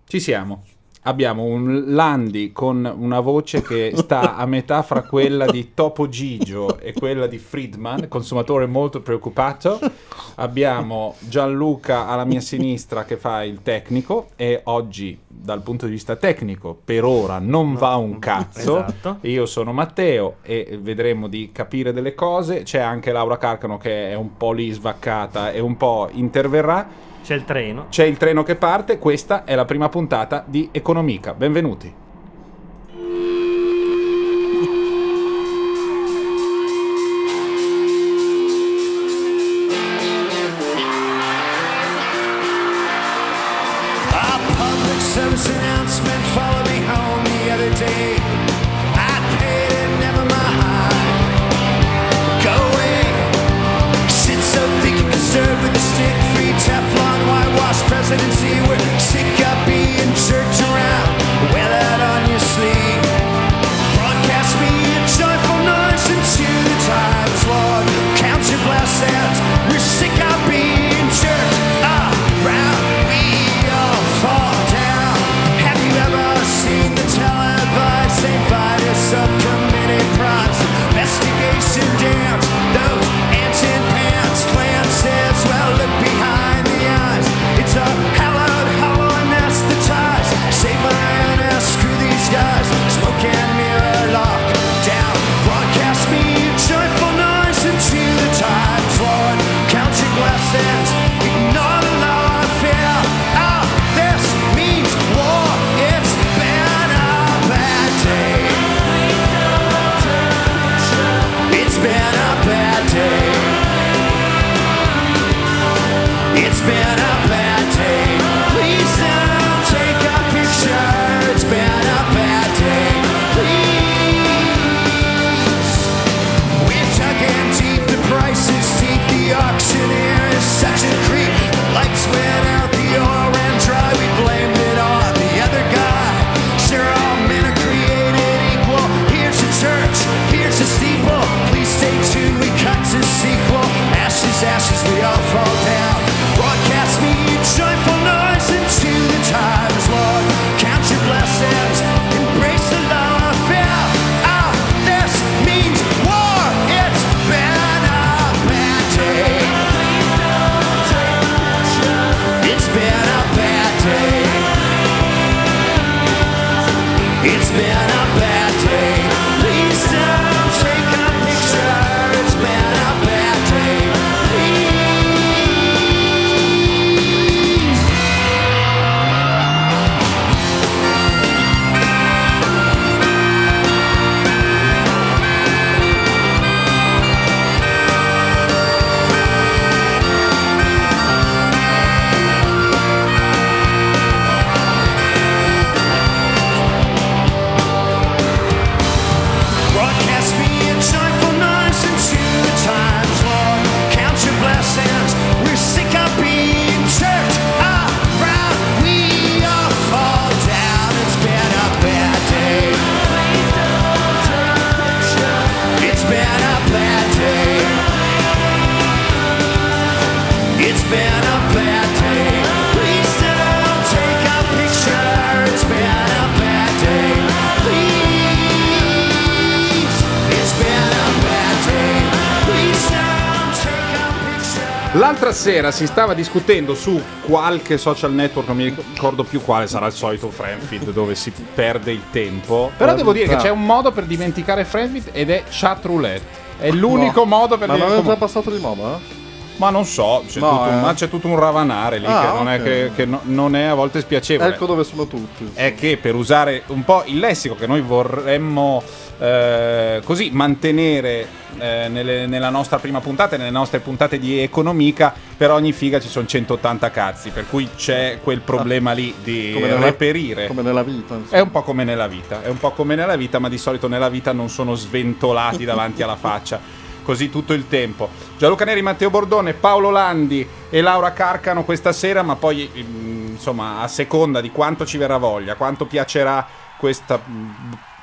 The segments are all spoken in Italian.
Ci siamo. Abbiamo un Landi con una voce che sta a metà fra quella di Topo Gigio e quella di Friedman, consumatore molto preoccupato. Abbiamo Gianluca alla mia sinistra che fa il tecnico e oggi dal punto di vista tecnico per ora non va un cazzo. Esatto. Io sono Matteo e vedremo di capire delle cose. C'è anche Laura Carcano che è un po' lì svaccata e un po' interverrà. C'è il treno. C'è il treno che parte, questa è la prima puntata di Economica. Benvenuti. A public service announcement followed me home the other day. I paid it, never mind. Go away. Sit so thick you can serve with a stick. Free Teflon, whitewash presidency. We're sick of being jerked around. Wear that on your sleeve. Broadcast me a joyful noise into the times, Lord. Count your blessings. We're sick of being jerked around. We all fall down. Have you ever seen the televised St. Vitus subcommittee crimes? Investigation dams, those ants in pants, glances, well look behind the eyes. It's a hallowed hollow anesthetized. Save my INS, screw these guys. Smoke and mirror lock down. Broadcast me a joyful noise into the times, Lord. Count your blessings, ignore the law of fear. Oh, this means war. It's been a bad day. It's been a bad day. It's been a bad day. Please don't take a picture. It's been a bad day. Please. We're tugging deep, the price is steep. The auctioneer is such a creep. Lights went out, the oil ran dry. We blamed it on the other guy. Sure, all men are created equal. Here's a church, here's a steeple. Please stay tuned, we cut to sequel. Ashes, ashes, we all fall down. Broadcast me a joyful noise into the times, Lord. Count your blessings, embrace the law of fear. Ah, this means war. It's been a bad day. It's been a bad day. It's been a bad day. Please don't take a picture. It's been a bad day. Broadcast me a joyful noise into the times, Lord. Count your blessings. We're sick of being jerked around. We all fall down. It's been a bad day. It's been a bad day. It's been a bad day. Please don't take a picture. It's been a bad day. Please. It's been a bad day. Please don't take a picture. L'altra sera si stava discutendo su qualche social network, non mi ricordo più quale, sarà il solito Friendfeed dove si perde il tempo. Però devo dire che c'è un modo per dimenticare Friendfeed ed è chat roulette. È l'unico modo per Ma non è dimenticare. già passato di moda? Ma non so, c'è, No, ma c'è tutto un ravanare lì che non è, che non è a volte spiacevole. Ecco dove sono tutti. È che per usare un po' il lessico che noi vorremmo così mantenere nella nostra prima puntata e nelle nostre puntate di Economica, per ogni figa ci sono 180 cazzi, per cui c'è quel problema lì di reperire. Come nella vita. Insomma. È un po' come nella vita, ma di solito nella vita non sono sventolati davanti alla faccia. Così tutto il tempo. Gianluca Neri, Matteo Bordone, Paolo Landi e Laura Carcano questa sera, ma poi insomma a seconda di quanto ci verrà voglia, quanto piacerà questa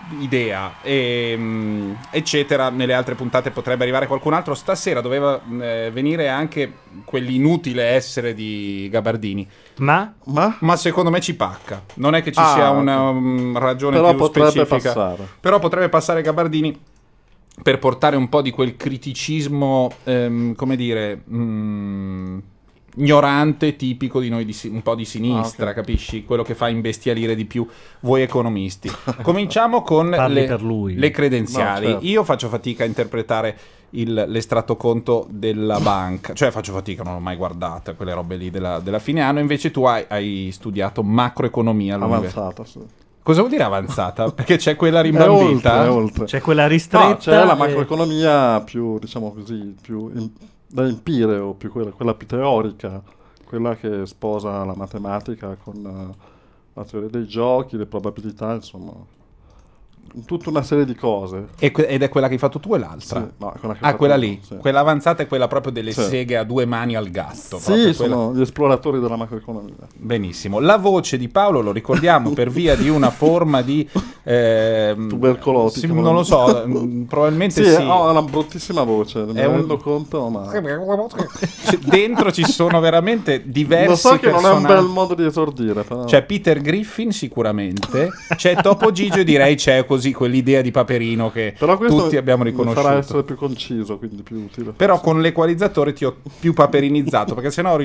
idea, eccetera. Nelle altre puntate potrebbe arrivare qualcun altro. Stasera doveva venire anche quell'inutile essere di Gabardini. Ma Secondo me ci pacca. Non è che ci sia una ragione Però più potrebbe specifica. passare. Però potrebbe passare Gabardini per portare un po' di quel criticismo, come dire, ignorante, tipico di noi, un po' di sinistra, capisci? Quello che fa imbestialire di più voi economisti. Cominciamo con le credenziali. No, certo. Io faccio fatica a interpretare l'estratto conto della banca, cioè faccio fatica, non l'ho mai guardata, quelle robe lì della fine anno. Invece tu hai studiato macroeconomia all'università. Avanzata, sì. Cosa vuol dire avanzata? Perché c'è quella rimbambita? È oltre. c'è quella ristretta. No, c'è la macroeconomia più, diciamo così, più da empireo, più quella più teorica, quella che sposa la matematica con la teoria dei giochi, le probabilità, insomma, tutta una serie di cose. Ed è quella che hai fatto tu e l'altra? Sì, no, quella che ho fatto quella io, lì. sì. Quella avanzata è quella proprio delle Sì. seghe a due mani al gatto. Sì, proprio sono gli esploratori della macroeconomia. Benissimo. La voce di Paolo, lo ricordiamo, per via di una forma di... Tubercolotica. non lo so, probabilmente Sì, sì. ha una bruttissima voce, me ne rendo conto, ma... Dentro ci sono veramente diversi Lo so che non è un personaggi. bel modo di esordire, però... C'è Peter Griffin sicuramente, c'è Topo Gigio e direi c'è così quell'idea di Paperino che Però questo tutti abbiamo mi riconosciuto. farà essere più conciso, quindi più utile. Però con l'equalizzatore ti ho più paperinizzato perché sennò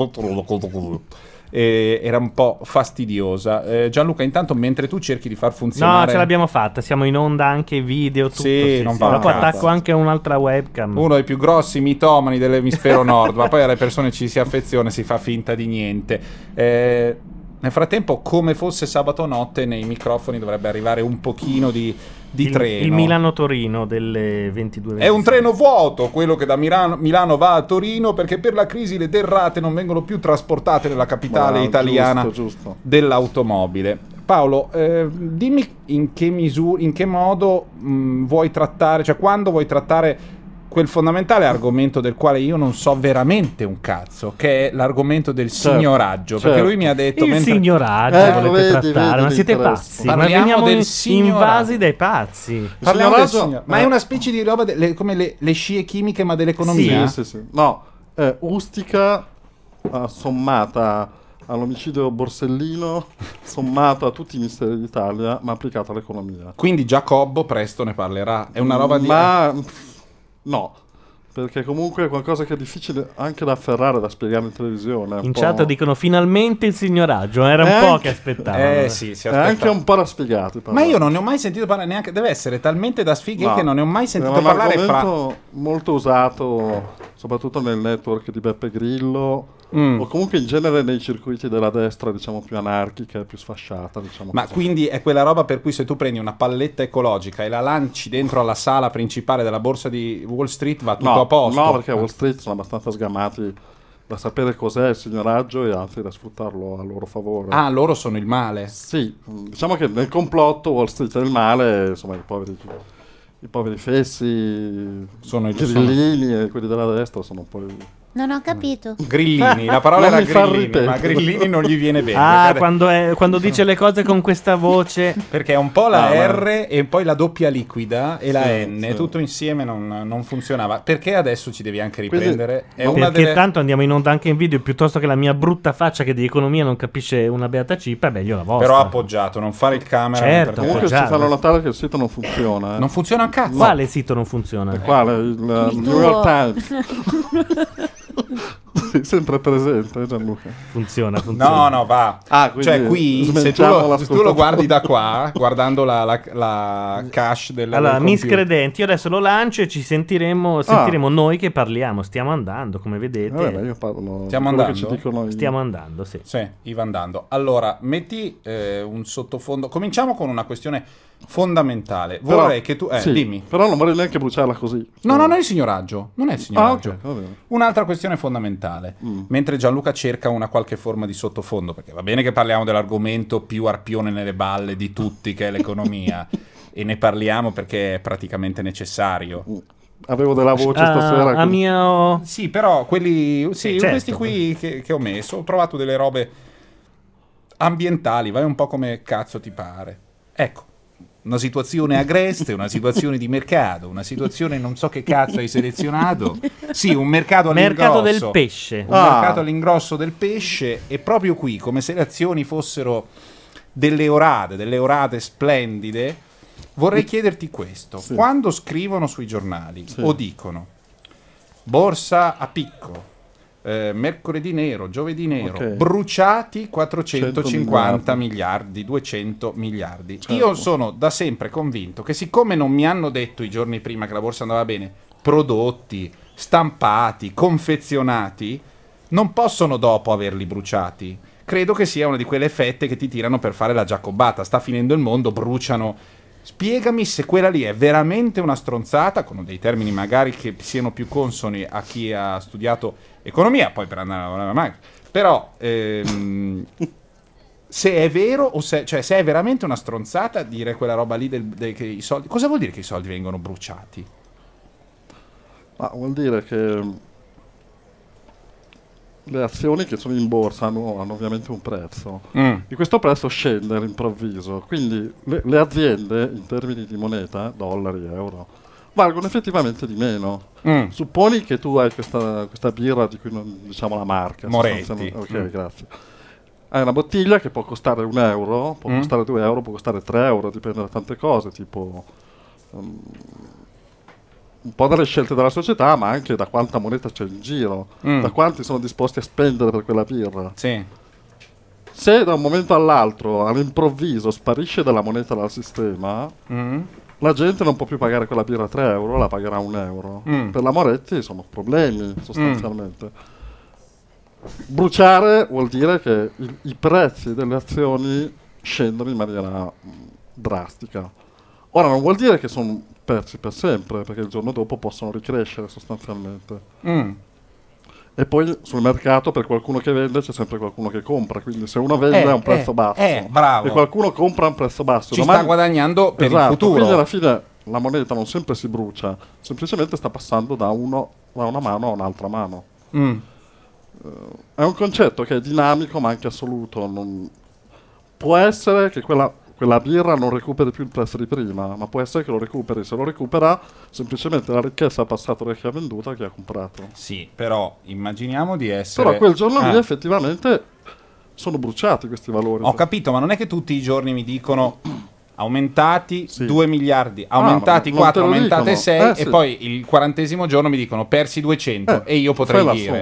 era un po' fastidiosa. Gianluca, intanto mentre tu cerchi di far funzionare... No, ce l'abbiamo fatta, siamo in onda anche video, tutto. Sì, non va Dopo a cazzo. attacco anche un'altra webcam. Uno dei più grossi mitomani dell'emisfero nord, ma poi alle persone ci si affeziona e si fa finta di niente. Nel frattempo, come fosse sabato notte, nei microfoni dovrebbe arrivare un pochino di treno. Il Milano-Torino delle 22:26. È un treno vuoto quello che da Milano va a Torino, perché per la crisi le derrate non vengono più trasportate nella capitale italiana giusto. dell'automobile. Paolo, dimmi in che modo vuoi trattare, cioè quando vuoi trattare quel fondamentale argomento del quale io non so veramente un cazzo, che è l'argomento del signoraggio, perché lui mi ha detto... Il signoraggio volete trattare, ma siete l'interesse. pazzi? Ma Parliamo veniamo del invasi dai pazzi. Parliamo del signoraggio, ma è una specie di roba come le scie chimiche ma dell'economia? Sì. No, è Ustica sommata all'omicidio Borsellino, sommata a tutti i misteri d'Italia, ma applicata all'economia. Quindi Giacobbo presto ne parlerà. È una roba di... Ma no, perché comunque è qualcosa che è difficile anche da afferrare, da spiegare in televisione. In chat dicono finalmente il signoraggio, era un po' che aspettavano. Sì, si È aspetta. anche un po' da spiegare. Ma io non ne ho mai sentito parlare neanche... Deve essere talmente da sfighe No, che non ne ho mai sentito è un parlare argomento molto usato soprattutto nel network di Beppe Grillo o comunque in genere nei circuiti della destra, diciamo, più anarchica e più sfasciata, diciamo. Ma così. quindi è quella roba per cui se tu prendi una palletta ecologica e la lanci dentro alla sala principale della borsa di Wall Street va tutto a posto? No, perché a Wall Street sono abbastanza sgamati da sapere cos'è il signoraggio e anzi da sfruttarlo a loro favore. Ah, loro sono il male. Sì, diciamo che nel complotto Wall Street è il male, insomma i poveri fessi, Sono i grillini e quelli della destra sono poi... Non ho capito. Grillini, la parola Non era mi fa grillini, ripetere. ma grillini non gli viene bene. Ah, perché, quando dice le cose con questa voce. perché è un po' la Ah, R e poi la doppia liquida e la Sì, N, sì. tutto insieme non funzionava. Perché adesso ci devi anche Quindi- riprendere? È no, una Perché delle... tanto andiamo in onda anche in video, piuttosto che la mia brutta faccia che di economia non capisce una beata cipa, è meglio la vostra. Però appoggiato, non fare il camera. Certo. perché- Comunque ci appoggiarlo. fanno notare che il sito non funziona. Non funziona un cazzo. Quale sito non funziona? Quale? Il New tuo. York Times. Sì, sempre presente, Gianluca. Funziona. No, va. Ah, quindi Cioè, qui, se tu smenciamo lo l'ascoltatore. guardi da qua, guardando la cache del Allora, del computer. miscredenti, io adesso lo lancio e ci sentiremo noi che parliamo. Stiamo andando, come vedete. Vabbè, io parlo di Stiamo quello che andando? ci dicono i- Stiamo andando, sì. Sì, Iva andando. Allora, metti un sottofondo. Cominciamo con una questione fondamentale. Però- Vorrei che tu... sì, dimmi. però non vorrei neanche bruciarla così. No, non è il signoraggio. Non è il signoraggio. Ah, ok, va bene. Un'altra questione fondamentale. Mentre Gianluca cerca una qualche forma di sottofondo, perché va bene che parliamo dell'argomento più arpione nelle balle di tutti, che è l'economia, e ne parliamo perché è praticamente necessario. Avevo della voce stasera. A quindi- mio... Sì, però quelli... Sì, certo. questi qui che ho messo, ho trovato delle robe ambientali, vai un po' come cazzo ti pare. Ecco, una situazione agreste, una situazione di mercato, una situazione non so che cazzo hai selezionato. Sì, un mercato all'ingrosso. Mercato del pesce. Un mercato all'ingrosso del pesce, e proprio qui, come se le azioni fossero delle orate splendide, vorrei chiederti questo. Sì. Quando scrivono sui giornali o dicono borsa a picco, mercoledì nero, giovedì nero, bruciati 450 miliardi, 200 miliardi. Certo. Io sono da sempre convinto che, siccome non mi hanno detto i giorni prima che la borsa andava bene, prodotti, stampati, confezionati, non possono dopo averli bruciati. Credo che sia una di quelle fette che ti tirano per fare la giacobata. Sta finendo il mondo, bruciano. Spiegami se quella lì è veramente una stronzata, con dei termini magari che siano più consoni a chi ha studiato economia, poi per andare a lavorare mai. Però se è vero, o se è veramente una stronzata dire quella roba lì che i soldi. Cosa vuol dire che i soldi vengono bruciati? Ma vuol dire che le azioni che sono in borsa hanno ovviamente un prezzo, e questo prezzo scende all'improvviso, quindi le aziende in termini di moneta, dollari, euro, valgono effettivamente di meno. Supponi che tu hai questa birra di cui non diciamo la marca, Moretti. Ok, grazie. Hai una bottiglia che può costare €1, può costare €2, può costare €3, dipende da tante cose, tipo un po' dalle scelte della società, ma anche da quanta moneta c'è in giro, da quanti sono disposti a spendere per quella birra. Sì. Se da un momento all'altro, all'improvviso, sparisce dalla moneta dal sistema, la gente non può più pagare quella birra a €3, la pagherà a €1. Per la Moretti sono problemi, sostanzialmente. Bruciare vuol dire che i prezzi delle azioni scendono in maniera drastica. Ora, non vuol dire che sono persi per sempre, perché il giorno dopo possono ricrescere sostanzialmente. E poi sul mercato, per qualcuno che vende c'è sempre qualcuno che compra, quindi se uno vende a un prezzo basso bravo. e qualcuno compra a un prezzo basso, Ci sta guadagnando per il futuro. Quindi alla fine la moneta non sempre si brucia, semplicemente sta passando da una mano a un'altra mano. È un concetto che è dinamico ma anche assoluto. Può essere che quella birra non recuperi più il prezzo di prima, ma può essere che lo recuperi. Se lo recupera, semplicemente la ricchezza ha passato da chi ha venduto a chi ha comprato. Sì, però immaginiamo di essere... Però quel giorno lì effettivamente sono bruciati questi valori. Ho capito, ma non è che tutti i giorni mi dicono aumentati 2 miliardi, aumentati 4, aumentati 6 e poi il 40° giorno mi dicono persi 200 e io potrei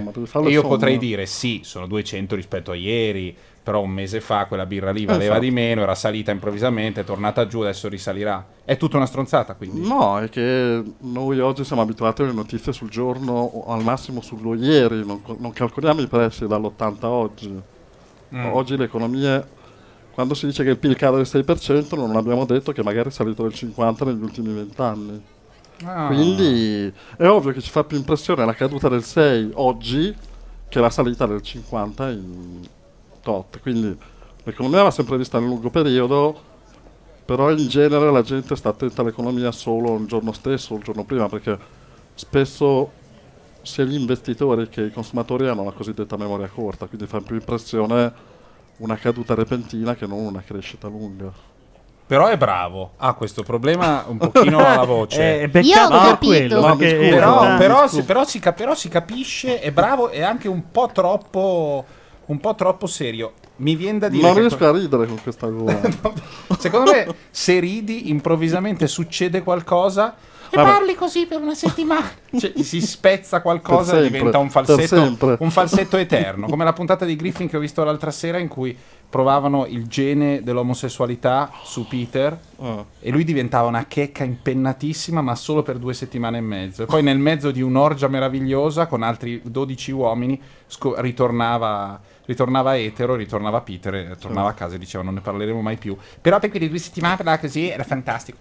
dire sì, sono 200 rispetto a ieri, però un mese fa quella birra lì valeva di meno, era salita improvvisamente, è tornata giù, adesso risalirà. È tutta una stronzata, quindi? No, è che noi oggi siamo abituati alle notizie sul giorno o al massimo sullo ieri, non calcoliamo i prezzi dall'80 a oggi. Oggi l'economia, quando si dice che il PIL cade del 6%, non abbiamo detto che magari è salito del 50% negli ultimi 20 anni. Quindi è ovvio che ci fa più impressione la caduta del 6 oggi che la salita del 50 in tot. Quindi l'economia va sempre vista nel lungo periodo, però in genere la gente sta attenta all'economia solo il giorno stesso o il giorno prima, perché spesso sia gli investitori che i consumatori hanno la cosiddetta memoria corta, quindi fa più impressione una caduta repentina che non una crescita lunga. Però è bravo, ha questo problema un pochino alla voce. Io ho capito. Però si capisce, è bravo, è anche un po' troppo serio. Mi viene da dire non riesco a ridere con questa cosa. Secondo me se ridi improvvisamente succede qualcosa e parli così per una settimana, cioè, si spezza qualcosa e diventa un falsetto eterno, come la puntata di Griffin che ho visto l'altra sera in cui provavano il gene dell'omosessualità su Peter e lui diventava una checca impennatissima ma solo per 2 settimane e mezzo, e poi nel mezzo di un'orgia meravigliosa con altri 12 uomini ritornava etero, ritornava Peter e tornava a casa e diceva non ne parleremo mai più, però per quelle 2 settimane parlava così, era fantastico.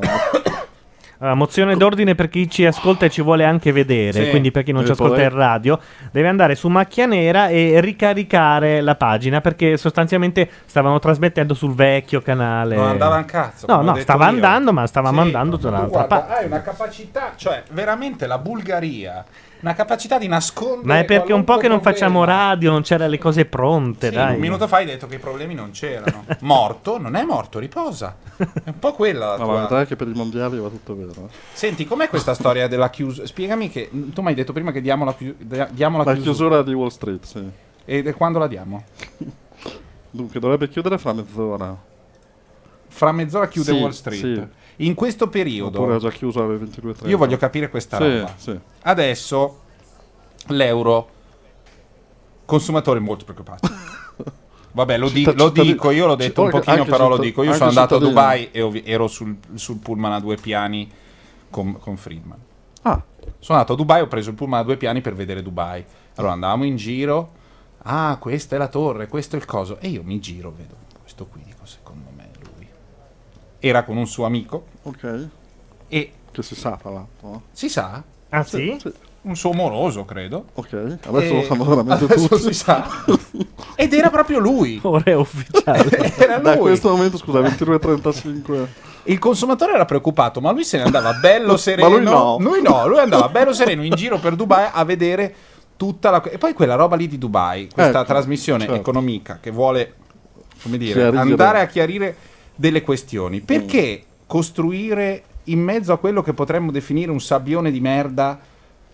Mozione d'ordine per chi ci ascolta e ci vuole anche vedere, quindi per chi non ci ascolta in radio deve andare su Macchia Nera e ricaricare la pagina, perché sostanzialmente stavano trasmettendo sul vecchio canale. Non andava un cazzo. No, stava andando, ma stavamo andando dall'altra parte. Hai una capacità, cioè veramente la Bulgaria una capacità di nascondere. Ma è perché un po' che non facciamo radio, non c'erano le cose pronte, Sì, dai. un minuto fa hai detto che i problemi non c'erano. Morto? Non è morto, riposa. È un po' quella la No, tua... ma vedrai che per i mondiali va tutto bene. Senti, com'è questa storia della chiusura? Spiegami che tu mi hai detto prima che diamo la La chiusura di Wall Street, sì. E quando la diamo? Dunque, dovrebbe chiudere fra mezz'ora. Fra mezz'ora chiude Sì, Wall Street. sì. In questo periodo Oppure ha già chiuso alle 22:30. io voglio capire questa Sì, roba. sì. Adesso l'euro, consumatori molto preoccupati. Vabbè, lo dico, io l'ho detto un pochino, però lo dico. Io sono andato a Dubai e ero sul pullman a 2 piani con Friedman. Ah. Sono andato a Dubai, ho preso il pullman a 2 piani per vedere Dubai. Allora andavamo in giro. Ah, questa è la torre, questo è il coso. E io mi giro, vedo questo qui, dico, secondo me è lui. Era con un suo amico. Ok. E che si sa, tra l'altro. No? Si sa? Ah, sì? Sì. Un suo moroso, credo. Ok, adesso lo sanno veramente adesso tutti. si sa. Ed era proprio lui. Ora è ufficiale. Era lui. Da questo momento, scusa, 22:35. Il consumatore era preoccupato, ma lui se ne andava bello sereno. Ma lui no. Lui andava bello sereno in giro per Dubai a vedere tutta la... E poi quella roba lì di Dubai, questa trasmissione economica che vuole, come dire, chiarire. andare a chiarire delle questioni. Perché costruire in mezzo a quello che potremmo definire un sabbione di merda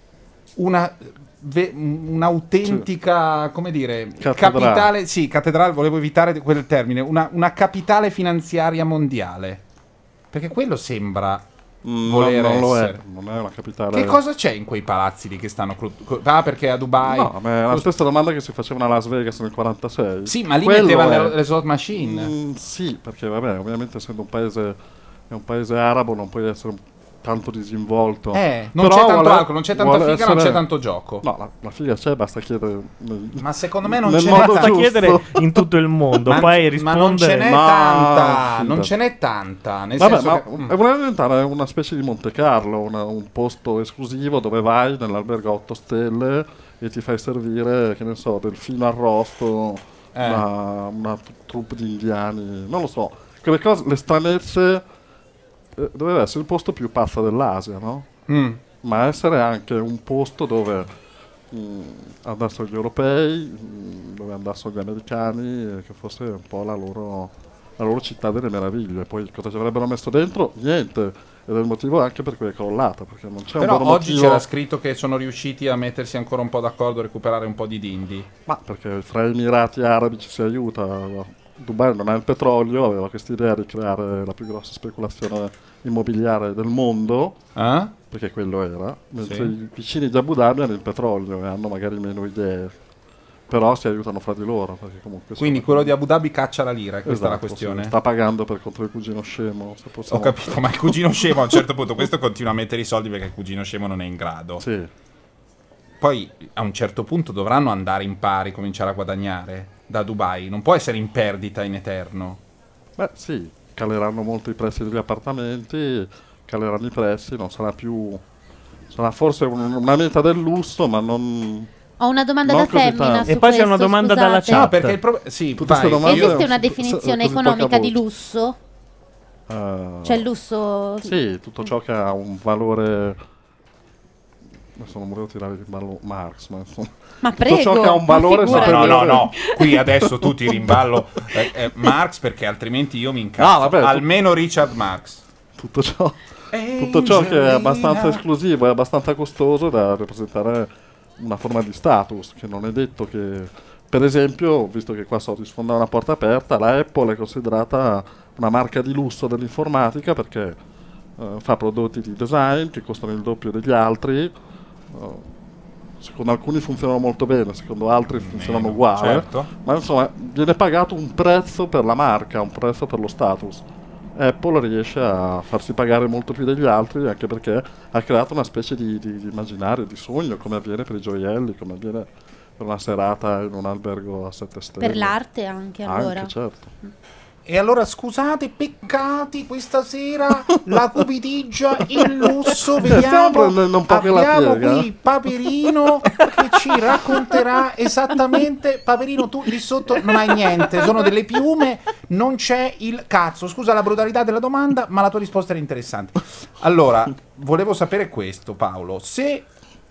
un'autentica, come dire, capitale, sì, cattedrale, volevo evitare quel termine, una capitale finanziaria mondiale? Perché quello sembra voler non lo essere. è, non è una capitale. Che cosa c'è in quei palazzi lì che stanno... perché a Dubai... No, ma è la stessa domanda che si faceva a Las Vegas nel 46. Sì, ma lì Quello mettevano è- le slot machine. sì, perché vabbè, ovviamente essendo un paese arabo non puoi essere tanto disinvolto. Non Però c'è tanto vuole- alcol, non c'è tanta vuole figa, non essere- c'è tanto gioco. No, la figa c'è, basta chiedere. Ma secondo me non nel ce modo n'è Basta tanta. giusto. chiedere in tutto il mondo, poi Ma non ce rispondere. n'è Ma- tanta, sì, non dai. ce n'è tanta. Nel Vabbè, senso ma che... vuole diventare una specie di Monte Carlo, un posto esclusivo dove vai nell'albergo a 8 stelle e ti fai servire, che ne so, del filo arrosto, una troupe di indiani, non lo so. Quelle cose, le stranezze, doveva essere il posto più pazzo dell'Asia, no? Ma essere anche un posto dove andassero gli europei, dove andassero gli americani, che fosse un po' la loro città delle meraviglie. Poi cosa ci avrebbero messo dentro? Niente. Ed è il motivo anche per cui è crollata, perché non c'è Però un vero oggi motivo. c'era scritto che sono riusciti a mettersi ancora un po' d'accordo, a recuperare un po' di dindi. Ma perché fra Emirati Arabi ci si aiuta. Dubai non ha il petrolio, aveva questa idea di creare la più grossa speculazione immobiliare del mondo, perché quello era, mentre Sì. i vicini di Abu Dhabi hanno il petrolio e hanno magari meno idee, però si aiutano fra di loro. Perché comunque Quindi quello di Abu Dhabi caccia la lira, è questa Esatto, la questione. sì, sta pagando per contro il cugino scemo. Se Ho possiamo... capito, ma il cugino scemo a un certo punto, questo continua a mettere i soldi perché il cugino scemo non è in grado. Sì. Poi a un certo punto dovranno andare in pari, cominciare a guadagnare da Dubai, non può essere in perdita in eterno. Beh sì, caleranno molto i prezzi degli appartamenti, caleranno i prezzi, non sarà più... sarà forse una meta del lusso, ma non... Ho una domanda Non da così femmina tanto. su E poi c'è questo, una domanda scusate. dalla chat. No, perché il problema... Sì, Tutte queste vai. domande- Esiste una Così definizione poca economica di voce. lusso? Cioè il lusso... Sì, tutto ciò che ha un valore... Adesso non volevo tirare in ballo Marx, ma insomma... Ma tutto prego, ciò che ha un ma valore figurati. No, qui adesso tu tiri in ballo Marx perché altrimenti io mi incazzo. No, vabbè, Almeno Richard Marx. Tutto ciò che è abbastanza esclusivo e abbastanza costoso da rappresentare una forma di status, che non è detto che... Per esempio, visto che qua so di sfondare una porta aperta, la Apple è considerata una marca di lusso dell'informatica perché fa prodotti di design che costano il doppio degli altri. Secondo alcuni funzionano molto bene, secondo altri funzionano uguale, certo. ma insomma viene pagato un prezzo per la marca, un prezzo per lo status. Apple riesce a farsi pagare molto più degli altri anche perché ha creato una specie di immaginario, di sogno, come avviene per i gioielli, come avviene per una serata in un albergo a 7 stelle. Per l'arte anche, allora. Anche, certo. E allora scusate, peccati questa sera, la cupidigia, il lusso, Stiamo vediamo, prendendo un po' quella abbiamo piega. qui Paperino che ci racconterà esattamente. Paperino, tu lì sotto non hai niente, sono delle piume, non c'è il cazzo. Scusa la brutalità della domanda, ma la tua risposta era interessante. Allora, volevo sapere questo, Paolo, se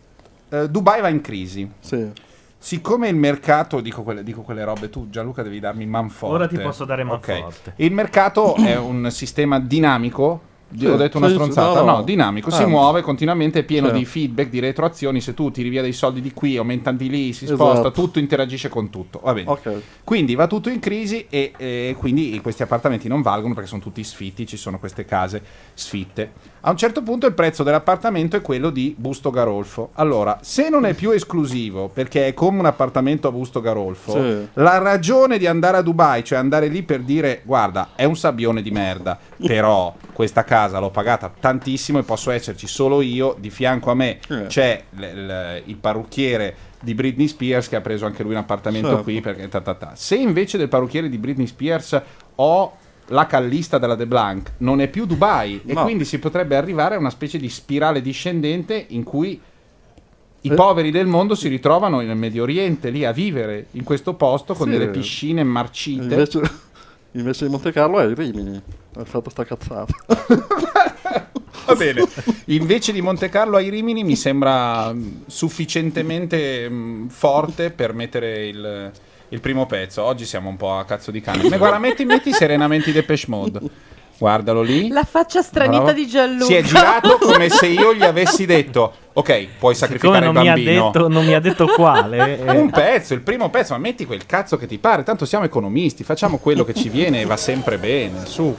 Dubai va in crisi. Sì. Siccome il mercato, dico quelle robe, tu Gianluca devi darmi manforte. Ora ti posso dare manforte. Ok. Il mercato è un sistema dinamico. Sì, Ho detto una sì, stronzata, no. no, dinamico, si muove continuamente, è pieno Certo. di feedback, di retroazioni. Se tu tiri via dei soldi di qui, aumentano di lì, si Esatto. sposta, tutto interagisce con tutto. Va bene. Ok. Quindi va tutto in crisi e quindi questi appartamenti non valgono perché sono tutti sfitti, ci sono queste case sfitte. A un certo punto il prezzo dell'appartamento è quello di Busto Garolfo. Allora, se non è più esclusivo perché è come un appartamento a Busto Garolfo, Sì. la ragione di andare a Dubai, cioè andare lì per dire guarda, è un sabbione di merda, però questa casa l'ho pagata tantissimo e posso esserci solo io, di fianco a me c'è il parrucchiere di Britney Spears che ha preso anche lui un appartamento Certo. qui perché Se invece del parrucchiere di Britney Spears ho la callista della De Blanc, non è più Dubai e No. quindi si potrebbe arrivare a una specie di spirale discendente in cui i poveri del mondo si ritrovano nel Medio Oriente lì a vivere in questo posto con Sì. delle piscine marcite. Invece di Monte Carlo è Rimini. Hai fatto sta cazzata. Va bene. Invece di Monte Carlo ai Rimini mi sembra sufficientemente forte per mettere il primo pezzo. Oggi siamo un po' a cazzo di cane. Guarda, metti serenamente i Depeche Mode. Guardalo lì. La faccia stranita Bravo. di Gianluca. Si è girato come se io gli avessi detto ok, puoi sacrificare il bambino. Non mi ha detto quale. Un pezzo, il primo pezzo, ma metti quel cazzo che ti pare. Tanto siamo economisti, facciamo quello che ci viene e va sempre bene. Su.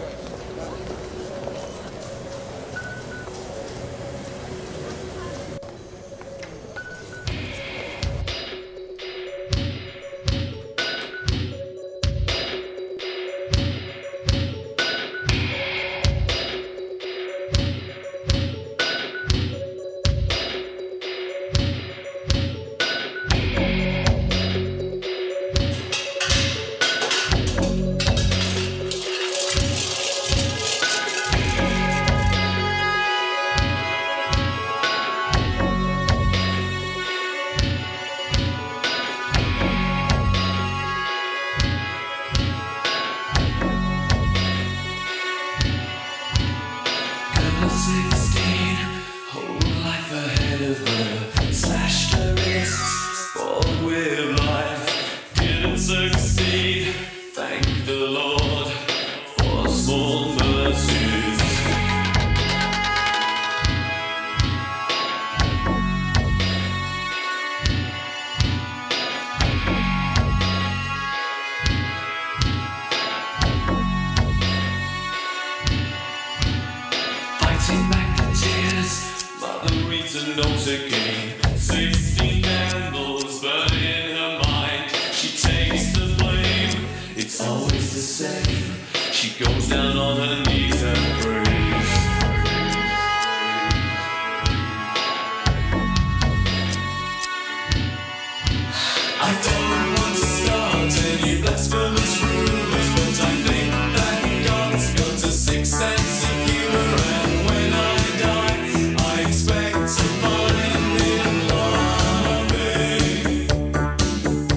Fighting back the tears, Mother reads a note again. 16 candles burn in her mind. She takes the blame, it's always the same. She goes down on her knees and prays. I don't want to start any blasphemous rumors, but I think that God's got a sixth sense of humor, and when I die, I expect to find him loving.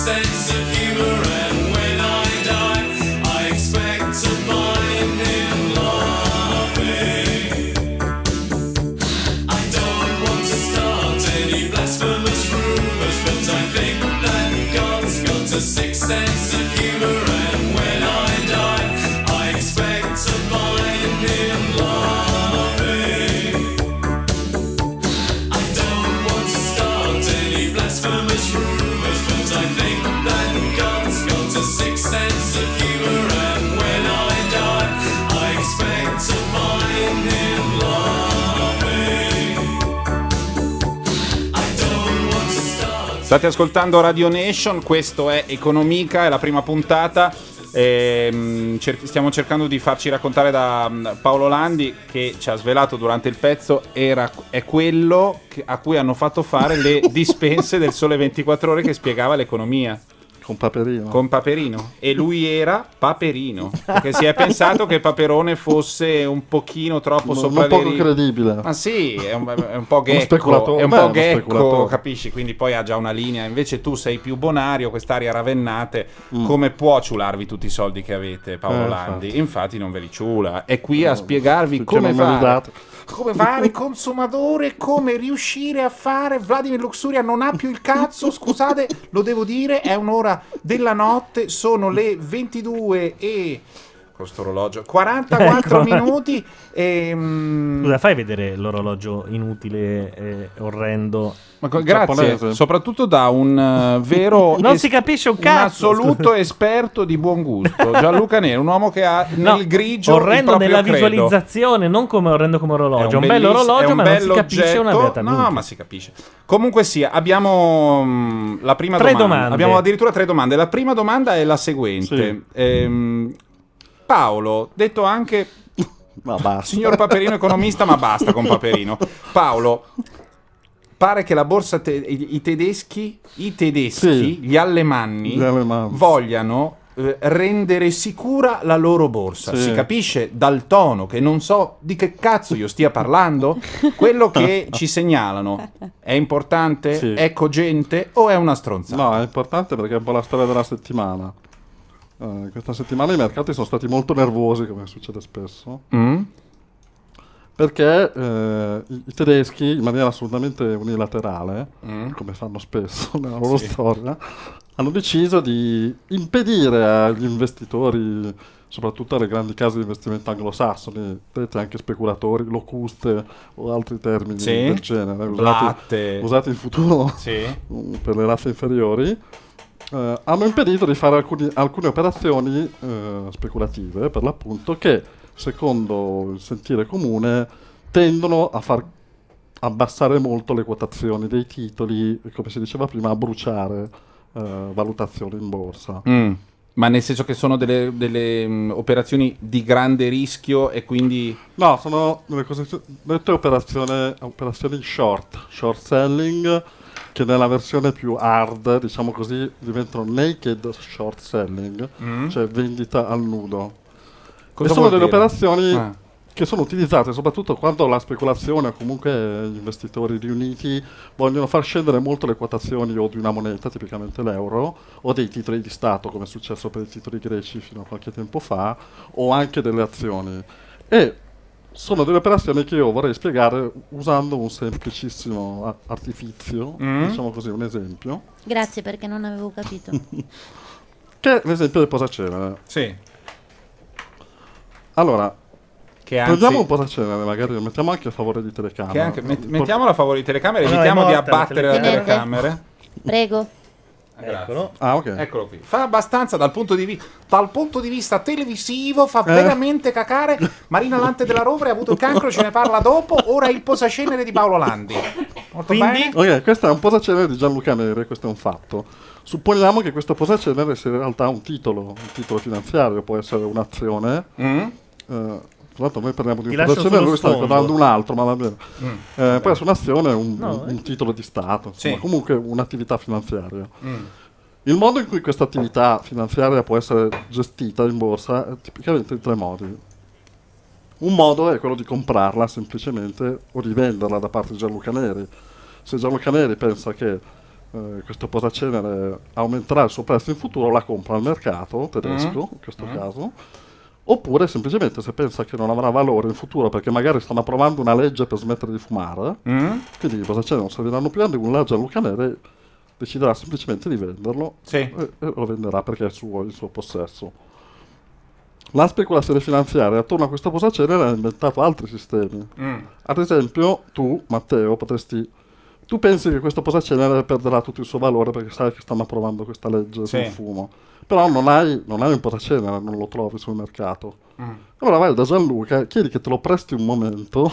sense of humor, and when I die, I expect to find him laughing. I don't want to start any blasphemous rumors, but I think that God's got a sixth sense of humor, and when I die, I expect to find him laughing. I don't want to start any blasphemous rumors, but I think that God's got a sixth sense of humor, and when I die, I expect to find him laughing. I don't want to start. State ascoltando Radio Nation, questo è Economica, è la prima puntata. Stiamo cercando di farci raccontare da Paolo Landi, che ci ha svelato durante il pezzo è quello a cui hanno fatto fare le dispense del Sole 24 Ore, che spiegava l'economia Con Paperino. con Paperino, e lui era Paperino, perché si è pensato che Paperone fosse un pochino troppo sopra Non le poco righe. credibile. Ma sì, è un po' gecko, speculatore. è un Beh, po' uno gecko, speculatore. capisci? Quindi poi ha già una linea. Invece tu sei più bonario, quest'aria ravennate. Come può ciularvi tutti i soldi che avete, Paolo Landi? Infatti non ve li ciula. È qui a spiegarvi finché come non me li fare. date. Come fare consumatore, come riuscire a fare. Vladimir Luxuria non ha più il cazzo, scusate, lo devo dire, è un'ora della notte, sono le 22 e questo orologio 44 Ecco. minuti e Scusa, fai vedere l'orologio inutile e orrendo. grazie, giapponese. soprattutto da un vero Non si capisce un cazzo, assoluto scusa. esperto di buon gusto, Gianluca Nero, un uomo che ha No, nel grigio il orrendo proprio nella credo. visualizzazione, non come orrendo come orologio. È un bello bellissimo- orologio, è un ma non si bello capisce una oggetto. beata No, minchia. ma si capisce. Comunque sia, abbiamo la prima Tre domanda. domande. Abbiamo addirittura 3 domande. La prima domanda è la seguente. Paolo, detto anche Ma basta. signor Paperino economista, ma basta con Paperino. Paolo, pare che la borsa i tedeschi, Sì. gli allemanni, Gli allemanni. vogliano rendere sicura la loro borsa. Sì. Si capisce dal tono che non so di che cazzo io stia parlando? Quello che ci segnalano è importante? Sì. È cogente o è una stronzata? No, è importante perché è un po' la storia della settimana. Questa settimana i mercati sono stati molto nervosi, come succede spesso, perché i tedeschi, in maniera assolutamente unilaterale, come fanno spesso nella loro storia, hanno deciso di impedire agli investitori, soprattutto alle grandi case di investimento anglosassoni, vedete anche speculatori, locuste o altri termini Sì. del genere, Latte. usati in futuro Sì. per le razze inferiori, hanno impedito di fare alcune operazioni speculative, per l'appunto, che secondo il sentire comune tendono a far abbassare molto le quotazioni dei titoli e, come si diceva prima, a bruciare valutazioni in borsa. Ma nel senso che sono delle operazioni di grande rischio e quindi... No, sono delle cosiddette operazioni short selling, che nella versione più hard, diciamo così, diventano naked short selling, cioè vendita al nudo. Cosa e sono vuol delle dire? operazioni che sono utilizzate soprattutto quando la speculazione o comunque gli investitori riuniti vogliono far scendere molto le quotazioni o di una moneta, tipicamente l'euro, o dei titoli di Stato, come è successo per i titoli greci fino a qualche tempo fa, o anche delle azioni. E sono delle operazioni che io vorrei spiegare usando un semplicissimo artifizio, diciamo così, un esempio, Grazie perché non avevo capito. che è l'esempio del posacenere. Sì. Allora, Che anzi... prendiamo un posacenere, magari lo mettiamo anche a favore di telecamera. Che anche, mettiamolo a favore di telecamere, No, evitiamo è di morta la abbattere le telecamera. telecamere. Prego. Grazie. Ah, ok. Eccolo qui. Fa abbastanza dal punto di vista televisivo, fa veramente cacare. Marina Lante della Rovere ha avuto il cancro, ce ne parla dopo. Ora il posacenere di Paolo Landi. Molto Quindi? bene. Ok, questo è un posacenere di Gianluca Neri, questo è un fatto. Supponiamo che questo posacenere sia in realtà un titolo finanziario, può essere un'azione. Tra l'altro noi parliamo di Ti un lascio posacenere, sullo lui sta sfondo. ricordando un altro, ma va bene. Può essere un'azione, un titolo di Stato, insomma, Sì. comunque un'attività finanziaria. Il modo in cui questa attività finanziaria può essere gestita in borsa è tipicamente in 3 modi. Un modo è quello di comprarla semplicemente o di venderla da parte di Gianluca Neri. Se Gianluca Neri pensa che questo posacenere aumenterà il suo prezzo in futuro, la compra al mercato tedesco, in questo caso, oppure semplicemente se pensa che non avrà valore in futuro perché magari stanno approvando una legge per smettere di fumare, quindi i posaceneri non serviranno più a nulla, Gianluca Neri deciderà semplicemente di venderlo e lo venderà perché è il suo possesso. La speculazione finanziaria attorno a questo posacenere ha inventato altri sistemi. Ad esempio, tu, Matteo, tu pensi che questo posacenere perderà tutto il suo valore perché sai che stanno approvando questa legge sul fumo. Però non hai un posacenere, non lo trovi sul mercato. Allora vai da Gianluca, chiedi che te lo presti un momento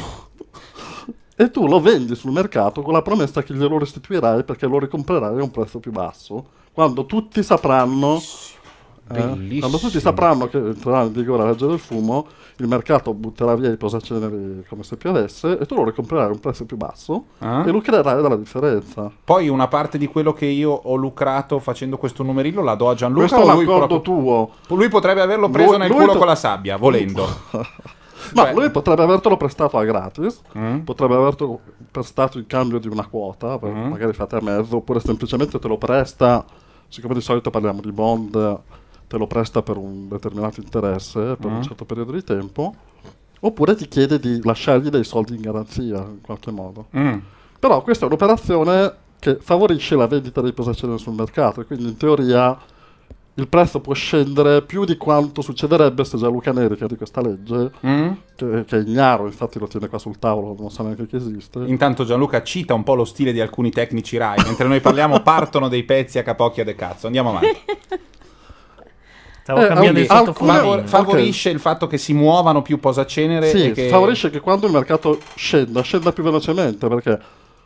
e tu lo vendi sul mercato con la promessa che glielo restituirai perché lo ricomprerai a un prezzo più basso. Quando tutti sapranno... quando tutti sapranno che entrerà in vigore la legge del fumo, il mercato butterà via i posaceneri come se piovesse e tu lo ricomprerai a un prezzo più basso e lucrerai dalla differenza. Poi una parte di quello che io ho lucrato facendo questo numerillo la do a Gianluca. Questo è un accordo tuo. Lui potrebbe averlo preso nel culo con la sabbia, volendo. Ma lui potrebbe avertelo prestato a gratis, potrebbe avertelo prestato in cambio di una quota, magari fate a mezzo, oppure semplicemente te lo presta, siccome di solito parliamo di bond, te lo presta per un determinato interesse, per un certo periodo di tempo, oppure ti chiede di lasciargli dei soldi in garanzia, in qualche modo. Però questa è un'operazione che favorisce la vendita dei posaceneri sul mercato, e quindi in teoria il prezzo può scendere più di quanto succederebbe se Gianluca Neri, che ha di questa legge, che è ignaro, infatti lo tiene qua sul tavolo, non sa neanche che esiste. Intanto Gianluca cita un po' lo stile di alcuni tecnici Rai, mentre noi parliamo partono dei pezzi a capocchia de cazzo. Andiamo avanti. Stavo cambiando il sottofondo. Favorisce il fatto che si muovano più posacenere. Sì, e che... favorisce che quando il mercato scenda più velocemente, perché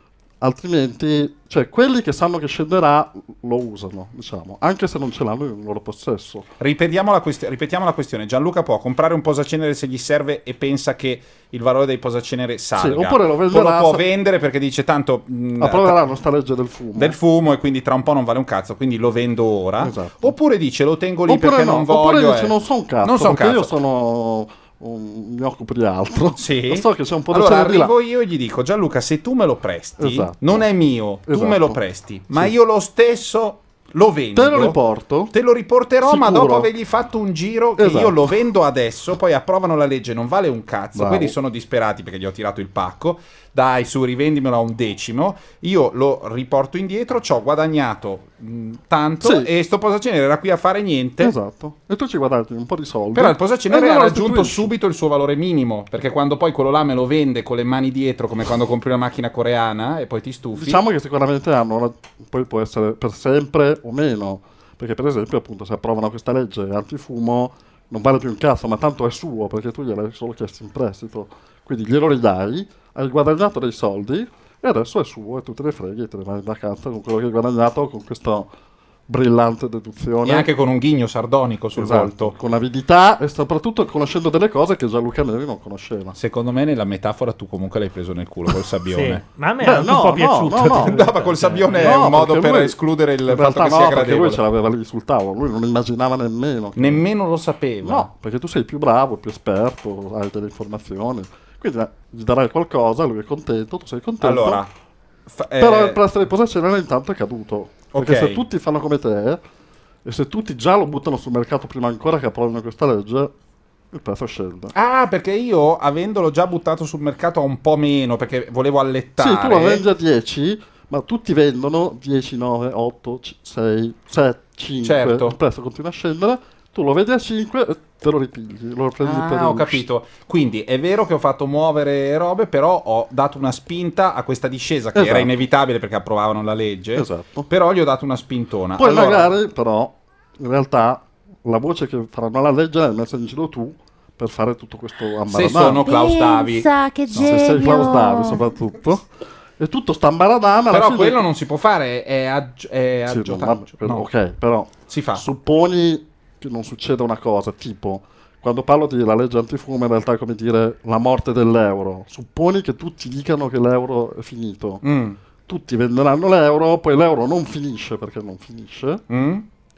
altrimenti, cioè, quelli che sanno che scenderà lo usano, diciamo, anche se non ce l'hanno in loro possesso. Ripetiamo la questione. Gianluca può comprare un posacenere se gli serve e pensa che il valore dei posacenere salga. Sì, oppure lo venderà, può vendere perché dice tanto approveranno sta legge del fumo e quindi tra un po' non vale un cazzo, quindi lo vendo ora. Esatto. Oppure dice lo tengo lì oppure perché non voglio. Oppure dice non so un cazzo, non so un perché cazzo. io sono mi occupo di altro. Sì. So che c'è un po' allora arrivo io e gli dico: Gianluca, se tu me lo presti, esatto, non è mio, tu esatto, me lo presti, ma io lo stesso lo vendo. Te lo riporto. Te lo riporterò, sicuro, ma dopo avergli fatto un giro che esatto, io lo vendo adesso, poi approvano la legge, non vale un cazzo. Bravo. Quelli sono disperati perché gli ho tirato il pacco. Dai, su, rivendimelo a un decimo. Io lo riporto indietro, ci ho guadagnato tanto, sì, e sto posacenere era qui a fare niente. Esatto. E tu ci guadagni un po' di soldi. Però il posacenere ha raggiunto restituisci subito il suo valore minimo, perché quando poi quello là me lo vende con le mani dietro, come quando compri una macchina coreana e poi ti stufi. Diciamo che sicuramente poi può essere per sempre o meno, perché per esempio appunto se approvano questa legge antifumo non vale più un cazzo, ma tanto è suo perché tu gliel'hai solo chiesto in prestito, quindi glielo ridai, hai guadagnato dei soldi e adesso è suo e tu te ne freghi e te ne vai in vacanza con quello che hai guadagnato, con questa brillante deduzione e anche con un ghigno sardonico sul volto, con avidità e soprattutto conoscendo delle cose che Gianluca Neri non conosceva. Secondo me nella metafora tu comunque l'hai preso nel culo col sabbione. Sì, ma a me è un po' piaciuto. No, ma col sabbione è un modo per escludere il fatto che sia perché gradevole. lui ce l'aveva lì sul tavolo, lui non immaginava nemmeno lo sapeva. No, perché tu sei più bravo, più esperto, hai delle informazioni, quindi gli darai qualcosa, lui è contento, tu sei contento. Allora, però il prezzo dei posacenere intanto è caduto, perché ok, se tutti fanno come te e se tutti già lo buttano sul mercato prima ancora che approvino questa legge, il prezzo scende. Ah, perché io, avendolo già buttato sul mercato a un po' meno, perché volevo allettare. Sì, tu lo vendi a 10, ma tutti vendono 10, 9, 8, 6, 7, 5. Certo. Il prezzo continua a scendere, tu lo vendi a 5 e te lo ripigli, lo prendi per ho capito. Quindi è vero che ho fatto muovere robe, però ho dato una spinta a questa discesa che era inevitabile perché approvavano la legge. Esatto. Però gli ho dato una spintona. Poi allora, magari, però, in realtà la voce che faranno la legge l'hai messa in giro tu per fare tutto questo ambaradano. Se sono Klaus Davi. Pensa, che genio. Se sei Klaus Davi soprattutto. E tutto sta ambaradana. Però quello non si può fare, è aggiotaggio. No. Ok, però si fa. Supponi che non succeda una cosa, tipo, quando parlo di la legge antifumo in realtà è come dire la morte dell'euro. Supponi che tutti dicano che l'euro è finito. Tutti venderanno l'euro, poi l'euro non finisce perché non finisce.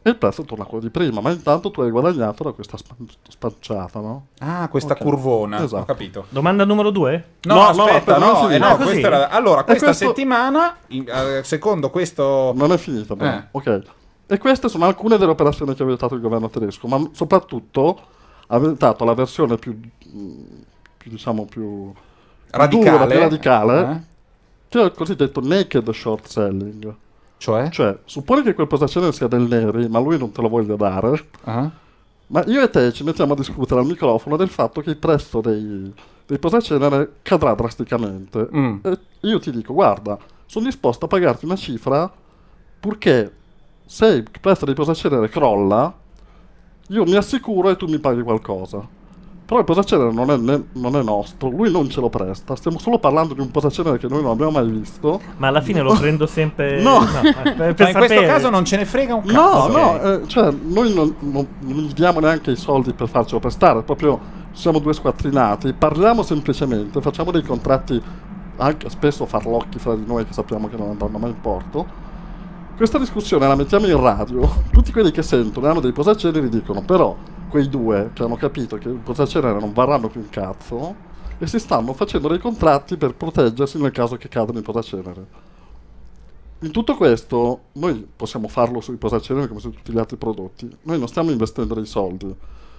e il prezzo torna a quello di prima, ma intanto tu hai guadagnato da questa spanciata, no? Ah, questa Ok. curvona, Esatto. ho capito. Domanda numero 2? No, No, aspetta, no, no, non è no, finito. questa era- allora, questa questo- settimana, secondo questo... Non è finita, però. Eh. Ok. E queste sono alcune delle operazioni che ha vietato il governo tedesco, ma soprattutto ha vietato la versione più diciamo, più radicale, dura, più radicale, che è il cosiddetto naked short selling. Cioè? Cioè, supponi che quel posacenere sia del neri, ma lui non te lo voglia dare, Ah. ma io e te ci mettiamo a discutere al microfono del fatto che il prezzo dei posacenere cadrà drasticamente. Mm. E io ti dico, guarda, sono disposto a pagarti una cifra purché se il prezzo dei posacenere crolla, io mi assicuro e tu mi paghi qualcosa. Però il posacenere non è nostro, lui non ce lo presta, stiamo solo parlando di un posacenere che noi non abbiamo mai visto. Ma alla fine lo prendo sempre... No. per Ma in questo sapere. caso non ce ne frega un No, cazzo. no, cioè noi non gli diamo neanche i soldi per farcelo prestare, proprio siamo due squattrinati, parliamo semplicemente, facciamo dei contratti anche spesso farlocchi fra di noi che sappiamo che non andranno mai in porto. Questa discussione la mettiamo in radio, tutti quelli che sentono e hanno dei posaceneri dicono però quei due che hanno capito che il posacenere non varranno più un cazzo e si stanno facendo dei contratti per proteggersi nel caso che cadano i posacenere. In tutto questo noi possiamo farlo sui posaceneri come su tutti gli altri prodotti, noi non stiamo investendo dei soldi,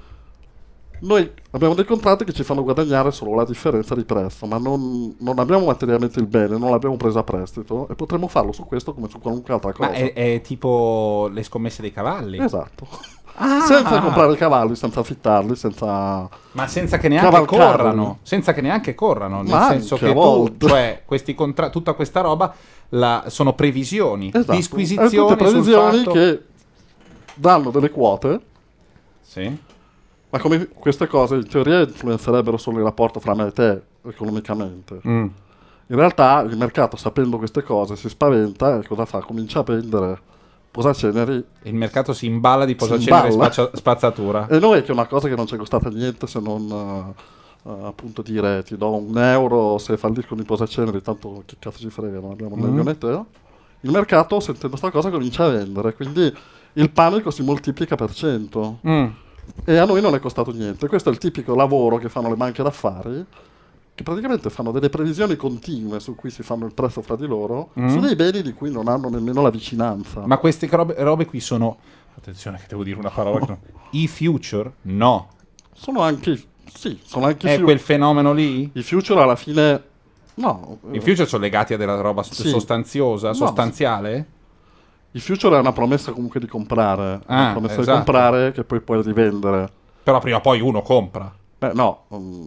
noi abbiamo dei contratti che ci fanno guadagnare solo la differenza di prezzo, ma non abbiamo materialmente il bene, non l'abbiamo preso a prestito e potremmo farlo su questo come su qualunque altra cosa. Ma è tipo le scommesse dei cavalli? Esatto. Ah! Senza comprare i cavalli, senza affittarli, senza... Ma senza che neanche cavalcarli. corrano, senza che neanche corrano, nel Ma senso anche che a tu, volte. cioè questi tutta questa roba sono previsioni, Esatto. disquisizioni tutte previsioni sul fatto... che danno delle quote, Sì. ma come queste cose in teoria influenzerebbero solo il rapporto fra me e te economicamente. Mm. In realtà il mercato, sapendo queste cose, si spaventa e cosa fa? Comincia a prendere posaceneri. Il mercato si imballa di posacenere e imballa. spazzatura. E noi che è una cosa che non ci è costata niente se non appunto dire ti do €1 se falliscono i posaceneri, tanto che cazzo ci frega, non abbiamo né io né te. Il mercato, sentendo sta cosa, comincia a vendere, quindi il panico si moltiplica per 100. E a noi non è costato niente. Questo è il tipico lavoro che fanno le banche d'affari, che praticamente fanno delle previsioni continue su cui si fanno il prezzo fra di loro, su dei beni di cui non hanno nemmeno la vicinanza. Ma queste robe qui sono... Attenzione che devo dire una parola. che non- I future? No. Sono anche... Sì, sono anche... È quel fenomeno lì? I future alla fine... No. I future sono legati a della roba Sì. sostanziosa, No. sostanziale? Il future è una promessa comunque di comprare. Una promessa esatto. di comprare che poi puoi rivendere. Però prima o poi uno compra. Beh, no.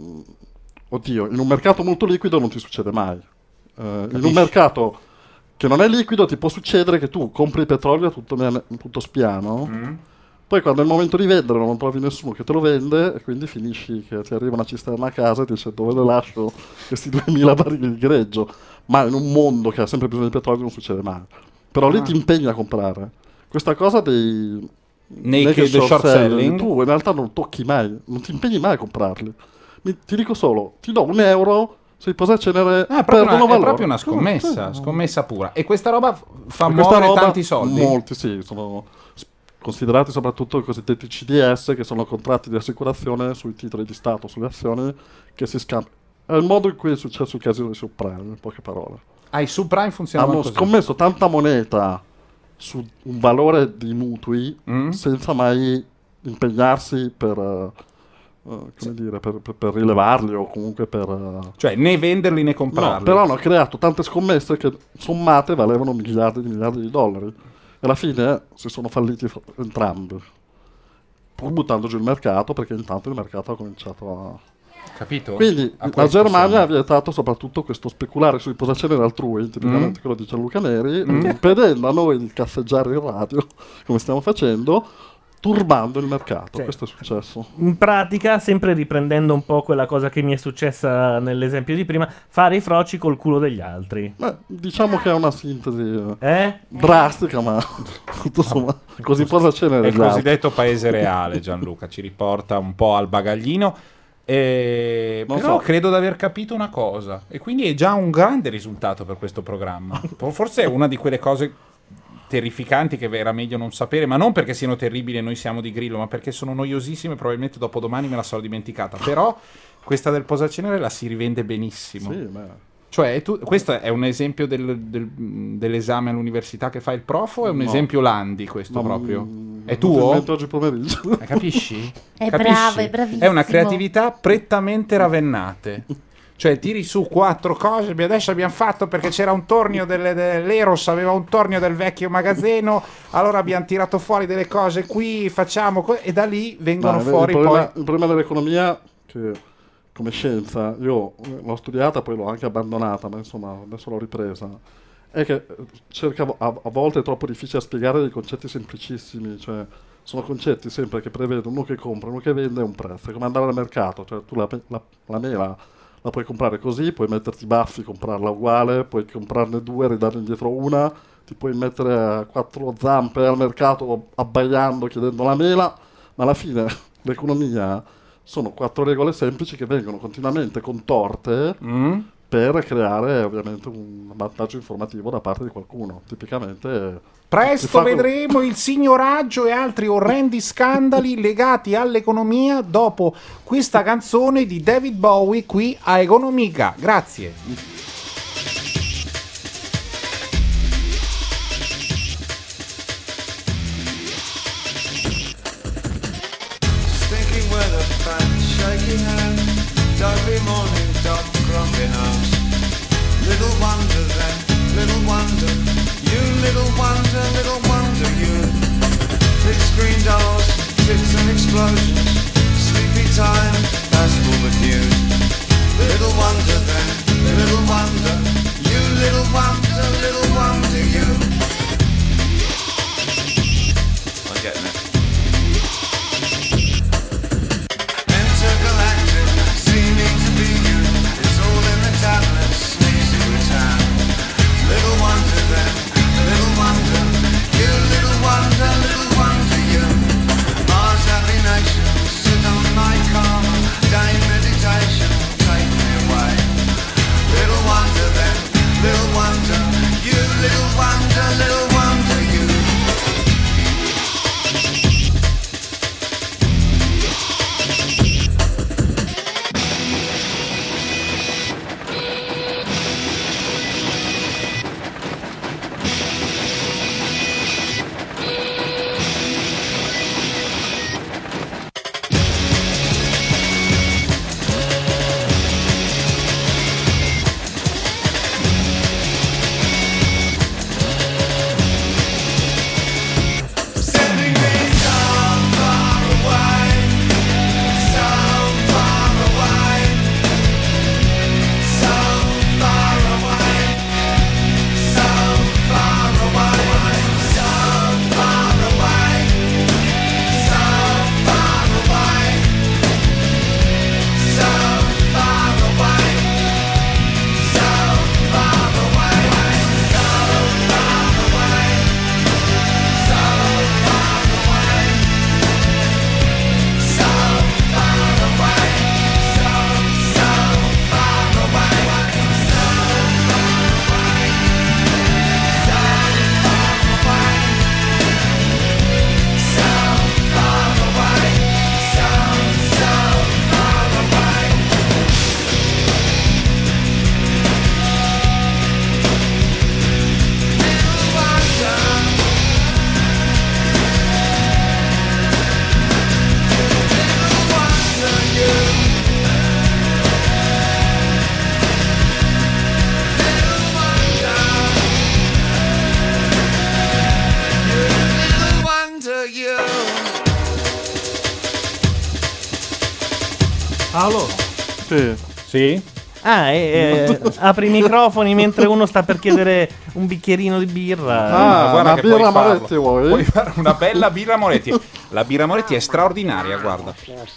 Oddio, in un mercato molto liquido non ti succede mai. In un mercato che non è liquido ti può succedere che tu compri petrolio tutto spiano, poi quando è il momento di vendere non trovi nessuno che te lo vende e quindi finisci che ti arriva una cisterna a casa e ti dice dove le lascio questi 2000 barili di greggio. Ma in un mondo che ha sempre bisogno di petrolio non succede mai. Però lì ti impegni a comprare. Questa cosa dei Naked short selling. tu in realtà non tocchi mai, non ti impegni mai a comprarli. Ti dico solo, ti do €1 se i posacenere È perdono valore. proprio una scommessa, Sì. scommessa pura. E questa roba fa E questa muovere roba, tanti soldi? Molti, sì, sono considerati soprattutto i cosiddetti CDS, che sono contratti di assicurazione sui titoli di Stato, sulle azioni, che si scambiano. È il modo in cui è successo il casino di subprime, in poche parole. I subprime funzionano Hanno così. scommesso tanta moneta su un valore di mutui senza mai impegnarsi per, come dire, per rilevarli o comunque per... Cioè né venderli né comprarli. No, però hanno creato tante scommesse che sommate valevano miliardi di dollari. E alla fine si sono falliti entrambi. Pur buttando giù il mercato, perché intanto il mercato ha cominciato a... Capito? Quindi A la questo Germania siamo. ha vietato soprattutto questo speculare sui posaceneri altrui, tipicamente quello di Gianluca Neri, impedendo a noi di casseggiare in radio, come stiamo facendo, turbando il mercato. Sì. Questo è successo. In pratica, sempre riprendendo un po' quella cosa che mi è successa nell'esempio di prima, fare i froci col culo degli altri. Diciamo che è una sintesi Eh? drastica, ma tutto sommato, così posacenere È il degli altri. cosiddetto paese reale, Gianluca, ci riporta un po' al bagaglino. Non Però so. credo di aver capito una cosa, e quindi è già un grande risultato per questo programma. Forse è una di quelle cose terrificanti che era meglio non sapere, ma non perché siano terribili e noi siamo di Grillo, ma perché sono noiosissime e probabilmente dopodomani me la sarò dimenticata. Però questa del posacenere la si rivende benissimo. Sì, beh. Cioè, questo è un esempio dell'esame all'università che fa il prof o è un No. esempio Landi questo proprio? È Mi tuo? invento oggi pomeriggio. Capisci? È Capisci? bravo, è bravissimo. È una creatività prettamente ravennate. Cioè tiri su 4 cose, adesso abbiamo fatto perché c'era un tornio dell'Eros, aveva un tornio del vecchio magazzino, allora abbiamo tirato fuori delle cose qui, facciamo e da lì vengono fuori il problema dell'economia, che come scienza, io l'ho studiata, poi l'ho anche abbandonata, ma insomma adesso l'ho ripresa, è che cercavo, a volte è troppo difficile spiegare dei concetti semplicissimi, cioè sono concetti sempre che prevedono uno che compra, uno che vende e un prezzo, è come andare al mercato, cioè tu la mela la puoi comprare così, puoi metterti i baffi, comprarla uguale, puoi comprarne 2, ridarne indietro una, ti puoi mettere a 4 zampe al mercato abbaiando chiedendo la mela, ma alla fine l'economia sono 4 regole semplici che vengono continuamente contorte per creare ovviamente un vantaggio informativo da parte di qualcuno. Tipicamente Presto vedremo il signoraggio e altri orrendi scandali legati all'economia dopo questa canzone di David Bowie qui a Economica. Grazie. Stinking weather, fat, shaky hand, dopey morning, dog, grumpy house. Little wonder then, little wonder, you little wonder you. Big screen doors, tits and explosions, sleepy time, fastball with you. Little wonder then, little wonder, you little wonder you. I'm getting it. Intergalactic, seeming to be you. It's all in the tablets, sneezy return. Little wonder then, little wonder, you little wonder you. Mars happy nation, sit on my karma, day meditation, take me away. Little wonder then, little wonder, you little wonder you. Sending me so far away, so far away, so far away, so far away, so far away, so far away, so far away, so far away, so far away. Paolo? Sì. Sì? Apri i microfoni mentre uno sta per chiedere un bicchierino di birra. Guarda una che birra puoi farlo. Moretti vuoi? Puoi fare una bella birra Moretti. La birra Moretti è straordinaria, guarda.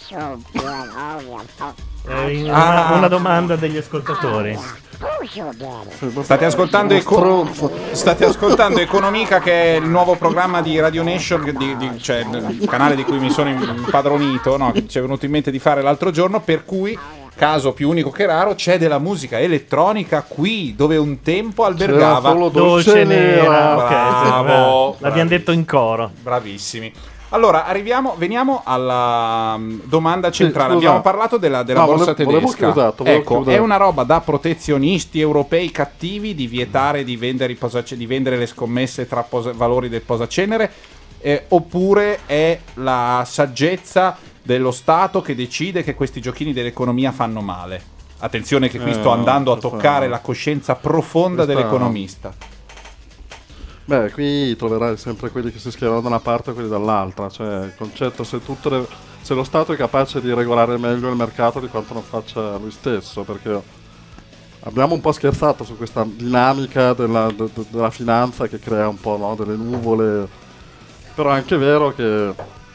Una domanda degli ascoltatori. State ascoltando Economica, che è il nuovo programma di Radio Nation, cioè il canale di cui mi sono impadronito, no, che ci è venuto in mente di fare l'altro giorno, per cui caso più unico che raro, c'è della musica elettronica qui, dove un tempo albergava Dolce Nera. Bravo, L'abbiamo detto in coro. bravissimi. Allora, veniamo alla domanda centrale. scusa. Abbiamo parlato della borsa volevo tedesca. chiudere. Ecco, è una roba da protezionisti europei cattivi di vietare di vendere, di vendere le scommesse tra valori del posacenere, oppure è la saggezza dello Stato che decide che questi giochini dell'economia fanno male? Attenzione che qui sto andando a toccare la coscienza profonda dell'economista. Beh, qui troverai sempre quelli che si schierano da una parte e quelli dall'altra. Cioè, il concetto se lo Stato è capace di regolare meglio il mercato di quanto non faccia lui stesso, perché abbiamo un po' scherzato su questa dinamica della finanza che crea un po', no, delle nuvole. Però è anche vero che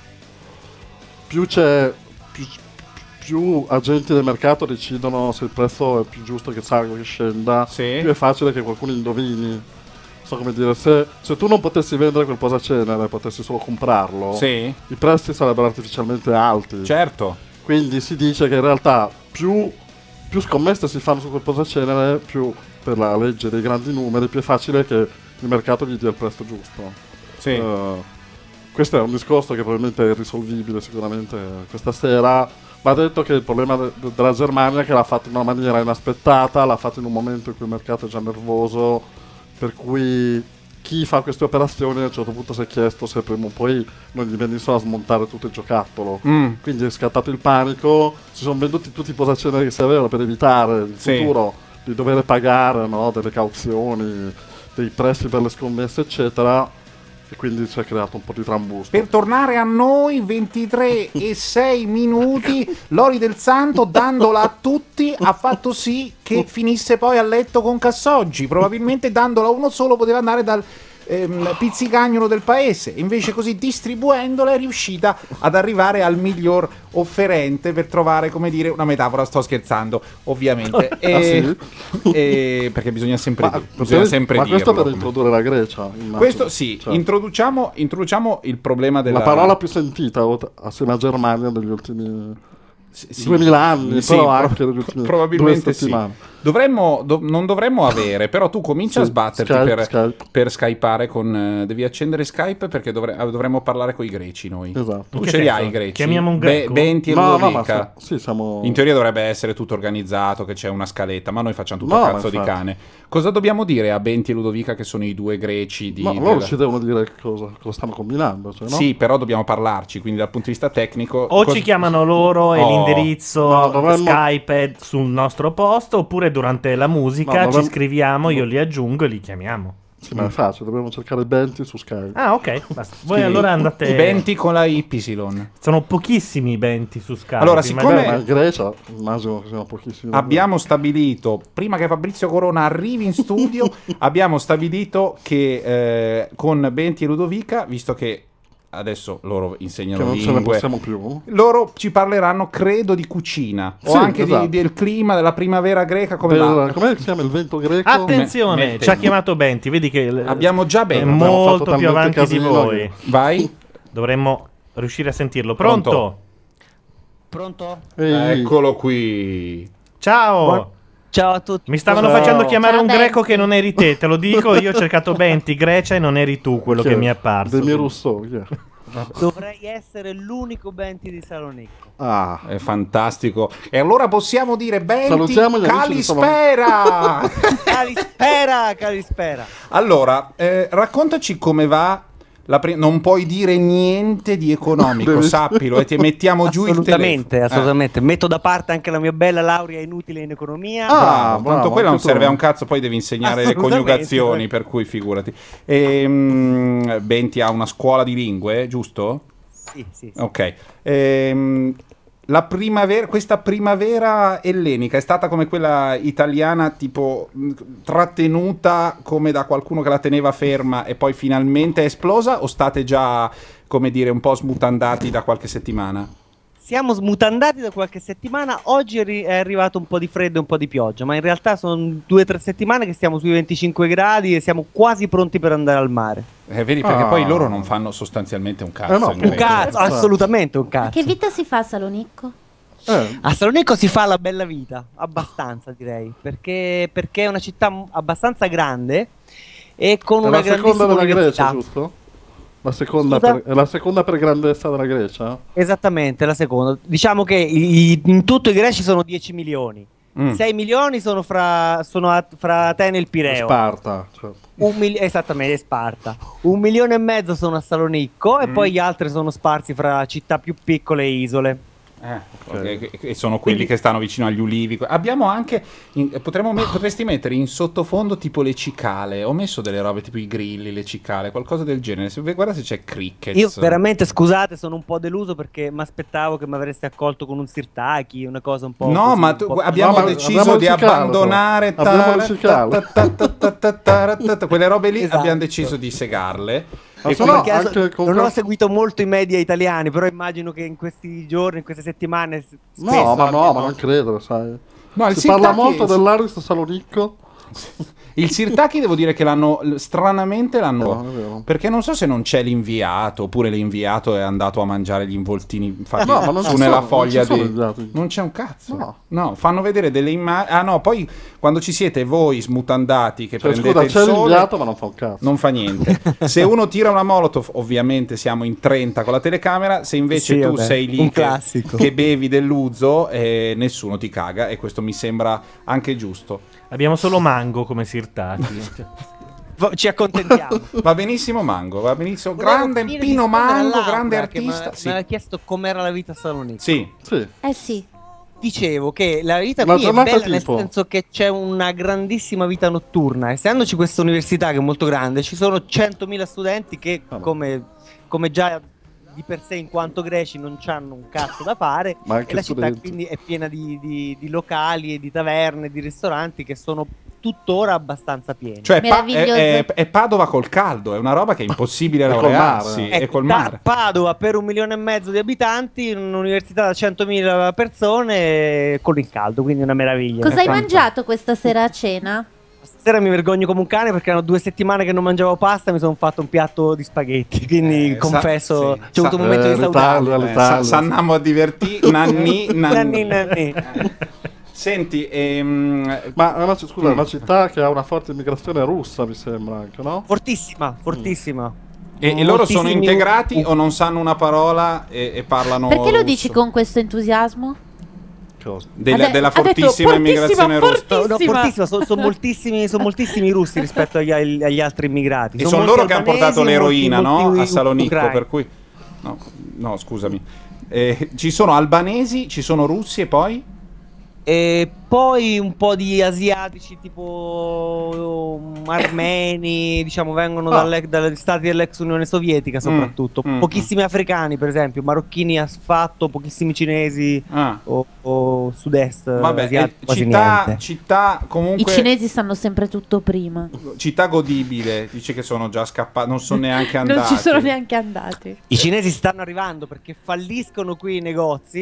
più agenti del mercato decidono se il prezzo è più giusto che salga o che scenda, più è facile che qualcuno indovini. So come dire, se tu non potessi vendere quel posacenere, potessi solo comprarlo, i prezzi sarebbero artificialmente alti. Certo. Quindi si dice che in realtà più scommesse si fanno su quel posacenere, più per la legge dei grandi numeri, più è facile che il mercato gli dia il prezzo giusto. Sì. Questo è un discorso che probabilmente è irrisolvibile sicuramente questa sera. Va detto che il problema della Germania è che l'ha fatto in una maniera inaspettata, l'ha fatto in un momento in cui il mercato è già nervoso, per cui chi fa queste operazioni a un certo punto si è chiesto se prima o poi non gli venissero a smontare tutto il giocattolo. Quindi è scattato il panico, si sono venduti tutti i posaceneri che servevano per evitare il futuro di dover pagare, no, delle cauzioni, dei prezzi per le scommesse eccetera, e quindi si è creato un po' di trambusto. Per tornare a noi, 23 e 6 minuti, Lori del Santo, dandola a tutti, ha fatto sì che finisse poi a letto con Cassoggi. Probabilmente dandola a uno solo poteva andare dal pizzicagnolo del paese. Invece così distribuendola è riuscita ad arrivare al miglior offerente, per trovare, come dire, una metafora. Sto scherzando, ovviamente. Perché bisogna sempre Ma questo dirlo. per introdurre la Grecia, immagino. Questo sì, Cioè, introduciamo il problema della... la parola più sentita assieme a Germania negli ultimi 2000 anni, però anche negli ultimi probabilmente 2 settimane. Non dovremmo avere, però tu comincia a sbatterti per skypare con... devi accendere Skype perché dovremmo parlare con i greci noi. Esatto. Tu ce li hai i greci? Chiamiamo un greco? Benti e Ludovica. Siamo... In teoria dovrebbe essere tutto organizzato, che c'è una scaletta, ma noi facciamo tutto a cazzo di cane. Cosa dobbiamo dire a Benti e Ludovica, che sono i due greci di... loro ci devono dire cosa stanno combinando, cioè, no? Sì, però dobbiamo parlarci, quindi dal punto di vista tecnico... Ci chiamano loro e l'indirizzo Skype è sul nostro posto, oppure durante la musica ci scriviamo, io li aggiungo e li chiamiamo. Sì, ma è facile, dobbiamo cercare Benti su Skype. Ah, ok, basta. Voi allora andate... Benti con la Y. Sono pochissimi Benti su Skype. Allora, siccome... Ma in Grecia immagino che siano pochissimi. Abbiamo stabilito, prima che Fabrizio Corona arrivi in studio, abbiamo stabilito che con Benti e Ludovica, visto che adesso loro insegnano che non lingue, ce ne possiamo più, loro ci parleranno, credo, di cucina o anche del clima, della primavera greca, come com'è che si chiama il vento greco? Attenzione, ci ha chiamato Benti, vedi che abbiamo già Benti, è molto più avanti di voi. Vai, dovremmo riuscire a sentirlo. Pronto? Eccolo qui. Ciao. Ciao a tutti. Mi stavano facendo chiamare un greco che non eri te, te lo dico, io ho cercato Benti, Grecia, e non eri tu quello che mi è apparso. Demi Rousseau, Dovrei essere l'unico Benti di Salonicco. È fantastico. E allora possiamo dire Benti, salutiamo gli amici Calispera. Allora, raccontaci come va. Non puoi dire niente di economico, sappilo, e ti mettiamo giù il telefono. Assolutamente. Metto da parte anche la mia bella laurea inutile in economia. Tanto quella non serve a un cazzo, poi devi insegnare le coniugazioni, per cui figurati. Benti ha una scuola di lingue, giusto? Sì. Ok. Questa primavera ellenica è stata come quella italiana, tipo trattenuta come da qualcuno che la teneva ferma e poi finalmente è esplosa, o state già, come dire, un po' smutandati da qualche settimana? Siamo smutandati da qualche settimana, oggi è arrivato un po' di freddo e un po' di pioggia, ma in realtà sono 2 o 3 settimane che stiamo sui 25 gradi e siamo quasi pronti per andare al mare. Vedi, perché poi loro non fanno sostanzialmente un cazzo. Un cazzo, assolutamente un cazzo. Che vita si fa a Salonicco? A Salonicco si fa la bella vita, abbastanza direi, perché è una città abbastanza grande e con una grandissima seconda della università. Grecia, giusto? È la seconda per grandezza della Grecia? Esattamente, la seconda. Diciamo che in tutto i greci sono 10 milioni. 6 milioni sono fra Atene e il Pireo. Sparta, certo. Esattamente, Sparta. 1,5 milioni sono a Salonicco e poi gli altri sono sparsi fra città più piccole e isole. E sono quelli che stanno vicino agli ulivi. Abbiamo anche potresti mettere in sottofondo tipo le cicale. Ho messo delle robe tipo i grilli, le cicale, qualcosa del genere. Guarda se c'è crickets. Io veramente, scusate, sono un po' deluso perché mi aspettavo che mi avreste accolto con un sirtaki, una cosa un po'. No, così, ma abbiamo deciso di abbandonare quelle robe lì. Esatto. Abbiamo deciso di segarle. E perché non ho seguito molto i media italiani, però immagino che in questi giorni, in queste settimane No, ma non credo, sai. No, si parla molto dell'Aris Salonicco. Il Sirtaki devo dire che stranamente l'hanno perché non so se non c'è l'inviato oppure l'inviato è andato a mangiare gli involtini fatti su nella foglia non c'è un cazzo. No, fanno vedere delle immagini. No, poi quando ci siete voi smutandati che prendete il c'è sole, l'inviato ma non fa un cazzo. Non fa niente. Se uno tira una molotov, ovviamente siamo in 30 con la telecamera, se invece tu sei lì che bevi dell'uzo nessuno ti caga e questo mi sembra anche giusto. Abbiamo solo Mango come Sirtaki. Ci accontentiamo. Va benissimo Mango, va benissimo. Grande Pino Mango, grande artista. Mi aveva chiesto com'era la vita a Salonicco. Sì. Sì. Dicevo che la vita qui è bella nel senso che c'è una grandissima vita notturna. Essendoci questa università che è molto grande, ci sono 100.000 studenti che come già di per sé in quanto greci non c'hanno un cazzo da fare e la città quindi è piena di locali e di taverne, di ristoranti che sono tuttora abbastanza pieni. Cioè è Padova col caldo, è una roba che è impossibile laurearsi. È col mare. Padova per 1,5 milioni di abitanti, un'università da 100.000 persone con il caldo, quindi una meraviglia. Cosa hai mangiato questa sera a cena? Stasera mi vergogno come un cane perché erano 2 settimane che non mangiavo pasta e mi sono fatto un piatto di spaghetti, quindi confesso c'è avuto un momento di saudade. S'annamo a divertire nanni. Senti, ma scusa, è una città che ha una forte immigrazione russa, mi sembra anche, no? Fortissima. E loro sono integrati o non sanno una parola e parlano Perché lo russo? dici con questo entusiasmo? Della fortissima immigrazione russa. No, fortissima, sono moltissimi i russi rispetto agli altri immigrati. E sono loro che hanno portato l'eroina, no? A Salonicco, per cui no, scusami. Ci sono albanesi, ci sono russi e poi? E poi un po' di asiatici tipo armeni, diciamo, vengono dagli stati dell'ex Unione Sovietica soprattutto. Pochissimi africani, per esempio, marocchini affatto, pochissimi cinesi o sud-est asiatico, città comunque. I cinesi stanno sempre tutto prima. Città godibile, dice che sono già scappati, non sono neanche andati. Non ci sono neanche andati. I cinesi stanno arrivando perché falliscono qui i negozi.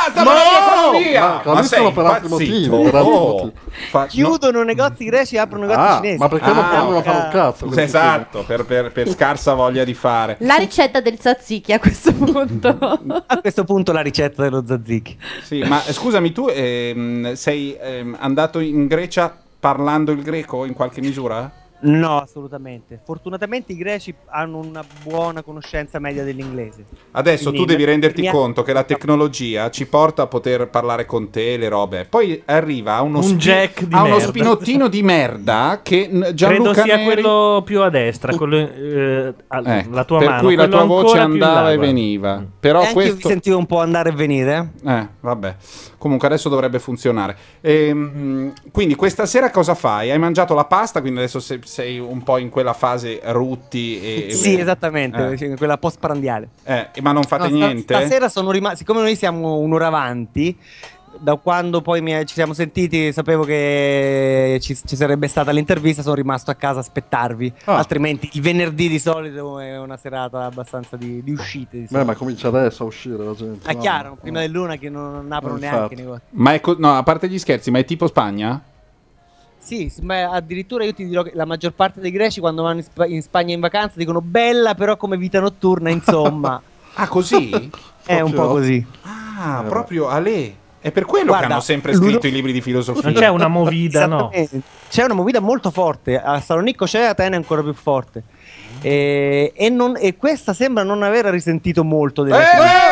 Ma sei per altri motivi. Chiudono negozi greci e aprono negozi cinesi. Ma perché non fanno fare un cazzo? Esatto, per scarsa voglia di fare. La ricetta del tzatziki a questo punto. A questo punto la ricetta dello tzatziki. Sì, ma scusami, tu sei andato in Grecia parlando il greco in qualche misura? No, assolutamente. Fortunatamente i greci hanno una buona conoscenza media dell'inglese. Adesso tu devi renderti conto che la tecnologia ci porta a poter parlare con te le robe. Poi arriva a uno spinottino di merda che Gianluca credo sia Neri... quello più a destra, quello, la tua per mano. Cui la tua voce andava là, e veniva. Però anche io vi sentivo un po' andare e venire. Vabbè. Comunque adesso dovrebbe funzionare. Quindi questa sera cosa fai? Hai mangiato la pasta, quindi adesso sei un po' in quella fase rutti sì, esattamente, in quella post prandiale. Ma non fate niente? Stasera sono rimasto, siccome noi siamo un'ora avanti, da quando poi ci siamo sentiti sapevo che ci sarebbe stata l'intervista, sono rimasto a casa a aspettarvi. Altrimenti il venerdì di solito è una serata abbastanza di uscite. Ma comincia adesso a uscire la gente. È chiaro, prima dell'una che non aprono neanche i negozi. Ma no, a parte gli scherzi, ma è tipo Spagna? Sì, ma addirittura io ti dirò che la maggior parte dei greci quando vanno in Spagna in vacanza dicono bella però come vita notturna, insomma. Così? È un po' così. Proprio Ale. È per quello che hanno sempre scritto i libri di filosofia. Non c'è una movida, no? C'è una movida molto forte. A Salonicco c'è, a Atene è ancora più forte. E questa sembra non aver risentito molto delle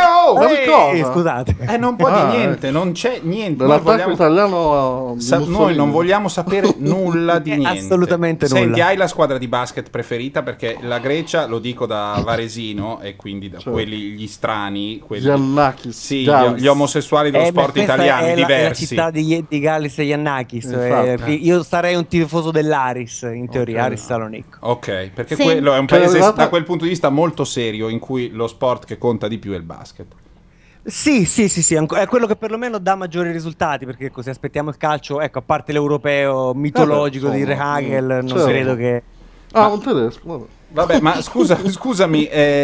scusate. Non può di niente, non c'è niente. Dell'attacco italiano noi non vogliamo sapere nulla di niente. Assolutamente nulla. Senti, hai la squadra di basket preferita? Perché la Grecia, lo dico da varesino, e quindi da quelli gli strani, quelli, Giannakis, sì, gli omosessuali dello sport italiani, diversi. La città di Gallis e Giannakis. Io sarei un tifoso dell'Aris, in teoria, Aris Salonicco. Ok, perché quello è un paese da quel punto di vista molto serio, in cui lo sport che conta di più è il basket. Sì, è quello che perlomeno dà maggiori risultati, perché così aspettiamo il calcio, ecco, a parte l'europeo mitologico di Rehagel, non credo che... un tedesco, vabbè, ma scusami,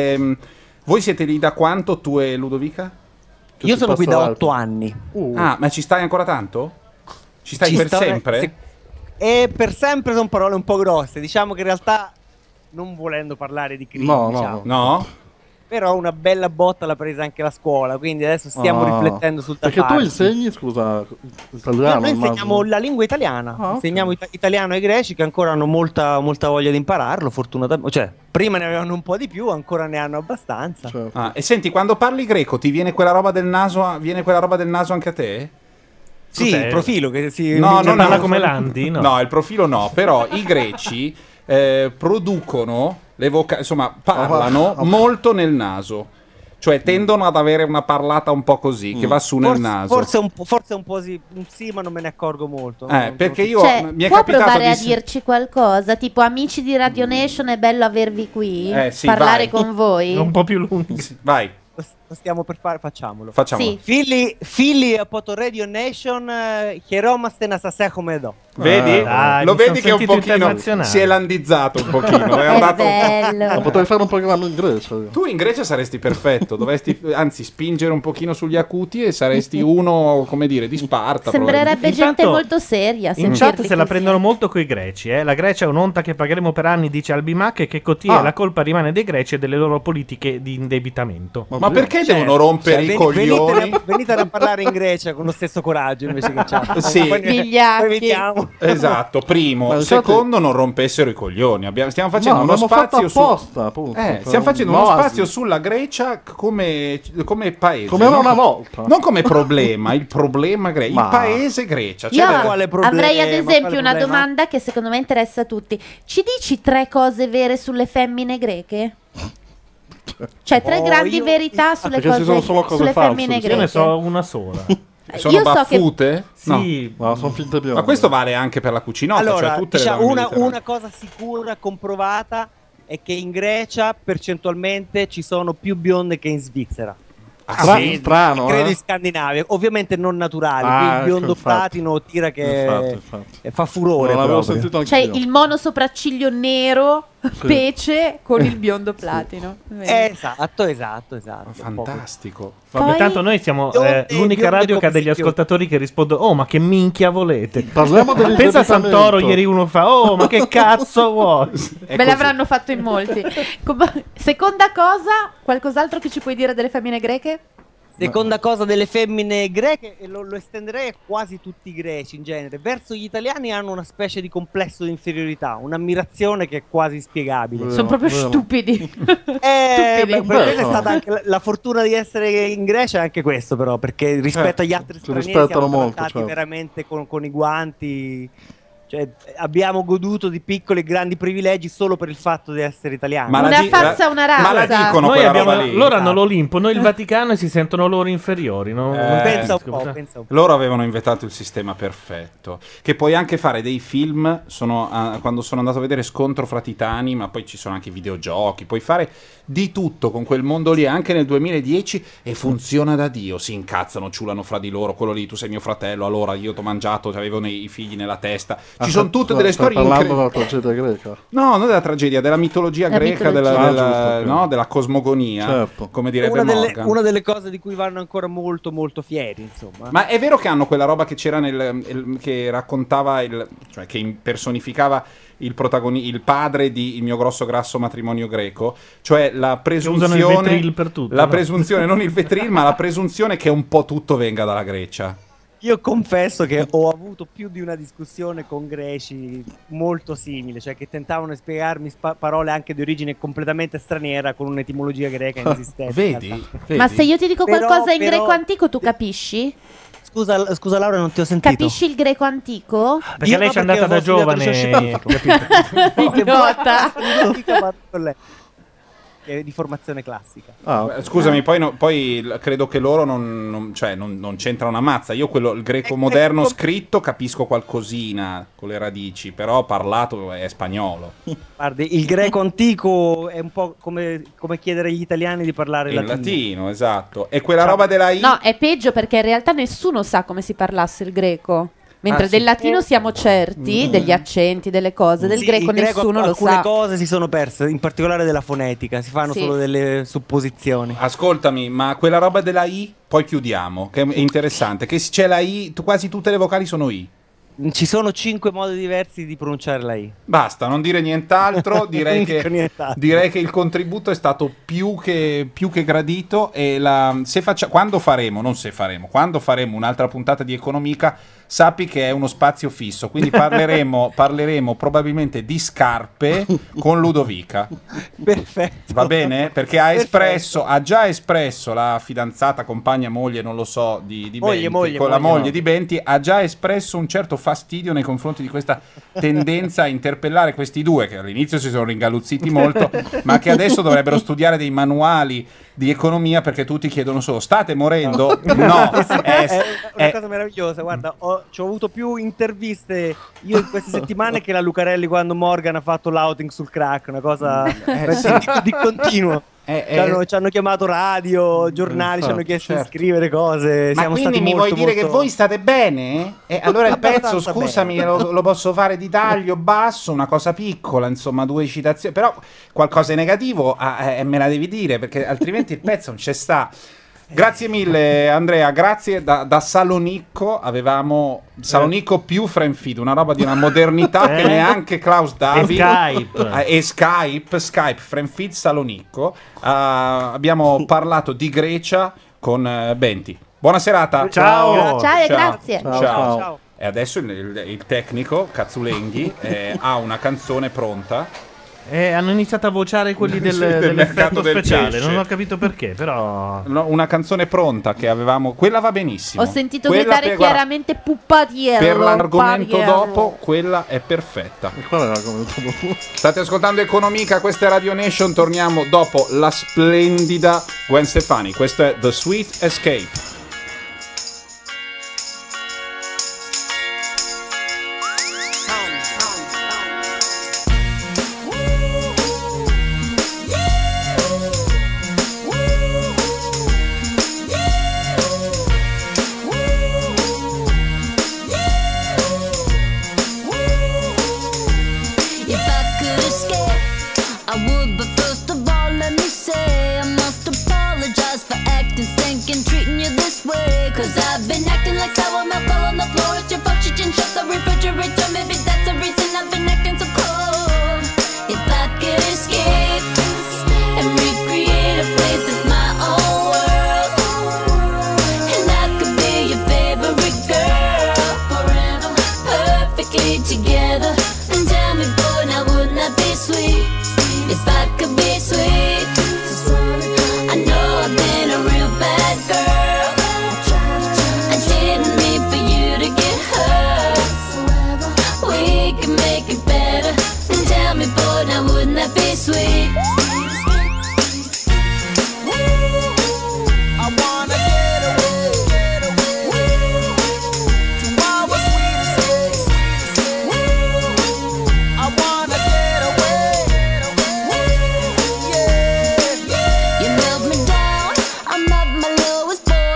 voi siete lì da quanto, tu e Ludovica? Io sono qui da 8 anni. Ah, ma ci stai ancora tanto? Ci stai per sempre? E per sempre sono parole un po' grosse, diciamo che in realtà, non volendo parlare di crisi, no. Però una bella botta l'ha presa anche la scuola, quindi adesso stiamo riflettendo sul da Perché tu insegni, scusa, italiano? Noi insegniamo la lingua italiana, insegniamo italiano ai greci che ancora hanno molta voglia di impararlo, fortunatamente. Cioè, prima ne avevano un po' di più, ancora ne hanno abbastanza. Certo. E senti, quando parli greco ti viene quella roba del naso, viene quella roba del naso anche a te? Sì, il profilo che si... No, non parla come Landi, no? No, il profilo no, però i greci producono insomma parlano molto nel naso, cioè tendono ad avere una parlata un po' così che va su nel naso. Forse un po' sì, ma non me ne accorgo molto. Perché io mi è può capitato provare a dirci qualcosa, tipo amici di Radio Nation, è bello avervi qui, sì, parlare vai. con voi. Un po' più lungo. Vai. Lo stiamo per fare, facciamolo. Sì. Fili a Poto Radio Nation, Hieromaste na Sasehomedo. Vedi? Lo vedi che un pochino si è landizzato un pochino. È andato... bello. Potrei fare un programma in Grecia. Tu in Grecia saresti perfetto, dovresti anzi spingere un pochino sugli acuti e saresti uno, come dire, di Sparta. Sembrerebbe gente molto seria. In chat se la prendono molto coi greci. La Grecia è un'onta che pagheremo per anni, dice Albimac, e che la colpa rimane dei greci e delle loro politiche di indebitamento. Ma perché devono rompere i coglioni? Venite a parlare in Grecia con lo stesso coraggio invece che chat. Sì. Poi vediamo. Esatto, primo. Secondo, non rompessero i coglioni. Stiamo facendo uno spazio stiamo facendo uno spazio sulla Grecia come paese. Come era una volta. Non come problema, il problema greco, il paese Grecia. Io avrei ad esempio una domanda che secondo me interessa a tutti. Ci dici 3 cose vere sulle femmine greche? Cioè 3 grandi verità sulle sulle femmine greche. Io ne so una sola. Sono baffute? Sì, no, sono finte bionde. Ma questo vale anche per la cucinotta. Allora, cioè tutte le una cosa sicura, comprovata, è che in Grecia percentualmente ci sono più bionde che in Svizzera. Strano, credo in Scandinavia, ovviamente non naturali. Il biondo platino tira che fa furore. Non l'avevo sentito anch'io. Cioè il mono sopracciglio nero pece con il biondo platino. Esatto. Fantastico. Vabbè, tanto noi siamo l'unica radio che ha degli ascoltatori che rispondono: oh, ma che minchia volete? Parliamo Pensa a Santoro, ieri uno fa: oh, ma che cazzo vuoi? Me l'avranno fatto in molti. Seconda cosa, qualcos'altro che ci puoi dire delle femmine greche? Seconda cosa delle femmine greche, e lo estenderei a quasi tutti i greci in genere, verso gli italiani hanno una specie di complesso di inferiorità, un'ammirazione che è quasi inspiegabile. Sono proprio stupidi. Per quella è stata anche la fortuna di essere in Grecia, è anche questo però, perché rispetto agli altri stranieri siamo trattati veramente con i guanti. Cioè, abbiamo goduto di piccoli e grandi privilegi solo per il fatto di essere italiani. Una farsa, una razza. Ma la dicono noi quella roba lì. Loro hanno l'Olimpo, noi il Vaticano, e si sentono loro inferiori. No? Pensa un po'. Loro avevano inventato il sistema perfetto. Che puoi anche fare dei film. Quando sono andato a vedere Scontro fra Titani, ma poi ci sono anche i videogiochi. Puoi fare di tutto con quel mondo lì, anche nel 2010, e funziona da Dio. Si incazzano, ciulano fra di loro. Quello lì, tu sei mio fratello, allora io t'ho mangiato, avevano i figli nella testa. Ci sono tutte delle storie parlando della tragedia greca. No, non della tragedia, della mitologia greca, della cosmogonia, certo. Come direbbe Morgan. Una delle cose di cui vanno ancora molto molto fieri, insomma. Ma è vero che hanno quella roba che c'era che raccontava cioè che impersonificava il padre di Il mio grosso grasso matrimonio greco, cioè la presunzione, il vetril per tutto, presunzione, non il vetril, ma la presunzione che un po' tutto venga dalla Grecia. Io confesso che ho avuto più di una discussione con greci molto simile, cioè che tentavano di spiegarmi parole anche di origine completamente straniera con un'etimologia greca inesistente. Vedi? Ma se io ti dico qualcosa in greco antico, tu capisci? Scusa Laura, non ti ho sentito. Capisci il greco antico? Perché lei c'è andata da giovane. Idiota. Di formazione classica. Scusami, poi credo che loro non c'entrano una mazza. Io il greco moderno scritto capisco qualcosina con le radici, però parlato è spagnolo. Guardi, il greco antico è un po' come chiedere agli italiani di parlare in latino, esatto. E quella roba della I. No, è peggio perché in realtà nessuno sa come si parlasse il greco. Mentre del latino siamo certi, degli accenti, delle cose, del greco nessuno lo sa. Alcune cose si sono perse, in particolare della fonetica, si fanno solo delle supposizioni. Ascoltami, ma quella roba della I, poi chiudiamo, che è interessante, che se c'è la I, quasi tutte le vocali sono I. Ci sono 5 modi diversi di pronunciare la I. Basta, non dire nient'altro, direi che il contributo è stato più che gradito e quando faremo un'altra puntata di Economica, sappi che è uno spazio fisso, quindi parleremo probabilmente di scarpe con Ludovica. Perfetto. Va bene? Perché ha già espresso la fidanzata, compagna, moglie, non lo so, di Benti, con la moglie di Benti, ha già espresso un certo fastidio nei confronti di questa tendenza a interpellare questi due, che all'inizio si sono ringaluzziti molto, ma che adesso dovrebbero studiare dei manuali di economia perché tutti chiedono solo: state morendo? No, è una cosa meravigliosa. Guarda, ci ho avuto più interviste io in queste settimane che la Lucarelli quando Morgan ha fatto l'outing sul crack, una cosa di continuo. Ci hanno chiamato radio, giornali, ci hanno chiesto di scrivere cose. Ma quindi mi vuoi dire che voi state bene? Allora il pezzo, scusami, lo posso fare di taglio basso, una cosa piccola, insomma, 2 citazioni, però qualcosa di negativo me la devi dire, perché altrimenti il pezzo non c'è sta. Grazie mille Andrea, grazie. Da Salonicco avevamo Salonicco più Fremfeed, una roba di una modernità che neanche Klaus David e Skype Fremfeed Salonicco. Abbiamo parlato di Grecia con Benti. Buona serata. Ciao e grazie. Ciao. E adesso il tecnico Cazzulenghi ha una canzone pronta. Hanno iniziato a vociare quelli dell'effetto speciale, non ho capito perché, però. No, una canzone pronta che avevamo, quella va benissimo. Ho sentito gridare chiaramente puppatiello. Per l'argomento dopo, quella è perfetta. E qual è l'argomento dopo? State ascoltando Economica, questa è Radio Nation, torniamo dopo la splendida Gwen Stefani. Questo è The Sweet Escape.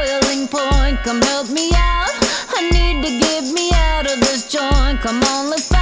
Come help me out. I need to get me out of this joint. Come on, let's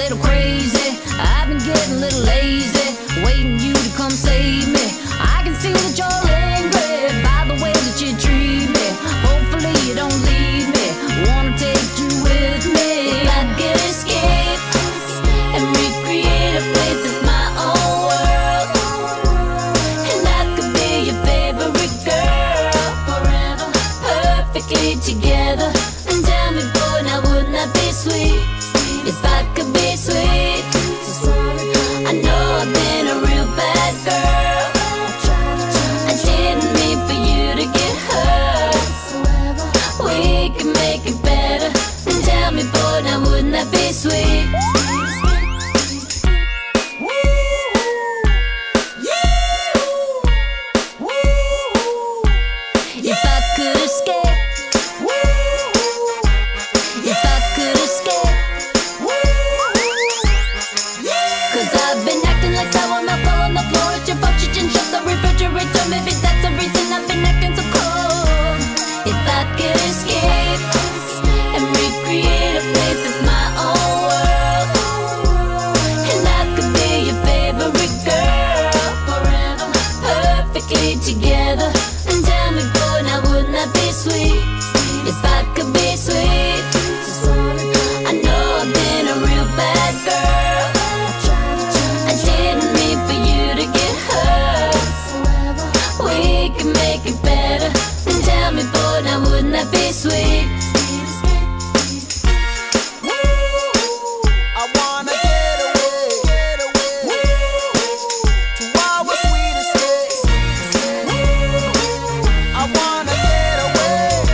little crazy. I've been getting a little lazy, waiting you to come save me. I can see that you're angry by the way that you treat me. Hopefully you don't leave me, wanna take you with me. If I could escape and recreate a place that's my own world, and I could be your favorite girl forever, perfectly together. And tell me, boy, now wouldn't that be sweet? If I could be sweet. I know I've been a real bad girl. I didn't mean for you to get hurt. We can make it better. And tell me, boy, now wouldn't that be sweet? If I could escape, if I could escape, 'cause I've been acting like sour milk all on the floor. It's your fault you didn't shut the refrigerator. Maybe that's the reason I've been acting so cold. If I could escape and recreate a place that's my own world, and I could be your favorite girl forever, perfectly together. And tell me, boy, now wouldn't that be sweet? If I could be sweet. I know I've been a real bad girl. I didn't mean for you to get hurt. We can make it better. And tell me, boy, now wouldn't that be sweet? I wanna get away to our sweet escape. I wanna get away,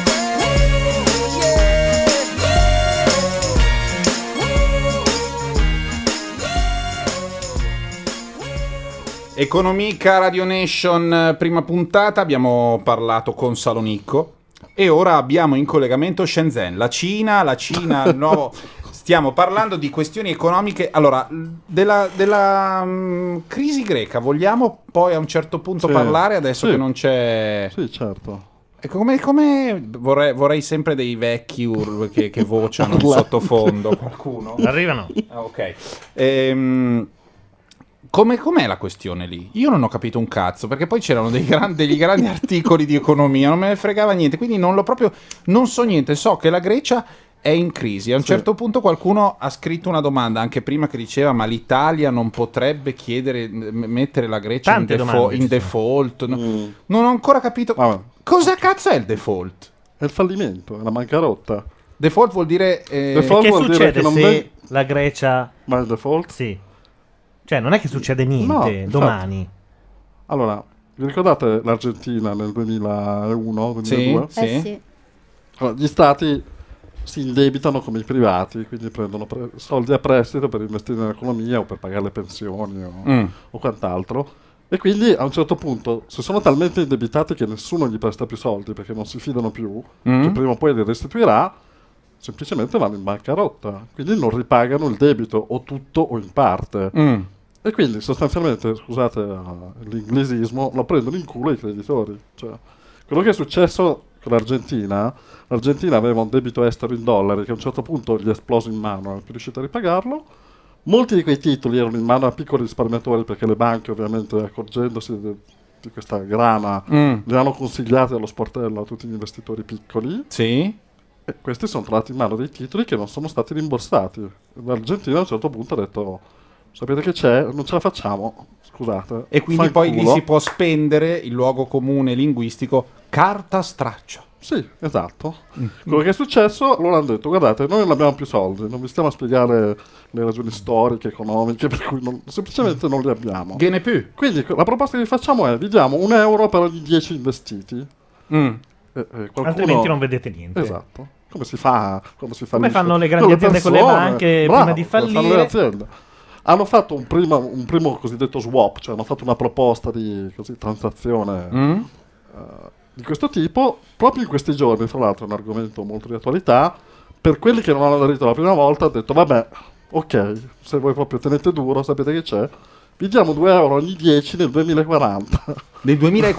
Economica Radio Nation, prima puntata, abbiamo parlato con Salonicco e ora abbiamo in collegamento Shenzhen, la Cina, il nuovo... Stiamo parlando di questioni economiche. Allora, della crisi greca vogliamo poi a un certo punto parlare adesso che non c'è... Sì, certo. Come vorrei sempre dei vecchi che vociano in sottofondo qualcuno. Arrivano. Ah, ok. Com'è la questione lì? Io non ho capito un cazzo, perché poi c'erano degli grandi articoli di economia, non me ne fregava niente, quindi non so niente. So che la Grecia è in crisi. A un certo punto qualcuno ha scritto una domanda, anche prima, che diceva: ma l'Italia non potrebbe mettere la Grecia in default? Non ho ancora capito. Cosa cazzo è il default? È il fallimento, è la bancarotta. Default vuol dire... Default che vuol succede dire che se la Grecia... Ma il default? Sì. Cioè, non è che succede niente domani. Allora, vi ricordate l'Argentina nel 2001, 2002? Sì. Allora, gli stati si indebitano come i privati, quindi prendono soldi a prestito per investire nell'economia o per pagare le pensioni o quant'altro. E quindi a un certo punto, se sono talmente indebitati che nessuno gli presta più soldi perché non si fidano più, che prima o poi li restituirà, semplicemente vanno in bancarotta. Quindi non ripagano il debito, o tutto o in parte. E quindi sostanzialmente, scusate l'inglesismo, lo prendono in culo i creditori. Cioè, quello che è successo con l'Argentina aveva un debito estero in dollari che a un certo punto gli è esploso in mano, non è più riuscito a ripagarlo. Molti di quei titoli erano in mano a piccoli risparmiatori perché le banche, ovviamente, accorgendosi di questa grana, li hanno consigliati allo sportello a tutti gli investitori piccoli. Sì. E questi sono trovati in mano dei titoli che non sono stati rimborsati. L'Argentina a un certo punto ha detto: sapete che c'è? Non ce la facciamo, scusate. E quindi poi lì si può spendere il luogo comune linguistico carta straccia. Sì, esatto. Quello che è successo, loro hanno detto: guardate, noi non abbiamo più soldi, non vi stiamo a spiegare le ragioni storiche, economiche, per cui semplicemente non li abbiamo. Viene più. Quindi la proposta che vi facciamo è: vi diamo €1 per ogni 10 investiti. Altrimenti non vedete niente. Esatto. Come si fa? Come fanno le grandi aziende con le banche prima di fallire? Hanno fatto un primo cosiddetto swap, cioè hanno fatto una proposta di transazione di questo tipo, proprio in questi giorni. Fra l'altro è un argomento molto di attualità. Per quelli che non hanno aderito la prima volta, ha detto: vabbè, ok, se voi proprio tenete duro, sapete che c'è, vi diamo €2 ogni 10 nel 2040. Nel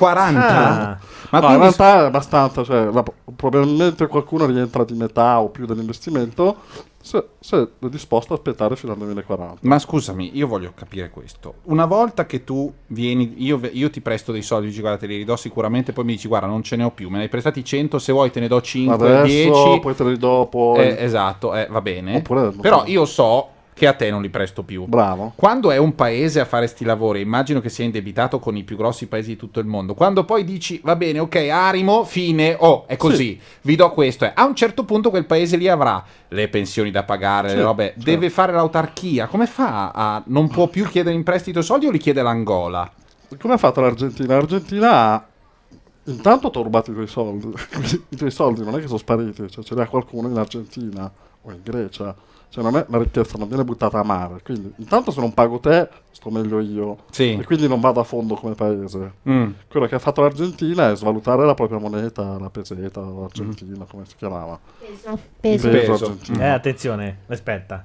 2040? Ma in realtà è abbastanza, cioè, probabilmente qualcuno rientra di metà o più dell'investimento. se è disposto a aspettare fino al 2040. Ma scusami, io voglio capire questo. Una volta che tu vieni, io ti presto dei soldi, dici guarda te li ridò sicuramente, poi mi dici guarda non ce ne ho più, me ne hai prestati 100, se vuoi te ne do 5, adesso, 10. poi te li ridò poi. Esatto, va bene. Oppure, però io so che a te non li presto più. Bravo. Quando è un paese a fare sti lavori, immagino che sia indebitato con i più grossi paesi di tutto il mondo. Quando poi dici, va bene, ok, Arimo, fine, è così, vi do questo. A un certo punto quel paese lì avrà le pensioni da pagare, le robe, deve fare l'autarchia. Come fa non può più chiedere in prestito soldi o li chiede l'Angola? Come ha fatto l'Argentina? L'Argentina intanto ti ha rubato i tuoi soldi. I tuoi soldi non è che sono spariti, cioè ce li ha qualcuno in Argentina o in Grecia. Cioè non è la ricchezza, non viene buttata a mare. Quindi intanto se non pago te, sto meglio io. Sì. E quindi non vado a fondo come paese. Quello che ha fatto l'Argentina è svalutare la propria moneta, la peseta, l'Argentina, come si chiamava? Peso. Argentina. Attenzione, aspetta.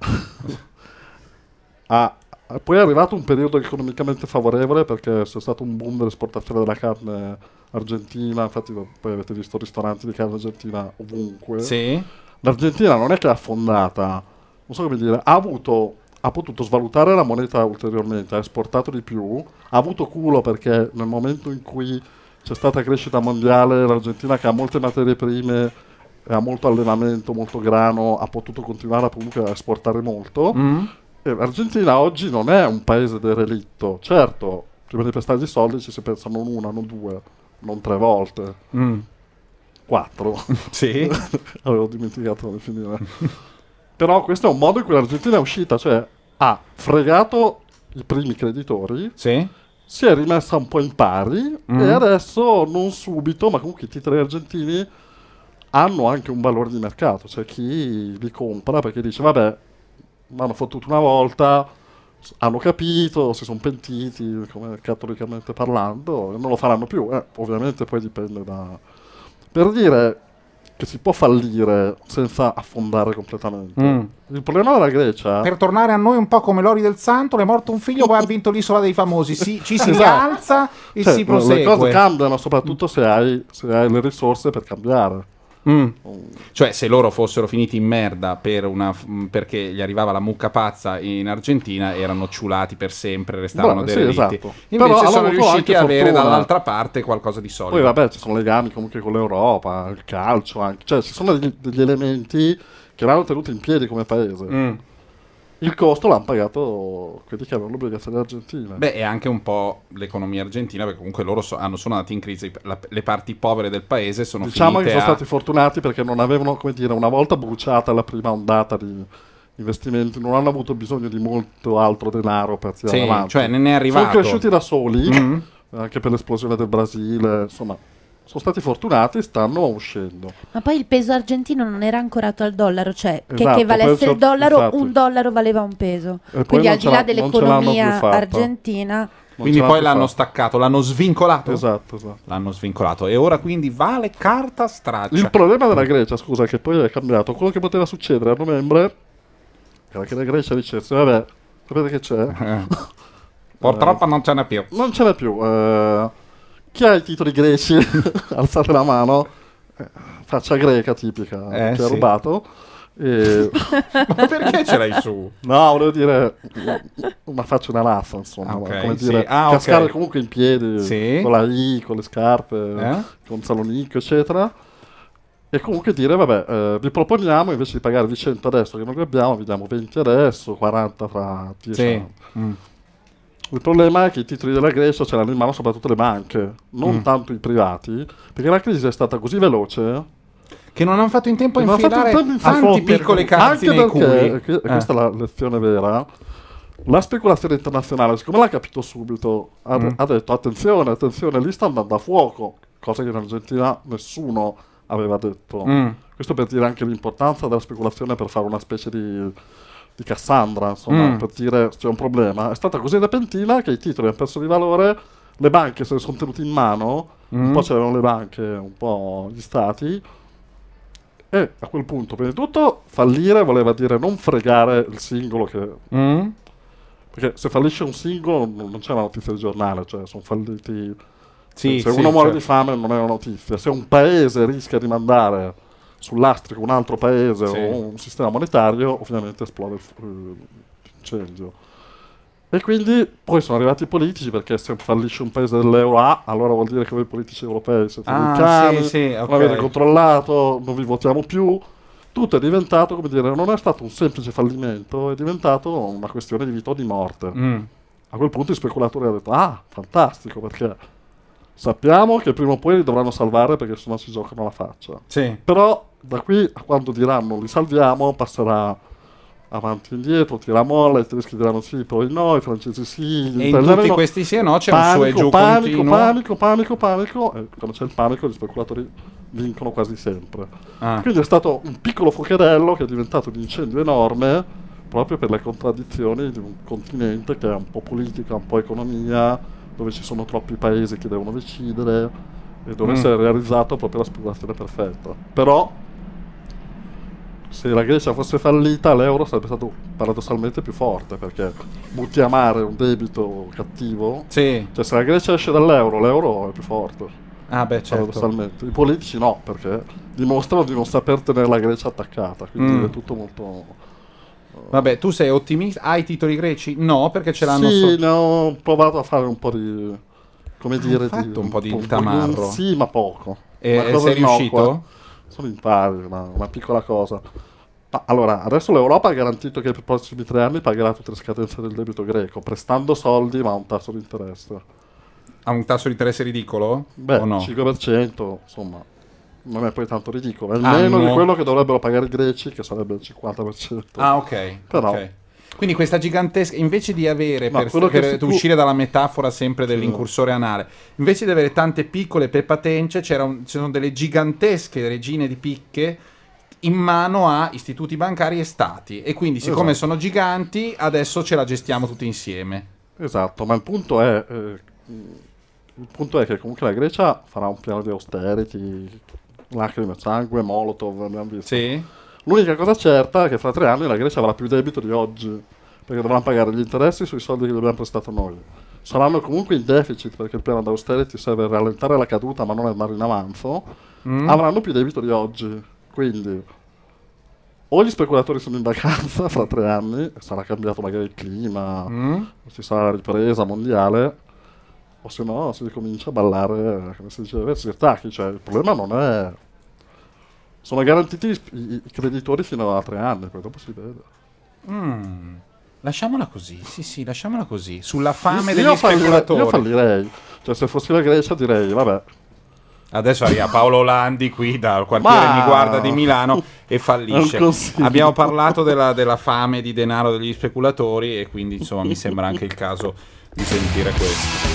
Poi è arrivato un periodo economicamente favorevole perché c'è stato un boom dell'esportazione della carne argentina. Infatti poi avete visto ristoranti di carne argentina ovunque. Sì. L'Argentina non è che è affondata, non so come dire, ha potuto svalutare la moneta ulteriormente, ha esportato di più, ha avuto culo perché nel momento in cui c'è stata crescita mondiale, l'Argentina che ha molte materie prime e ha molto allevamento, molto grano, ha potuto continuare comunque a esportare molto. E l'Argentina oggi non è un paese derelitto. Certo, prima di prestargli soldi ci si pensa non una, non due, non 3 volte. 4. Sì. Avevo dimenticato di finire. Però questo è un modo in cui l'Argentina è uscita, cioè ha fregato i primi creditori, sì. Si è rimessa un po' in pari e adesso non subito, ma comunque i titoli argentini hanno anche un valore di mercato, c'è chi li compra perché dice vabbè, mi hanno fottuto una volta, hanno capito, si sono pentiti, come cattolicamente parlando, e non lo faranno più. Ovviamente poi dipende da... Per dire che si può fallire senza affondare completamente. Il problema della Grecia... Per tornare a noi un po' come Lori del Santo, le è morto un figlio, poi ha vinto l'Isola dei Famosi. Ci si rialza e si prosegue. Le cose cambiano soprattutto se hai le risorse per cambiare. Cioè se loro fossero finiti in merda perché gli arrivava la mucca pazza in Argentina, erano ciulati per sempre, restavano derelitti. Esatto. Invece però sono riusciti a avere fortuna. dall'altra parte qualcosa di solido. Poi vabbè, ci sono legami comunque con l'Europa, il calcio anche, cioè ci sono degli elementi che l'hanno tenuto in piedi come paese. Il costo l'hanno pagato quelli che avevano l'obbligazione argentina. Beh, è anche un po' l'economia argentina, perché comunque loro sono andati in crisi. Le parti povere del paese sono diciamo finite che sono stati fortunati perché non avevano, come dire, una volta bruciata la prima ondata di investimenti, non hanno avuto bisogno di molto altro denaro per tirare avanti. Cioè ne è arrivato. Sono cresciuti da soli, anche per l'esplosione del Brasile, insomma. Sono stati fortunati, stanno uscendo. Ma poi il peso argentino non era ancorato al dollaro, cioè esatto, che valesse il dollaro, infatti. un dollaro valeva un peso. E quindi al di là dell'economia argentina... Quindi poi l'hanno staccato, l'hanno svincolato? Esatto. L'hanno svincolato e ora quindi vale carta straccia. Il problema della Grecia, scusa, che poi è cambiato, quello che poteva succedere a novembre era che la Grecia dicesse, vabbè, sapete che c'è? Purtroppo non ce n'è più. Non ce n'è più. Chi ha i titoli greci? Alzate la mano. Faccia greca tipica che ha rubato. Ma perché ce l'hai su? No, volevo dire una faccia una razza, insomma. Come dire, cascare comunque in piedi con la I, con le scarpe, con Salonicco, eccetera. E comunque dire, vabbè, vi proponiamo invece di pagarvi 100 adesso che non li abbiamo, vi diamo 20 adesso, 40 fra 10 anni. Il problema è che i titoli della Grecia ce l'hanno in mano soprattutto le banche, non tanto i privati, perché la crisi è stata così veloce che non hanno fatto in tempo a infilare tanti piccole cazzi nei culi. Questa è la lezione vera. La speculazione internazionale, siccome l'ha capito subito, ha detto attenzione, lì sta andando a fuoco, cosa che in Argentina nessuno aveva detto. Questo per dire anche l'importanza della speculazione per fare una specie di Cassandra, insomma, per dire c'è un problema. È stata così repentina che i titoli hanno perso di valore, le banche se ne sono tenuti in mano, un po' c'erano le banche, un po' gli stati, e a quel punto, prima di tutto, fallire voleva dire non fregare il singolo perché se fallisce un singolo non c'è una notizia di giornale, cioè sono falliti... se uno muore di fame non è una notizia. Se un paese rischia di mandare sull'astrico un altro paese o un sistema monetario, ovviamente esplode l'incendio. E quindi poi sono arrivati i politici, perché se fallisce un paese dell'euro, allora vuol dire che voi politici europei siete dei cani, non avete controllato, non vi votiamo più. Tutto è diventato, come dire, non è stato un semplice fallimento, è diventato una questione di vita o di morte. A quel punto i speculatori hanno detto, fantastico, perché sappiamo che prima o poi li dovranno salvare, perché sennò ci giocano la faccia. Però da qui a quando diranno li salviamo passerà avanti e indietro, tira molla, i tedeschi diranno sì, poi no, i francesi sì, gli e in tutti questi sì e no c'è un su e giù continuo. Panico, e quando c'è il panico gli speculatori vincono quasi sempre. Quindi è stato un piccolo fuocherello che è diventato un incendio enorme, proprio per le contraddizioni di un continente che è un po' politica, un po' economia, dove ci sono troppi paesi che devono decidere e dove si è realizzato proprio la speculazione perfetta. Però se la Grecia fosse fallita, l'euro sarebbe stato paradossalmente più forte, perché butti a mare un debito cattivo. Cioè, se la Grecia esce dall'euro, l'euro è più forte. Paradossalmente. I politici no, perché dimostrano di non saper tenere la Grecia attaccata, quindi è tutto molto... Vabbè, tu sei ottimista? Hai titoli greci? No, perché ce l'hanno ne ho provato a fare un po' di... come dire... un po' di tamarro. Sì, ma poco. E sei riuscito? Sono in pari, una piccola cosa. Ma allora, adesso l'Europa ha garantito che per i prossimi 3 anni pagherà tutte le scadenze del debito greco, prestando soldi ma a un tasso di interesse. Ha un tasso di interesse ridicolo? Beh, o no? 5%, insomma, non è poi tanto ridicolo. È meno di quello che dovrebbero pagare i greci, che sarebbe il 50%. Ok. Però... okay. Quindi questa gigantesca, invece di avere, per uscire dalla metafora sempre dell'incursore anale, invece di avere tante piccole peppatence, c'erano delle gigantesche regine di picche in mano a istituti bancari e stati, e quindi siccome sono giganti adesso ce la gestiamo tutti insieme. Esatto, ma il punto è che comunque la Grecia farà un piano di austerity, lacrime, sangue, Molotov, abbiamo visto. L'unica cosa certa è che fra 3 anni la Grecia avrà più debito di oggi, perché dovranno pagare gli interessi sui soldi che gli abbiamo prestato noi. Saranno comunque in deficit, perché il piano di austerity serve a rallentare la caduta ma non andare in avanzo. Avranno più debito di oggi, quindi o gli speculatori sono in vacanza fra 3 anni, sarà cambiato magari il clima, ci sarà la ripresa mondiale, o se no si comincia a ballare, come si dice, sirtacchi. Cioè, il problema non è... sono garantiti i creditori fino a 3 anni, poi dopo si vede. Lasciamola così, sì, lasciamola così. Sulla fame degli speculatori. Io fallirei. Cioè, se fossi la Grecia direi, vabbè. Adesso arriva Paolo Landi qui dal quartiere Mi Guarda di Milano e fallisce. Abbiamo parlato della fame di denaro degli speculatori e quindi insomma mi sembra anche il caso di sentire questo.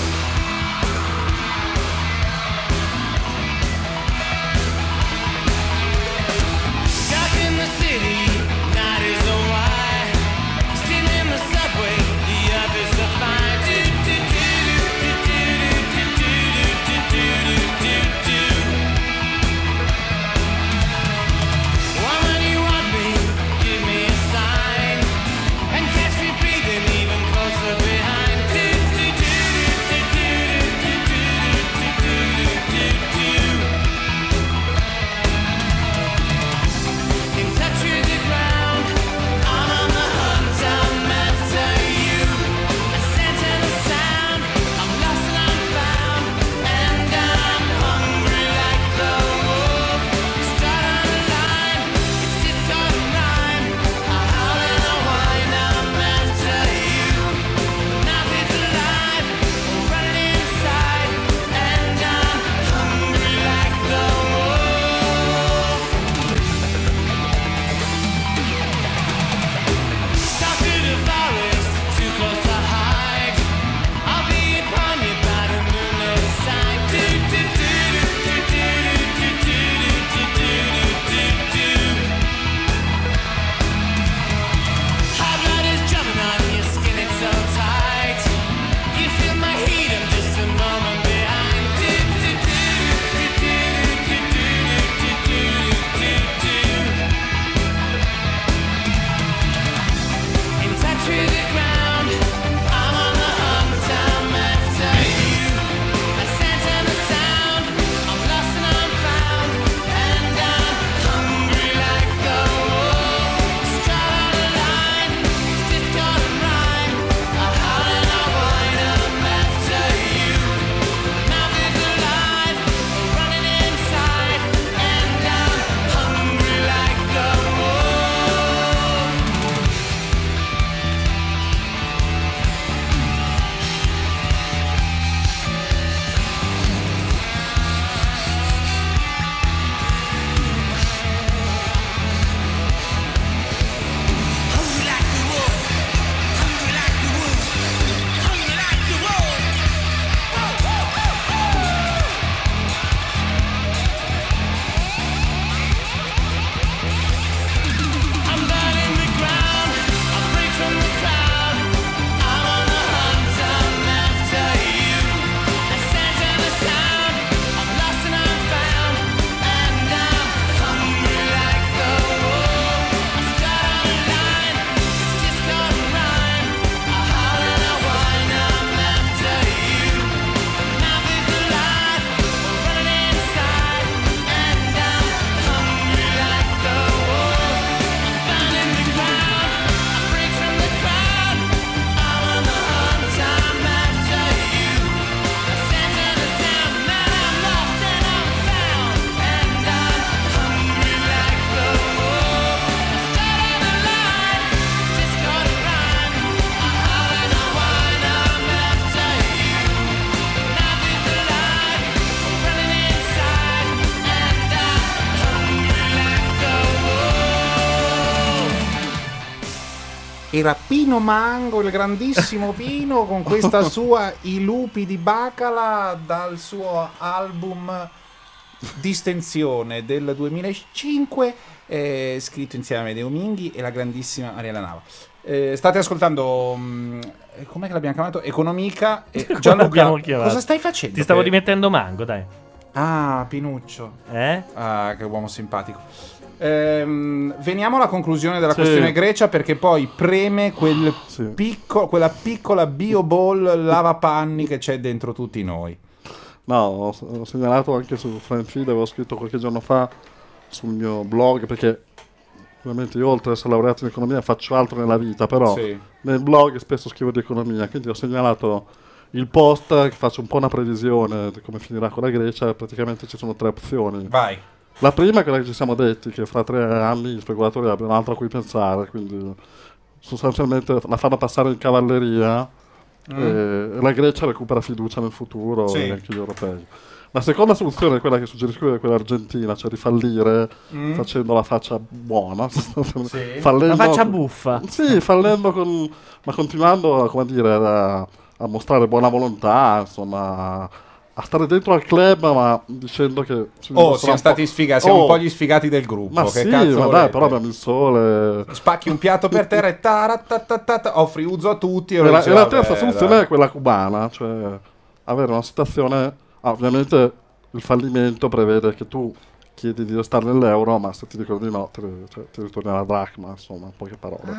era Pino Mango, il grandissimo Pino, con questa sua I lupi di Bacala dal suo album Distensione del 2005, scritto insieme a Amedeo Minghi e la grandissima Ariella Nava. State ascoltando com'è che l'abbiamo chiamato? Economica. Gianluca, cosa stai facendo? Ti stavo rimettendo Mango, dai. Ah, Pinuccio. Ah, che uomo simpatico. Veniamo alla conclusione della questione Grecia, perché poi preme quella piccola bio-ball lavapanni che c'è dentro tutti noi. No, ho segnalato anche su Friendfeed, avevo scritto qualche giorno fa sul mio blog, perché ovviamente io oltre ad essere laureato in economia faccio altro nella vita, però nel blog spesso scrivo di economia, quindi ho segnalato il post che faccio un po' una previsione di come finirà con la Grecia. Praticamente ci sono 3 opzioni. Vai. La prima è quella che ci siamo detti, che fra 3 anni gli speculatori abbiano altro a cui pensare, quindi sostanzialmente la fanno passare in cavalleria e la Grecia recupera fiducia nel futuro e anche gli europei. La seconda soluzione è quella che suggerisco, è quella argentina, cioè di fallire facendo la faccia buona, la faccia buffa. Sì, fallendo ma continuando come dire, a mostrare buona volontà, insomma, a stare dentro al club, ma dicendo che siamo stati sfigati, siamo un po' gli sfigati del gruppo. Ma che sì, cazzo ma dai, però abbiamo il sole. Spacchi un piatto per terra e offri uso a tutti. E la terza soluzione è quella cubana, cioè avere una situazione. Ovviamente il fallimento prevede che tu chiedi di restare nell'euro, ma se ti dicono di no, ti ritorni alla dracma, insomma, in poche parole.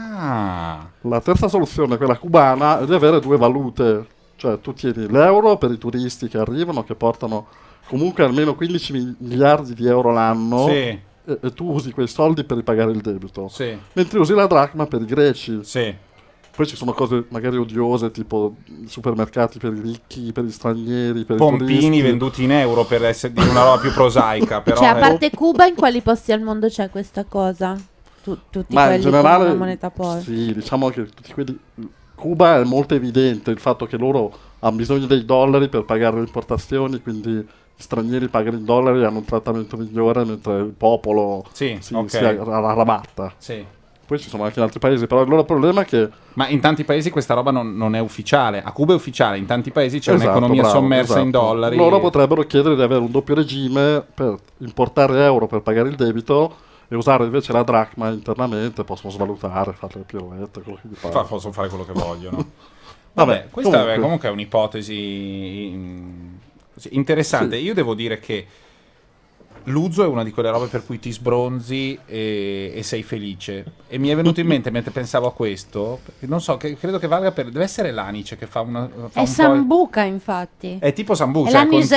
La terza soluzione, quella cubana, è di avere 2 valute. Cioè tu tieni l'euro per i turisti che arrivano, che portano comunque almeno 15 miliardi di euro l'anno, e tu usi quei soldi per ripagare il debito, mentre usi la dracma per i greci. Poi ci sono cose magari odiose, tipo supermercati per i ricchi, per gli stranieri, per pompini i turisti. venduti in euro, per essere di una roba più prosaica. Però cioè, a parte Cuba, in quali posti al mondo c'è questa cosa? Tutti ma quelli in generale, con una moneta povera. Sì, diciamo che tutti quelli. Cuba è molto evidente il fatto che loro hanno bisogno dei dollari per pagare le importazioni, quindi gli stranieri pagano in dollari e hanno un trattamento migliore, mentre il popolo si arrabatta. Poi ci sono anche in altri paesi, però il loro problema è che... Ma in tanti paesi questa roba non è ufficiale. A Cuba è ufficiale, in tanti paesi c'è un'economia sommersa in dollari. Loro potrebbero chiedere di avere un doppio regime per importare euro per pagare il debito e usare invece la dracma internamente. Possono svalutare, fare le pirouette, quello che gli pare. Possono fare quello che vogliono. Vabbè, questa comunque è un'ipotesi interessante. Io devo dire che l'uso è una di quelle robe per cui ti sbronzi e sei felice. E mi è venuto in mente mentre pensavo a questo, non so, credo che valga per... Deve essere l'anice che fa una... È sambuca, infatti. È tipo sambuca,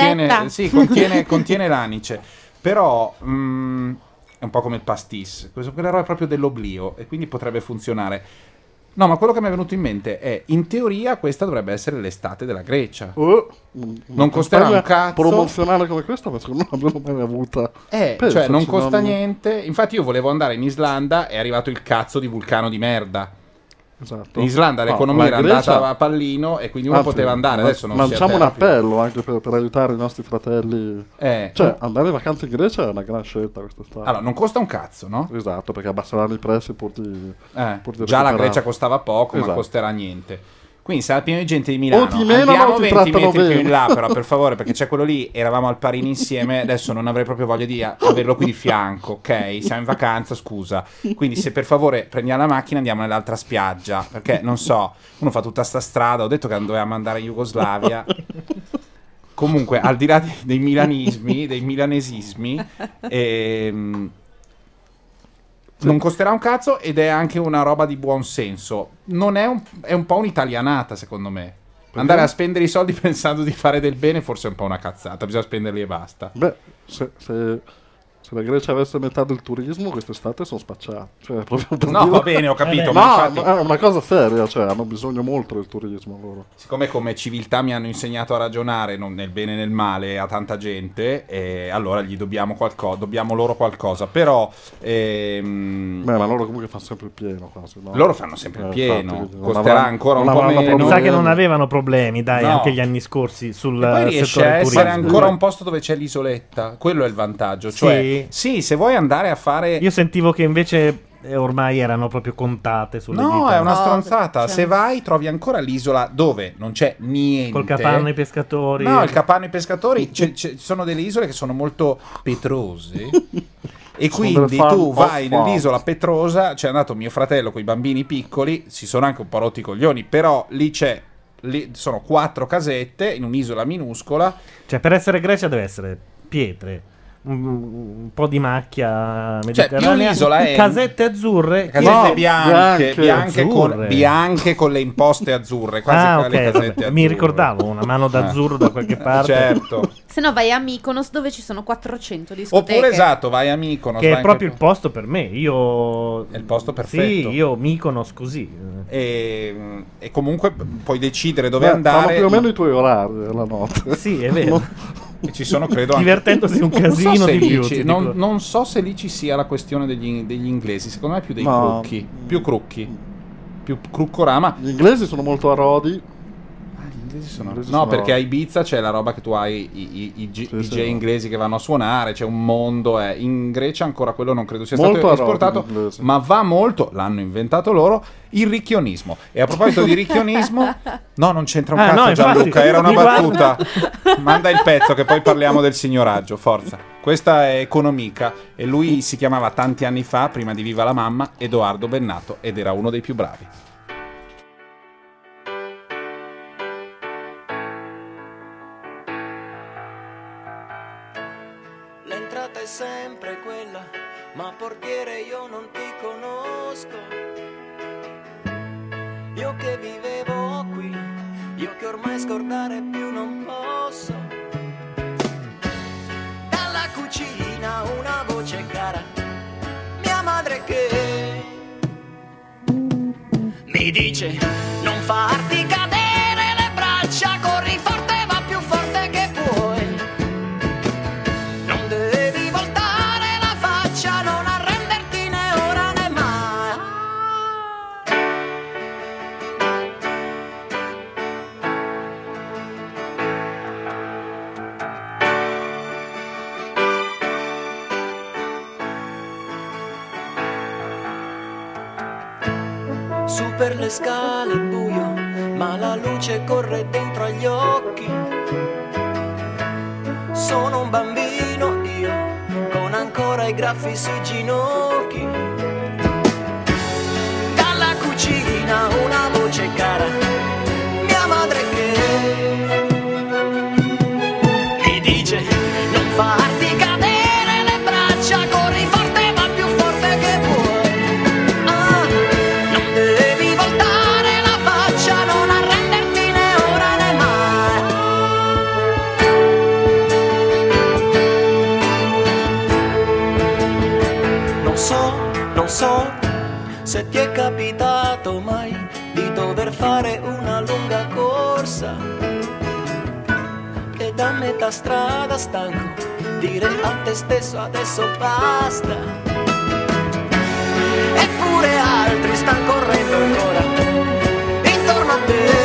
cioè contiene l'anice. Però è un po' come il pastis. Quella roba è proprio dell'oblio e quindi potrebbe funzionare. No, ma quello che mi è venuto in mente è, in teoria, questa dovrebbe essere l'estate della Grecia. Non costerà un cazzo. Promozionale come questa, ma non l'abbiamo mai avuta. Cioè, non costa niente. Infatti io volevo andare in Islanda, è arrivato il cazzo di vulcano di merda. Esatto. In Islanda l'economia era andata a pallino e quindi uno poteva andare. Adesso non lanciamo un appello anche per aiutare i nostri fratelli. Cioè, andare in vacanza in Grecia è una gran scelta quest'estate. Allora, non costa un cazzo, no? Esatto, perché abbasseranno i prezzi pur di già la Grecia costava poco, ma costerà niente. Quindi sarà pieno di gente di Milano. Andiamo 20 metri più in là, però, per favore, perché c'è quello lì, eravamo al Parini insieme, adesso non avrei proprio voglia di averlo qui di fianco, ok? Siamo in vacanza, scusa. Quindi se per favore prendiamo la macchina e andiamo nell'altra spiaggia, perché non so, uno fa tutta sta strada, ho detto che dovevamo andare in Jugoslavia. Comunque, al di là dei milanesismi, non costerà un cazzo ed è anche una roba di buon senso. Non è un po' un'italianata, secondo me. Perché? Andare a spendere i soldi pensando di fare del bene forse è un po' una cazzata. Bisogna spenderli e basta. Beh, se la Grecia avesse metà del turismo, quest'estate sono spacciati. Cioè, no, va bene, ho capito. Ma è una cosa seria, cioè hanno bisogno molto del turismo loro. Siccome come civiltà mi hanno insegnato a ragionare nel bene e nel male a tanta gente, allora gli dobbiamo loro qualcosa. Però ma loro comunque fanno sempre il pieno quasi, no? Loro fanno sempre il pieno. Costerà ancora un po' meno. Mi sa che non avevano problemi, anche gli anni scorsi sul settore turismo. Poi riesce a essere ancora un posto dove c'è l'isoletta. Quello è il vantaggio. Cioè, sì, se vuoi andare a fare... Io sentivo che invece ormai erano proprio contate sulle No, dita. è una stronzata. cioè- Se vai, trovi ancora l'isola dove non c'è niente. Col capanno ai pescatori. No, il capanno ai pescatori. Ci sono delle isole che sono molto petrose. E Sono quindi delle farm tu of vai farm. nell'isola petrosa. C'è andato mio fratello con i bambini piccoli. Si sono anche un po' rotti i coglioni. Però lì sono 4 casette in un'isola minuscola. Cioè, per essere Grecia deve essere pietre, un po' di macchia Cioè, mediterranea, più l'isola è casette azzurre. casette No, bianche, azzurre. bianche con le imposte azzurre. Quasi Ok, le casette vabbè, mi azzurre. ricordavo una mano d'azzurro da qualche parte. Certo. Se no vai a Mykonos dove ci sono 400 discoteche. Oppure esatto, vai a Mykonos. Che vai è in proprio quel- il posto per me. Io È il posto perfetto. Sì, io Mykonos così. E comunque puoi decidere dove Fanno andare. più o meno i tuoi orari la notte. Sì, è vero. E ci sono, credo, anche... Divertendosi un Non so casino se di lì più. ci- ti non, dico. non so se lì ci sia la questione degli inglesi. Secondo me è più dei No. crucchi. Più crucchi. Più cruccorama. Gli inglesi sono molto a rodi. Gli inglesi sono- Inglesi No, sono- perché a Ibiza c'è la roba che tu hai i DJ inglesi che vanno a suonare, c'è un mondo. In Grecia ancora quello non credo sia Molto stato a rodi esportato, l'inglese. ma va molto, l'hanno inventato loro, il ricchionismo. E a proposito di ricchionismo, no, non c'entra un Ah, cazzo no, infatti. Gianluca, era una Mi guarda. battuta. Manda il pezzo che poi parliamo del signoraggio, forza. Questa è Economica e lui si chiamava tanti anni fa, prima di Viva la Mamma, Edoardo Bennato ed era uno dei più bravi. L'entrata è sempre quella, ma portiere io non ti conosco. Io che vivevo qui, io che ormai scordare più non posso. Dalla cucina una voce cara, mia madre che mi dice non farti cadere le braccia, corri forte, va più forte che puoi. Non devi voltare la faccia, non arrenderti né ora né mai. Su per le scale è buio, ma la luce corre dentro agli occhi. Sono un bambino io, con ancora i graffi sui ginocchi. Dalla cucina una voce cara, mia madre che mi dice non farti cadere le braccia, corri forte, va più forte che puoi. Ah, non devi voltare la faccia, non arrenderti né ora né mai. Non so se ti è capitato mai di dover fare una lunga corsa e da metà strada stanco dire a te stesso adesso basta. Eppure altri stanno correndo ancora intorno a te.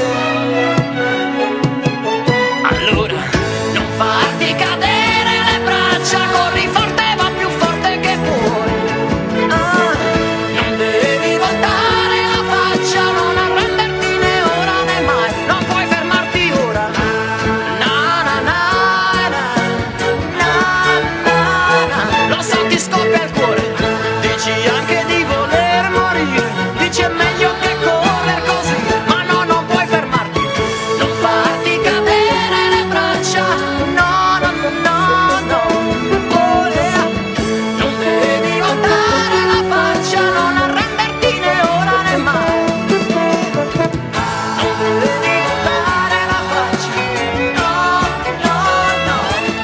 Allora non farti cadere le braccia, corri forte, va più forte che puoi. Ah, non devi voltare la faccia, non arrenderti né ora né mai. Non puoi fermarti ora. Na na na na, na na na. Lo so, ti scoppia il cuore, dici anche di voler morire, dici è meglio che correr così, ma no, non puoi fermarti, non farti cadere le braccia, no, no, no, no, no, oh yeah. Non devi voltare la faccia, non arrenderti né ora né mai. Non devi voltare la faccia, no, no, no.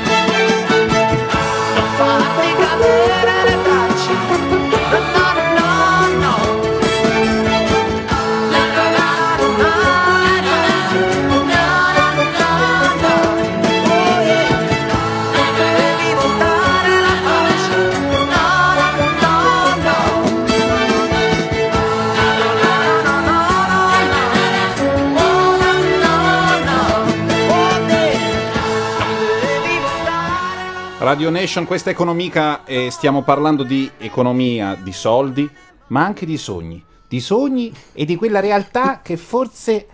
Non farti cadere le braccia, no, no, no. La la la la la la la la, oh yeah. Non devi voltare la faccia, no, no, no. Radio Nation, questa è Economica e stiamo parlando di economia, di soldi, ma anche di sogni e di quella realtà che forse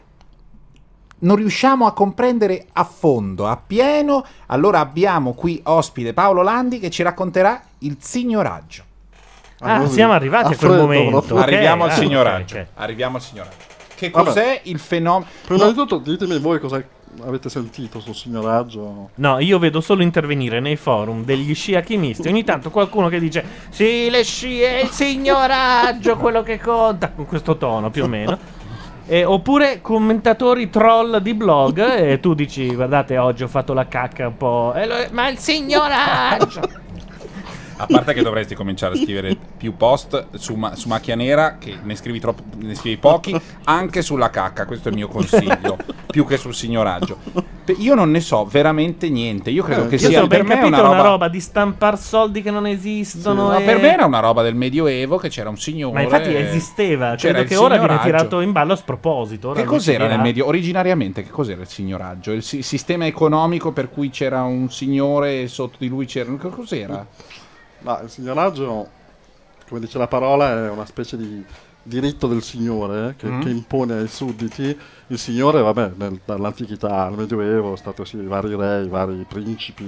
non riusciamo a comprendere a fondo, a pieno. Allora abbiamo qui ospite Paolo Landi che ci racconterà il signoraggio. Siamo arrivati a quel momento. Arriviamo al signoraggio. Arriviamo al signoraggio. Che cos'è il fenomeno? Prima di tutto ditemi voi cosa avete sentito sul signoraggio. No, io vedo solo intervenire nei forum degli sciachimisti. Ogni tanto qualcuno che dice sì, le scie, il signoraggio, quello che conta, con questo tono più o meno. Oppure commentatori troll di blog e tu dici guardate oggi ho fatto la cacca un po', ma il signoraggio. A parte che dovresti cominciare a scrivere più post su Macchia Nera, che ne scrivi pochi, anche sulla cacca, questo è il mio consiglio, più che sul signoraggio. Io non ne so veramente niente, io credo che sia per me una roba di stampar soldi che non esistono. Sì, per me era una roba del Medioevo, che c'era un signore. Ma infatti esisteva, credo che ora viene tirato in ballo a sproposito. Che cos'era nel Medioevo? Originariamente che cos'era il signoraggio? Il sistema economico per cui c'era un signore e sotto di lui c'era... Che cos'era? Ma il signoraggio, come dice la parola, è una specie di diritto del signore che impone ai sudditi. Il signore, vabbè, dall'antichità al Medioevo, stato i vari re, i vari principi,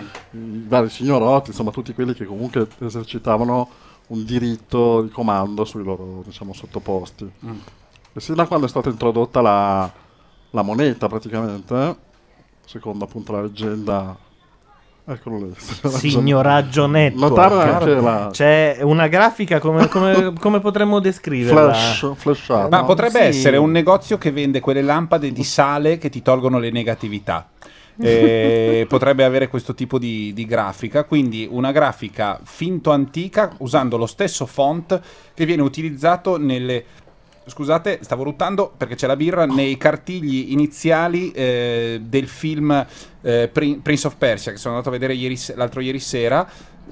i vari signoroti, insomma tutti quelli che comunque esercitavano un diritto di comando sui loro, diciamo, sottoposti. E sin da quando è stata introdotta la moneta, praticamente, secondo appunto la leggenda. Eccolo lì. Signoraggio Network. C'è una grafica come potremmo descriverla? Flashata. Ma potrebbe essere un negozio che vende quelle lampade di sale che ti tolgono le negatività. Potrebbe avere questo tipo di grafica, quindi una grafica finto antica usando lo stesso font che viene utilizzato nelle... Scusate, stavo ruttando perché c'è la birra nei cartigli iniziali del film Prince of Persia, che sono andato a vedere l'altro ieri sera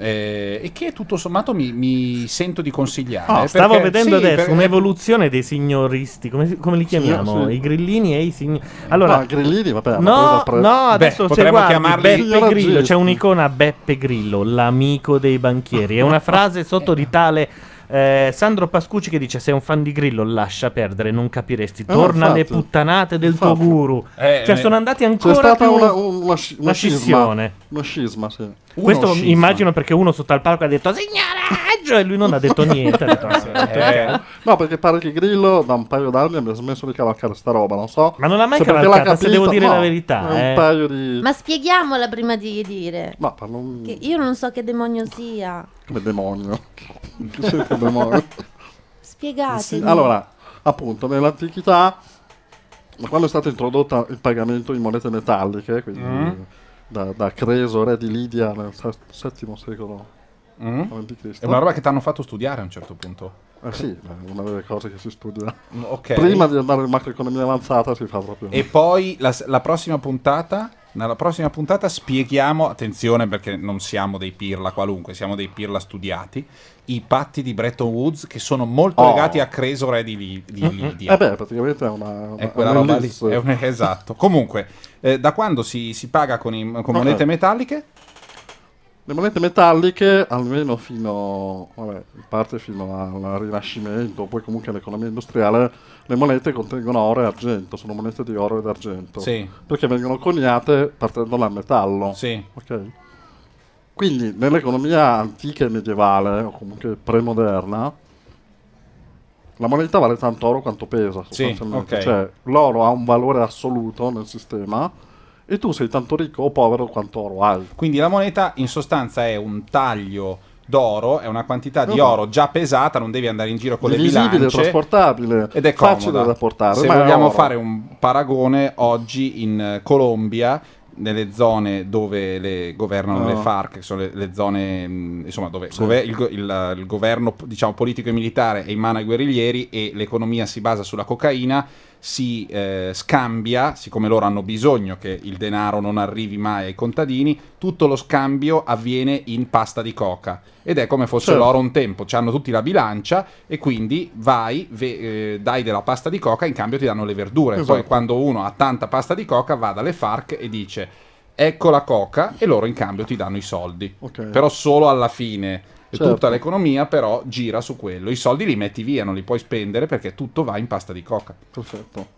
e che tutto sommato mi sento di consigliare. Stavo vedendo adesso un'evoluzione dei signoristi, come li chiamiamo? Sì. I grillini e i signori. Allora, grillini, vabbè. No, adesso se guardi chiamarli Beppe Grillo, c'è un'icona Beppe Grillo, l'amico dei banchieri. È una frase sotto di tale... Sandro Pascucci che dice: sei un fan di Grillo, lascia perdere, non capiresti. Torna alle puttanate del tuo guru. Cioè sono andati ancora più una scissione. Una scisma, sì. Questo immagino perché uno sotto al palco ha detto signoraggio e lui non ha detto niente. No, perché pare che Grillo da un paio d'anni abbia smesso di cavalcare sta roba, non so. Ma non l'ha mai cavalcata, se devo dire la verità. Un paio di... Ma spieghiamola prima di dire. Ma che io non so che demonio sia. Come demonio? Demonio. Spiegatemi. Sì, allora, appunto, nell'antichità, quando è stato introdotto il pagamento in monete metalliche, quindi da Creso, re di Lidia nel VII secolo a.C. È una roba che ti hanno fatto studiare a un certo punto. Sì, è una delle cose che si studia. Okay. Prima di andare in macroeconomia avanzata si fa proprio. E poi la prossima puntata... Nella prossima puntata spieghiamo, attenzione perché non siamo dei pirla qualunque, siamo dei pirla studiati, i patti di Bretton Woods che sono molto legati a Creso, re di Lidia. Praticamente è quella roba lì. Esatto. Comunque, da quando si paga con monete metalliche? Le monete metalliche, almeno fino al Rinascimento, poi comunque all'economia industriale, le monete contengono oro e argento, sono monete di oro ed argento. Sì. Perché vengono coniate partendo dal metallo. Sì. Ok? Quindi nell'economia antica e medievale, o comunque premoderna, la moneta vale tanto oro quanto pesa, sostanzialmente. Okay. Cioè, l'oro ha un valore assoluto nel sistema e tu sei tanto ricco o povero quanto oro hai. Quindi la moneta in sostanza è un taglio d'oro, è una quantità di oro già pesata, non devi andare in giro con le bilance, trasportabile ed è facile da portare. Se vogliamo fare un paragone, oggi in Colombia, nelle zone dove le governano le FARC, che sono le zone insomma dove il governo, diciamo, politico e militare è in mano ai guerriglieri e l'economia si basa sulla cocaina, si scambia, siccome loro hanno bisogno che il denaro non arrivi mai ai contadini, tutto lo scambio avviene in pasta di coca ed è come fosse l'oro un tempo, hanno tutti la bilancia e quindi vai, dai della pasta di coca, in cambio ti danno le verdure. Poi quando uno ha tanta pasta di coca va dalle FARC e dice ecco la coca e loro in cambio ti danno i soldi, però solo alla fine E Certo. tutta l'economia però gira su quello. I soldi li metti via, non li puoi spendere perché tutto va in pasta di coca. Perfetto.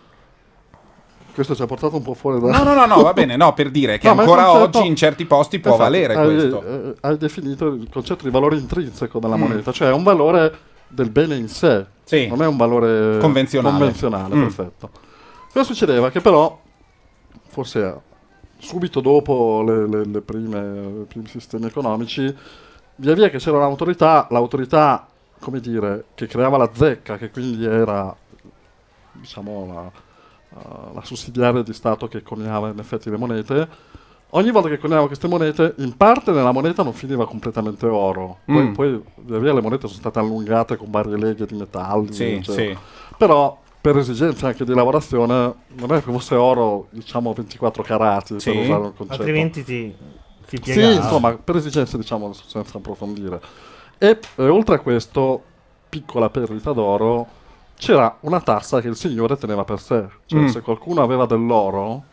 Questo ci ha portato un po' fuori da... No, va bene, no, per dire che No, ma il ancora concetto- oggi in certi posti può Infatti, valere questo. Hai definito il concetto di valore intrinseco della Mm. moneta, cioè è un valore del bene in sé, Sì. non è un valore Convenzionale. Mm. perfetto. Cosa succedeva? Che però, forse subito dopo i primi sistemi economici, via via che c'era l'autorità, come dire, che creava la zecca, che quindi era, diciamo, la sussidiaria di Stato che coniava in effetti le monete. Ogni volta che coniava queste monete, in parte nella moneta non finiva completamente oro. Poi via via le monete sono state allungate con varie leghe di metalli. Sì, eccetera. sì. Però per esigenze anche di lavorazione non è che fosse oro, diciamo, 24 carati, Sì. per usare un concetto. Altrimenti ti Sì, piegava. insomma, per esigenze, diciamo, senza approfondire. E oltre a questo, piccola perdita d'oro, c'era una tassa che il signore teneva per sé. Cioè, se qualcuno aveva dell'oro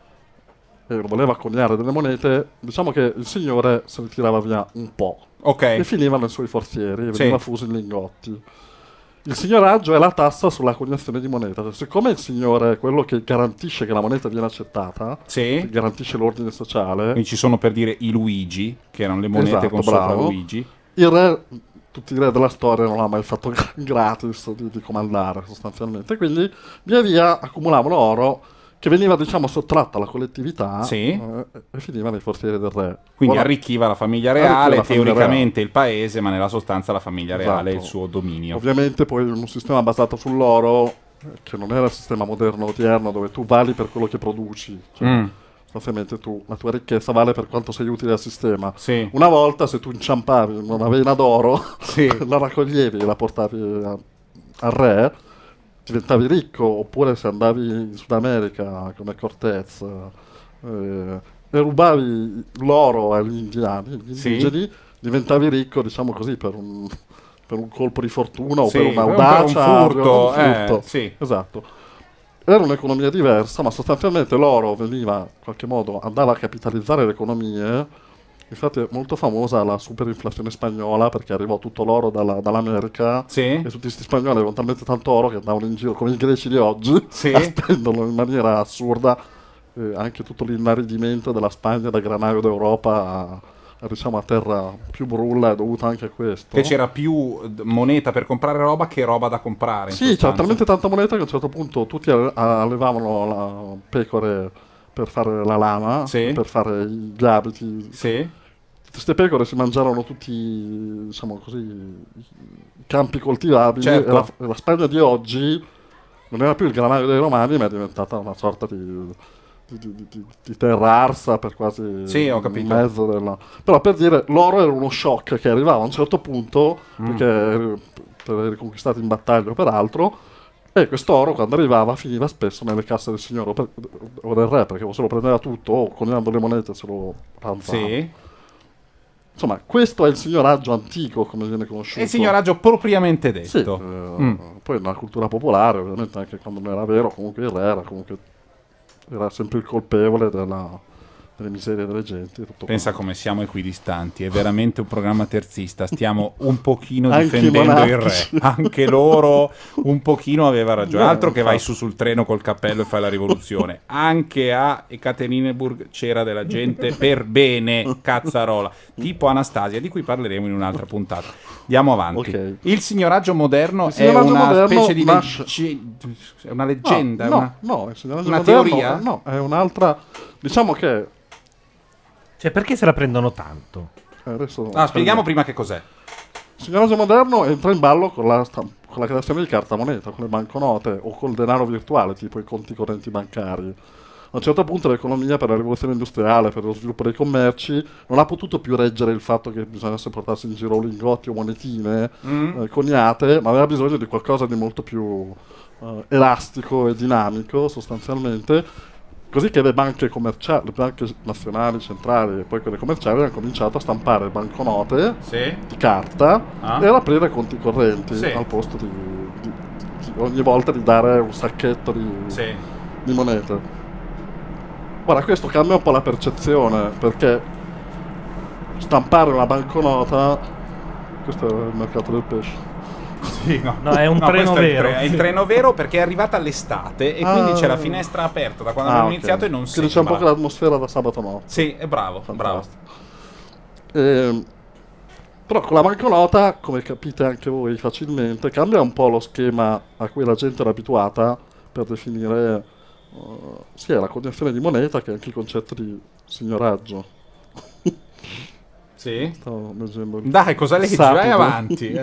e voleva coniare delle monete, diciamo che il signore se ne tirava via un po'. Ok. E finiva nei suoi forzieri, e Sì. veniva fuso in lingotti. Il signoraggio è la tassa sulla coniazione di moneta. Cioè, siccome il signore è quello che garantisce che la moneta viene accettata, Sì. che garantisce l'ordine sociale, Quindi ci sono, per dire, i Luigi, che erano le monete Esatto, con sopra bravo. Luigi. il re, tutti i re della storia non ha mai fatto gratis di comandare sostanzialmente, quindi via via accumulavano oro che veniva, diciamo, sottratto alla collettività, Sì. e finiva nei forzieri del re. Quindi Ora, arricchiva la famiglia arricchiva reale, la famiglia teoricamente il paese, ma nella sostanza la famiglia reale e il Esatto. suo dominio. ovviamente poi un sistema basato sull'oro, che non era il sistema moderno odierno dove tu vali per quello che produci, cioè, sostanzialmente la tua ricchezza vale per quanto sei utile al sistema. Sì. Una volta, se tu inciampavi una vena d'oro, Sì. la raccoglievi e la portavi al re, diventavi ricco. Oppure se andavi in Sud America come Cortez e rubavi l'oro agli indiani, gli Sì. indigeni, diventavi ricco, diciamo così, per un colpo di fortuna o Sì, per un'audacia, per un furto, per un furto. sì. Esatto. Era un'economia diversa, ma sostanzialmente l'oro veniva, in qualche modo, andava a capitalizzare le economie. Infatti è molto famosa la superinflazione spagnola, perché arrivò tutto l'oro dall'America, Sì. e tutti questi spagnoli avevano talmente tanto oro che andavano in giro come i greci di oggi, Sì. a spenderlo in maniera assurda. Anche tutto l'inaridimento della Spagna da granaio d'Europa diciamo, a terra più brulla è dovuto anche a questo. Che c'era più moneta per comprare roba che roba da comprare. in Sì, c'era sostanza. talmente tanta moneta che a un certo punto tutti allevavano pecore per fare la lana, Sì. per fare gli abiti. Sì. Queste pecore si mangiarono tutti, diciamo così, i campi coltivabili. Certo. E la Spagna di oggi non era più il granaio dei romani, ma è diventata una sorta di terra arsa per quasi Sì, ho capito. mezzo della... Però per dire, l'oro era uno shock che arrivava a un certo punto, perché per aver conquistato in battaglia peraltro, e questo oro quando arrivava finiva spesso nelle casse del signore o del re, perché o se lo prendeva tutto o coniando le monete se lo ranzava. Sì. Insomma, questo è il signoraggio antico, come viene conosciuto. È il signoraggio propriamente Sì, detto. poi nella cultura popolare, ovviamente, anche quando non era vero, comunque il re era sempre il colpevole delle miserie delle genti. Tutto Pensa come siamo equidistanti, è veramente un programma terzista, stiamo un pochino Anche i difendendo il re, monarchici. anche loro un pochino aveva ragione, No, altro che vai infatti. su sul treno col cappello e fai la rivoluzione, anche a Ekaterinburg c'era della gente per bene, cazzarola, tipo Anastasia, di cui parleremo in un'altra puntata. Andiamo avanti. Ok. Il signoraggio moderno Il è signoraggio una moderno specie di nasce- è una leggenda, è una... No, il signoraggio una moderno, teoria? No, è un'altra... Diciamo che... Cioè, perché se la prendono tanto? Adesso spieghiamo prima che cos'è. Il signoraggio moderno entra in ballo con la creazione di carta moneta, con le banconote o col denaro virtuale, tipo i conti correnti bancari. A un certo punto l'economia, per la rivoluzione industriale, per lo sviluppo dei commerci, non ha potuto più reggere il fatto che bisognasse portarsi in giro lingotti o monetine coniate, ma aveva bisogno di qualcosa di molto più elastico e dinamico, sostanzialmente. Così che le banche commerciali, le banche nazionali, centrali e poi quelle commerciali hanno cominciato a stampare banconote di carta e ad aprire conti correnti al posto di ogni volta di dare un sacchetto di monete. Ora, questo cambia un po' la percezione, perché stampare una banconota questo è il mercato del pesce. Sì, no, è un treno vero. È il treno vero perché è arrivata l'estate e quindi c'è la finestra aperta da quando abbiamo iniziato e non quindi c'è un po' l'atmosfera da sabato notte. Sì, è bravo. Però con la banconota, come capite anche voi facilmente, cambia un po' lo schema a cui la gente era abituata per definire sia la connessione di moneta che anche il concetto di signoraggio. Sì? Stavo leggendo Dai, cosa leggi? Vai avanti.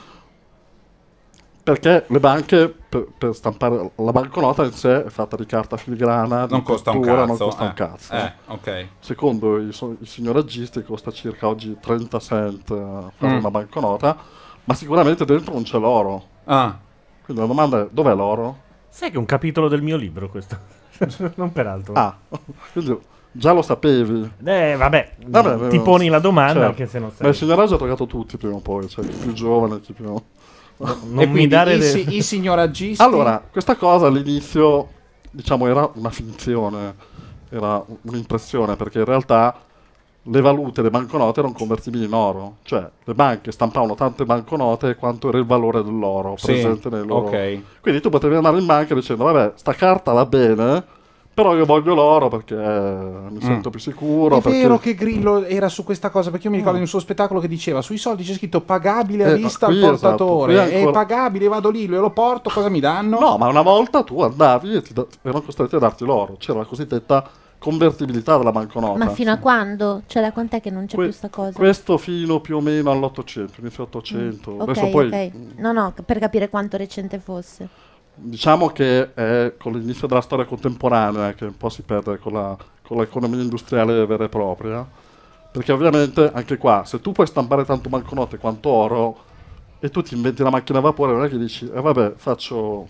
Perché le banche, per stampare la banconota in sé è fatta di carta filigrana, non di costa un cottura, cazzo. non costa un cazzo. Ok. Secondo i signoraggisti costa circa oggi 30 cent fare una banconota, ma sicuramente dentro non c'è l'oro. Quindi la domanda è: dov'è l'oro? Sai che è un capitolo del mio libro questo? Non peraltro. Quindi già lo sapevi. Vabbè, ti poni la domanda anche se non sai. Ma il signoraggio ha toccato tutti prima o poi, cioè chi più giovane, chi più... Non mi dare i signoraggisti. Allora, questa cosa all'inizio, diciamo, era una finzione, era un'impressione, perché in realtà le valute, le banconote erano convertibili in oro, cioè le banche stampavano tante banconote quanto era il valore dell'oro presente nei loro. Quindi tu potevi andare in banca dicendo: vabbè, sta carta va bene, però io voglio l'oro perché mi sento più sicuro. È vero che Grillo era su questa cosa, perché io mi ricordo in un suo spettacolo che diceva: sui soldi c'è scritto pagabile a vista al portatore, è pagabile, vado lì, lo porto, cosa mi danno? No, ma una volta tu andavi e erano costretti a darti l'oro, c'era la cosiddetta convertibilità della banconota. Ma fino a quando? Cioè da quant'è che non c'è più sta cosa? Questo fino più o meno all'800, inizio 800. Adesso poi No, per capire quanto recente fosse. Diciamo che è con l'inizio della storia contemporanea che un po' si perde con l'economia industriale vera e propria, perché ovviamente anche qua, se tu puoi stampare tanto banconote quanto oro e tu ti inventi la macchina a vapore, non è che dici vabbè, faccio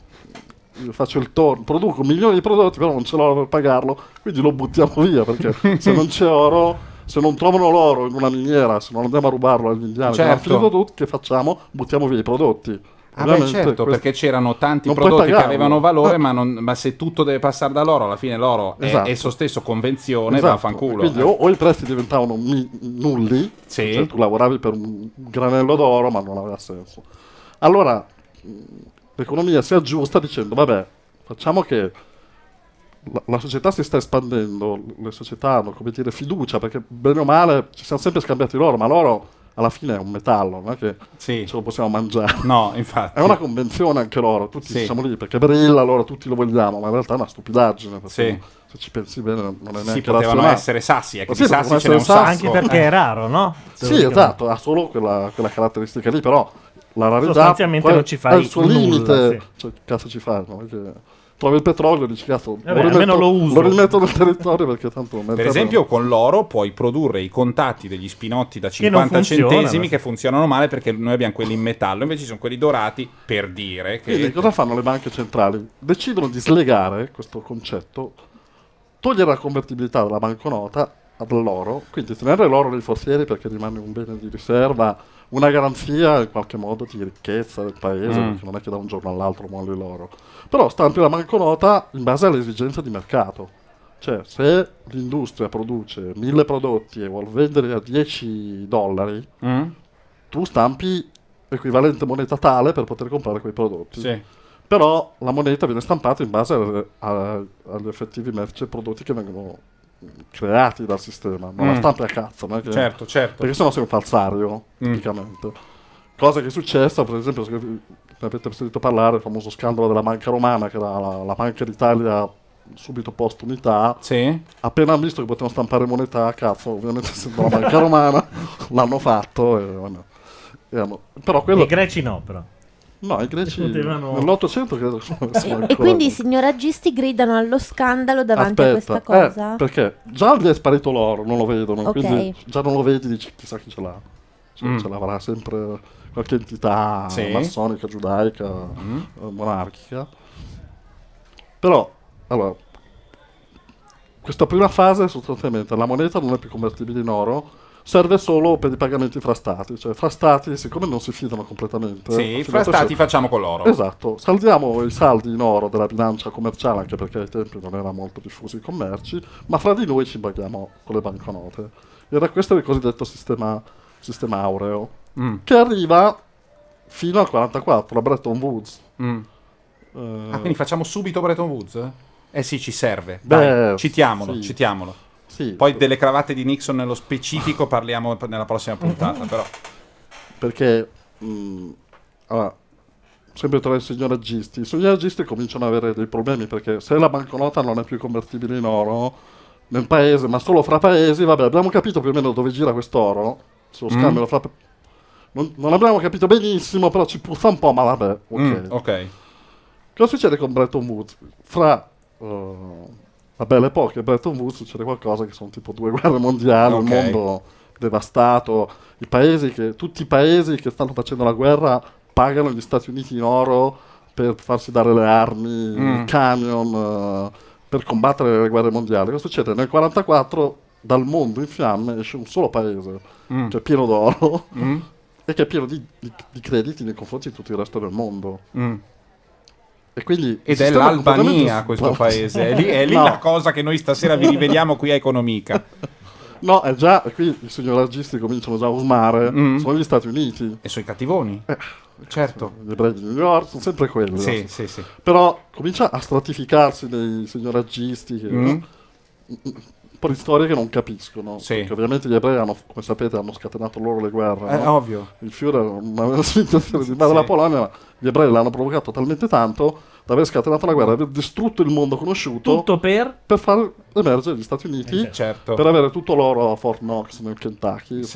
il torno, produco milioni di prodotti, però non ce l'ho per pagarlo, quindi lo buttiamo via, perché se non c'è oro, se non trovano l'oro in una miniera, se non andiamo a rubarlo agli indiani, che facciamo? Buttiamo via i prodotti. Certo, perché c'erano tanti prodotti che avevano valore, ma se tutto deve passare da loro, alla fine l'oro è esso stesso convenzione, vaffanculo. Quindi o i prezzi diventavano nulli, cioè tu lavoravi per un granello d'oro, ma non aveva senso. Allora l'economia si aggiusta dicendo: vabbè, facciamo che la società si sta espandendo, le società hanno, come dire, fiducia, perché bene o male ci siamo sempre scambiati l'oro, ma l'oro alla fine è un metallo, non è che ce lo possiamo mangiare. No, infatti. È una convenzione anche l'oro, tutti siamo lì perché brilla, allora tutti lo vogliamo, ma in realtà è una stupidaggine, perché se ci pensi bene non è neanche potevano razionale. essere sassi, che di sassi ce n'è un sacco. Anche perché è raro, no? Esatto, ha solo quella caratteristica lì, però la rarità sostanzialmente non ci fai il suo nulla, limite, cioè che cazzo ci fai, no? Perché trovi il petrolio e dici cazzo, almeno lo uso, lo rimetto nel territorio perché tanto non per esempio con l'oro puoi produrre i contatti degli spinotti da 50 centesimi che funzionano male perché noi abbiamo quelli in metallo, invece ci sono quelli dorati, per dire che... Quindi cosa fanno le banche centrali? Decidono di slegare questo concetto, togliere la convertibilità della banconota dall'oro, quindi tenere l'oro nei forzieri perché rimane un bene di riserva, una garanzia in qualche modo di ricchezza del paese, perché non è che da un giorno all'altro molli l'oro. Però stampi la banconota in base alle esigenze di mercato. Cioè, se l'industria produce 1000 prodotti e vuol vendere a $10, tu stampi equivalente moneta tale per poter comprare quei prodotti. Però la moneta viene stampata in base agli effettivi merci e prodotti che vengono creati dal sistema, non la stampi a cazzo, non è che... certo, perché sennò sei un falsario, tipicamente. Cosa che è successa, per esempio, se avete sentito parlare del famoso scandalo della banca romana, che era la banca d'Italia subito post unità, appena hanno visto che potevano stampare moneta a cazzo, ovviamente essendo la banca romana, l'hanno fatto però quello... I greci no, però. No, i greci nell'800 credo. E quindi i signoraggisti gridano allo scandalo davanti a questa cosa? Perché già gli è sparito l'oro, non lo vedono, quindi già non lo vedi, dici chissà chi ce l'ha. Ce l'avrà sempre qualche entità massonica, giudaica, monarchica. Però, allora, questa prima fase sostanzialmente la moneta non è più convertibile in oro, serve solo per i pagamenti fra stati, cioè fra stati, siccome non si fidano completamente, fra stati facciamo con l'oro. Esatto, saldiamo i saldi in oro della bilancia commerciale, anche perché ai tempi non era molto diffusi i commerci, ma fra di noi ci paghiamo con le banconote. Era questo il cosiddetto sistema sistema aureo, che arriva fino al 44, a Bretton Woods. Quindi facciamo subito Bretton Woods? Sì, ci serve. Dai, citiamolo. Sì. Poi delle cravatte di Nixon nello specifico parliamo nella prossima puntata, però. Perché allora, sempre tra i signoraggisti cominciano ad avere dei problemi, perché se la banconota non è più convertibile in oro nel paese, ma solo fra paesi, vabbè, abbiamo capito più o meno dove gira quest'oro, se lo scambio fra non abbiamo capito benissimo, però ci puzza un po', ma vabbè, ok. Cosa succede con Bretton Woods? Fra la belle epoche e Bretton Woods succede qualcosa che sono tipo 2 guerre mondiali, un mondo devastato, tutti i paesi che stanno facendo la guerra pagano gli Stati Uniti in oro per farsi dare le armi, i camion, per combattere le guerre mondiali. Cosa succede? Nel 1944 dal mondo in fiamme esce un solo paese, che è pieno d'oro, e che è pieno di crediti nei confronti di tutto il resto del mondo. E quindi ed è l'Albania questo paese, è lì la cosa che noi stasera vi riveliamo qui a Economica. No, è già, qui i signoraggisti cominciano già a usmare, sono gli Stati Uniti. E sono i cattivoni. Certo. Gli ebrei di New York sono sempre quelli. Sì. Però comincia a stratificarsi dei signoraggisti che un po' di storie che non capiscono. Perché ovviamente gli ebrei come sapete hanno scatenato loro le guerre. È ovvio. Il Führer non aveva intenzione di invadere la Polonia, ma gli ebrei l'hanno provocato talmente tanto da aver scatenato la guerra, aver distrutto il mondo conosciuto. Tutto per far emergere gli Stati Uniti, per avere tutto l'oro a Fort Knox nel Kentucky, il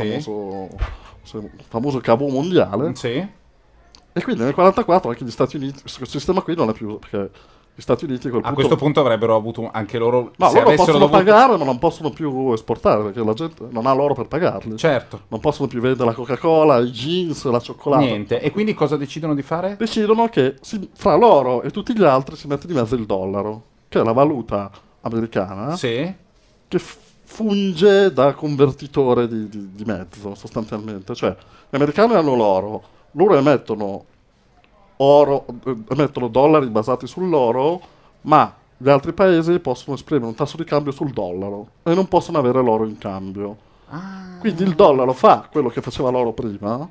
famoso cavo mondiale. E quindi nel 1944 anche gli Stati Uniti, questo sistema qui non è più, perché gli Stati Uniti a questo punto avrebbero avuto anche loro, no, se loro possono dovuto pagare, ma non possono più esportare, perché la gente non ha l'oro per pagarli. Certo. Non possono più vendere la Coca-Cola, i jeans, la cioccolata. Niente. E quindi cosa decidono di fare? Decidono che fra l'oro e tutti gli altri si mette di mezzo il dollaro, che è la valuta americana, che funge da convertitore di mezzo, sostanzialmente. Cioè, gli americani hanno l'oro, loro emettono dollari basati sull'oro, ma gli altri paesi possono esprimere un tasso di cambio sul dollaro e non possono avere l'oro in cambio. Quindi il dollaro fa quello che faceva l'oro prima,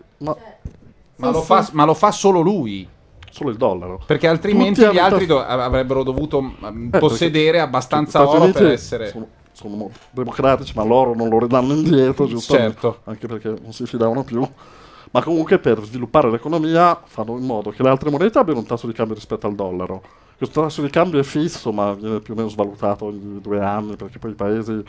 ma lo fa solo lui. Solo il dollaro. Perché altrimenti gli altri avrebbero dovuto possedere abbastanza oro per essere... Sono democratici, ma l'oro non lo ridanno indietro, giustamente. Certo. Anche perché non si fidavano più. Ma comunque per sviluppare l'economia fanno in modo che le altre monete abbiano un tasso di cambio rispetto al dollaro. Questo tasso di cambio è fisso, ma viene più o meno svalutato ogni 2 anni, perché poi i paesi,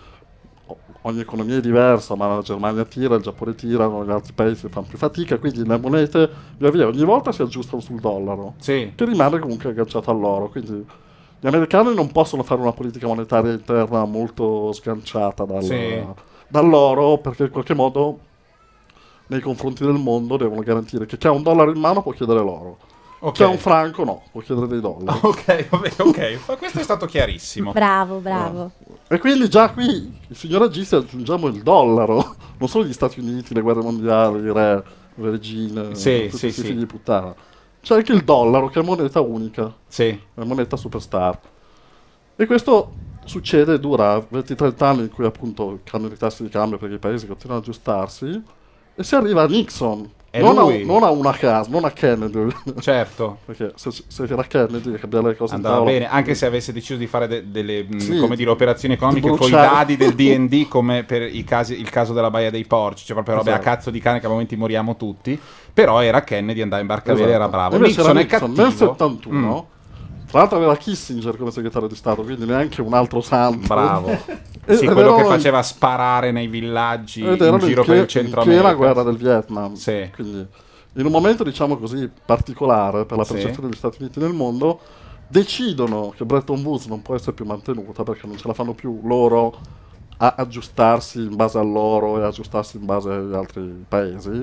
ogni economia è diversa, ma la Germania tira, il Giappone tirano, gli altri paesi fanno più fatica, quindi le monete via via ogni volta si aggiustano sul dollaro, che rimane comunque agganciato all'oro. Quindi gli americani non possono fare una politica monetaria interna molto sganciata dall'oro, perché in qualche modo nei confronti del mondo devono garantire che chi ha un dollaro in mano può chiedere l'oro, chi ha un franco no, può chiedere dei dollari. Ok, ma questo è stato chiarissimo. Bravo. E quindi già qui i signoraggisti aggiungiamo il dollaro, non solo gli Stati Uniti, le guerre mondiali, i re, le regine, tutti questi figli di puttana. C'è anche il dollaro, che è moneta unica, è moneta superstar. E questo succede, dura 20-30 anni in cui appunto cambiano i tassi di cambio perché i paesi continuano ad aggiustarsi, e si arriva a Nixon. Non a una casa, non a Kennedy. Certo. Perché se era Kennedy cambiare le cose andava bene, anche se avesse deciso di fare delle come dire, operazioni economiche con i dadi del D&D, come per il caso della Baia dei Porci, cioè proprio robe a cazzo di cane che a momenti moriamo tutti. Però era Kennedy, andava in barcavela, era bravo. Nixon è cattivo. Nel 71 tra l'altro aveva Kissinger come segretario di Stato, quindi neanche un altro santo. Bravo. Sì, quello che faceva sparare nei villaggi in giro per il Centro America. Che era la guerra del Vietnam. Quindi, in un momento, diciamo così, particolare per la percezione degli Stati Uniti nel mondo, decidono che Bretton Woods non può essere più mantenuta perché non ce la fanno più loro a aggiustarsi in base all'oro e aggiustarsi in base agli altri paesi.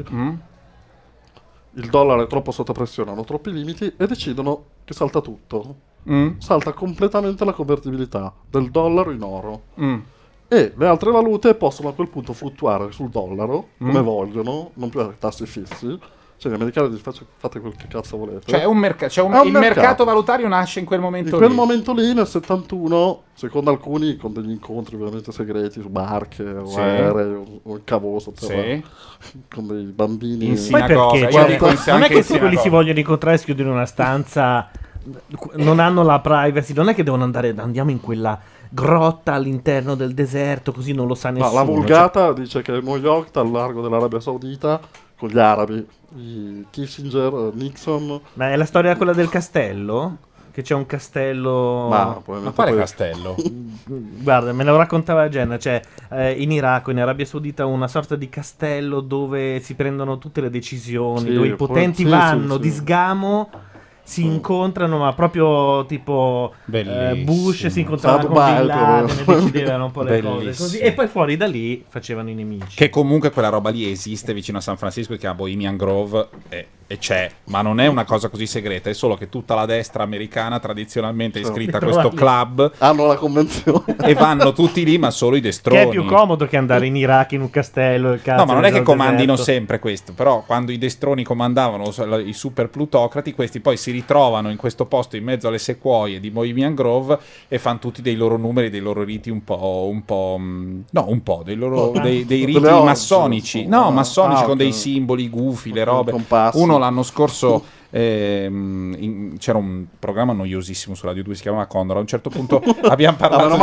Il dollaro è troppo sotto pressione, hanno troppi limiti e decidono che salta tutto. Salta completamente la convertibilità del dollaro in oro. E le altre valute possono a quel punto fluttuare sul dollaro come vogliono, non più a tassi fissi, Cioè, gli americani fate quel che cazzo volete. Cioè, il mercato valutario nasce in quel momento lì. In quel momento lì, nel 71, secondo alcuni, con degli incontri ovviamente segreti su barche o aerei o il cavoso, con dei bambini in sinagoga. Non è che se quelli si vogliono incontrare, si chiudono in una stanza, non hanno la privacy, non è che devono andiamo in quella grotta all'interno del deserto, così non lo sa nessuno. La vulgata dice che New York, al largo dell'Arabia Saudita, con gli arabi, Kissinger, Nixon. Ma è la storia quella del castello? Che c'è un castello. Ma quale castello? Guarda, me lo raccontava Jenna. C'è in Iraq, in Arabia Saudita, una sorta di castello dove si prendono tutte le decisioni, dove i potenti vanno di sgamo. Si incontrano, ma proprio tipo Bush si incontrava con Bin Laden e decidevano un po' le cose così. E poi fuori da lì facevano i nemici. Che comunque quella roba lì esiste vicino a San Francisco, si chiama Bohemian Grove e c'è, ma non è una cosa così segreta, è solo che tutta la destra americana tradizionalmente è iscritta a questo club, hanno la convenzione e vanno tutti lì, ma solo i destroni. Che è più comodo che andare in Iraq in un castello. No, ma non è che comandino sempre questo, però quando i destroni comandavano i super plutocrati, questi poi si ritrovano in questo posto in mezzo alle sequoie di Bohemian Grove e fanno tutti dei loro numeri, dei loro riti dei riti massonici, con dei simboli gufi, le robe. Uno l'anno scorso c'era un programma noiosissimo su Radio 2, si chiamava Condor. A un certo punto abbiamo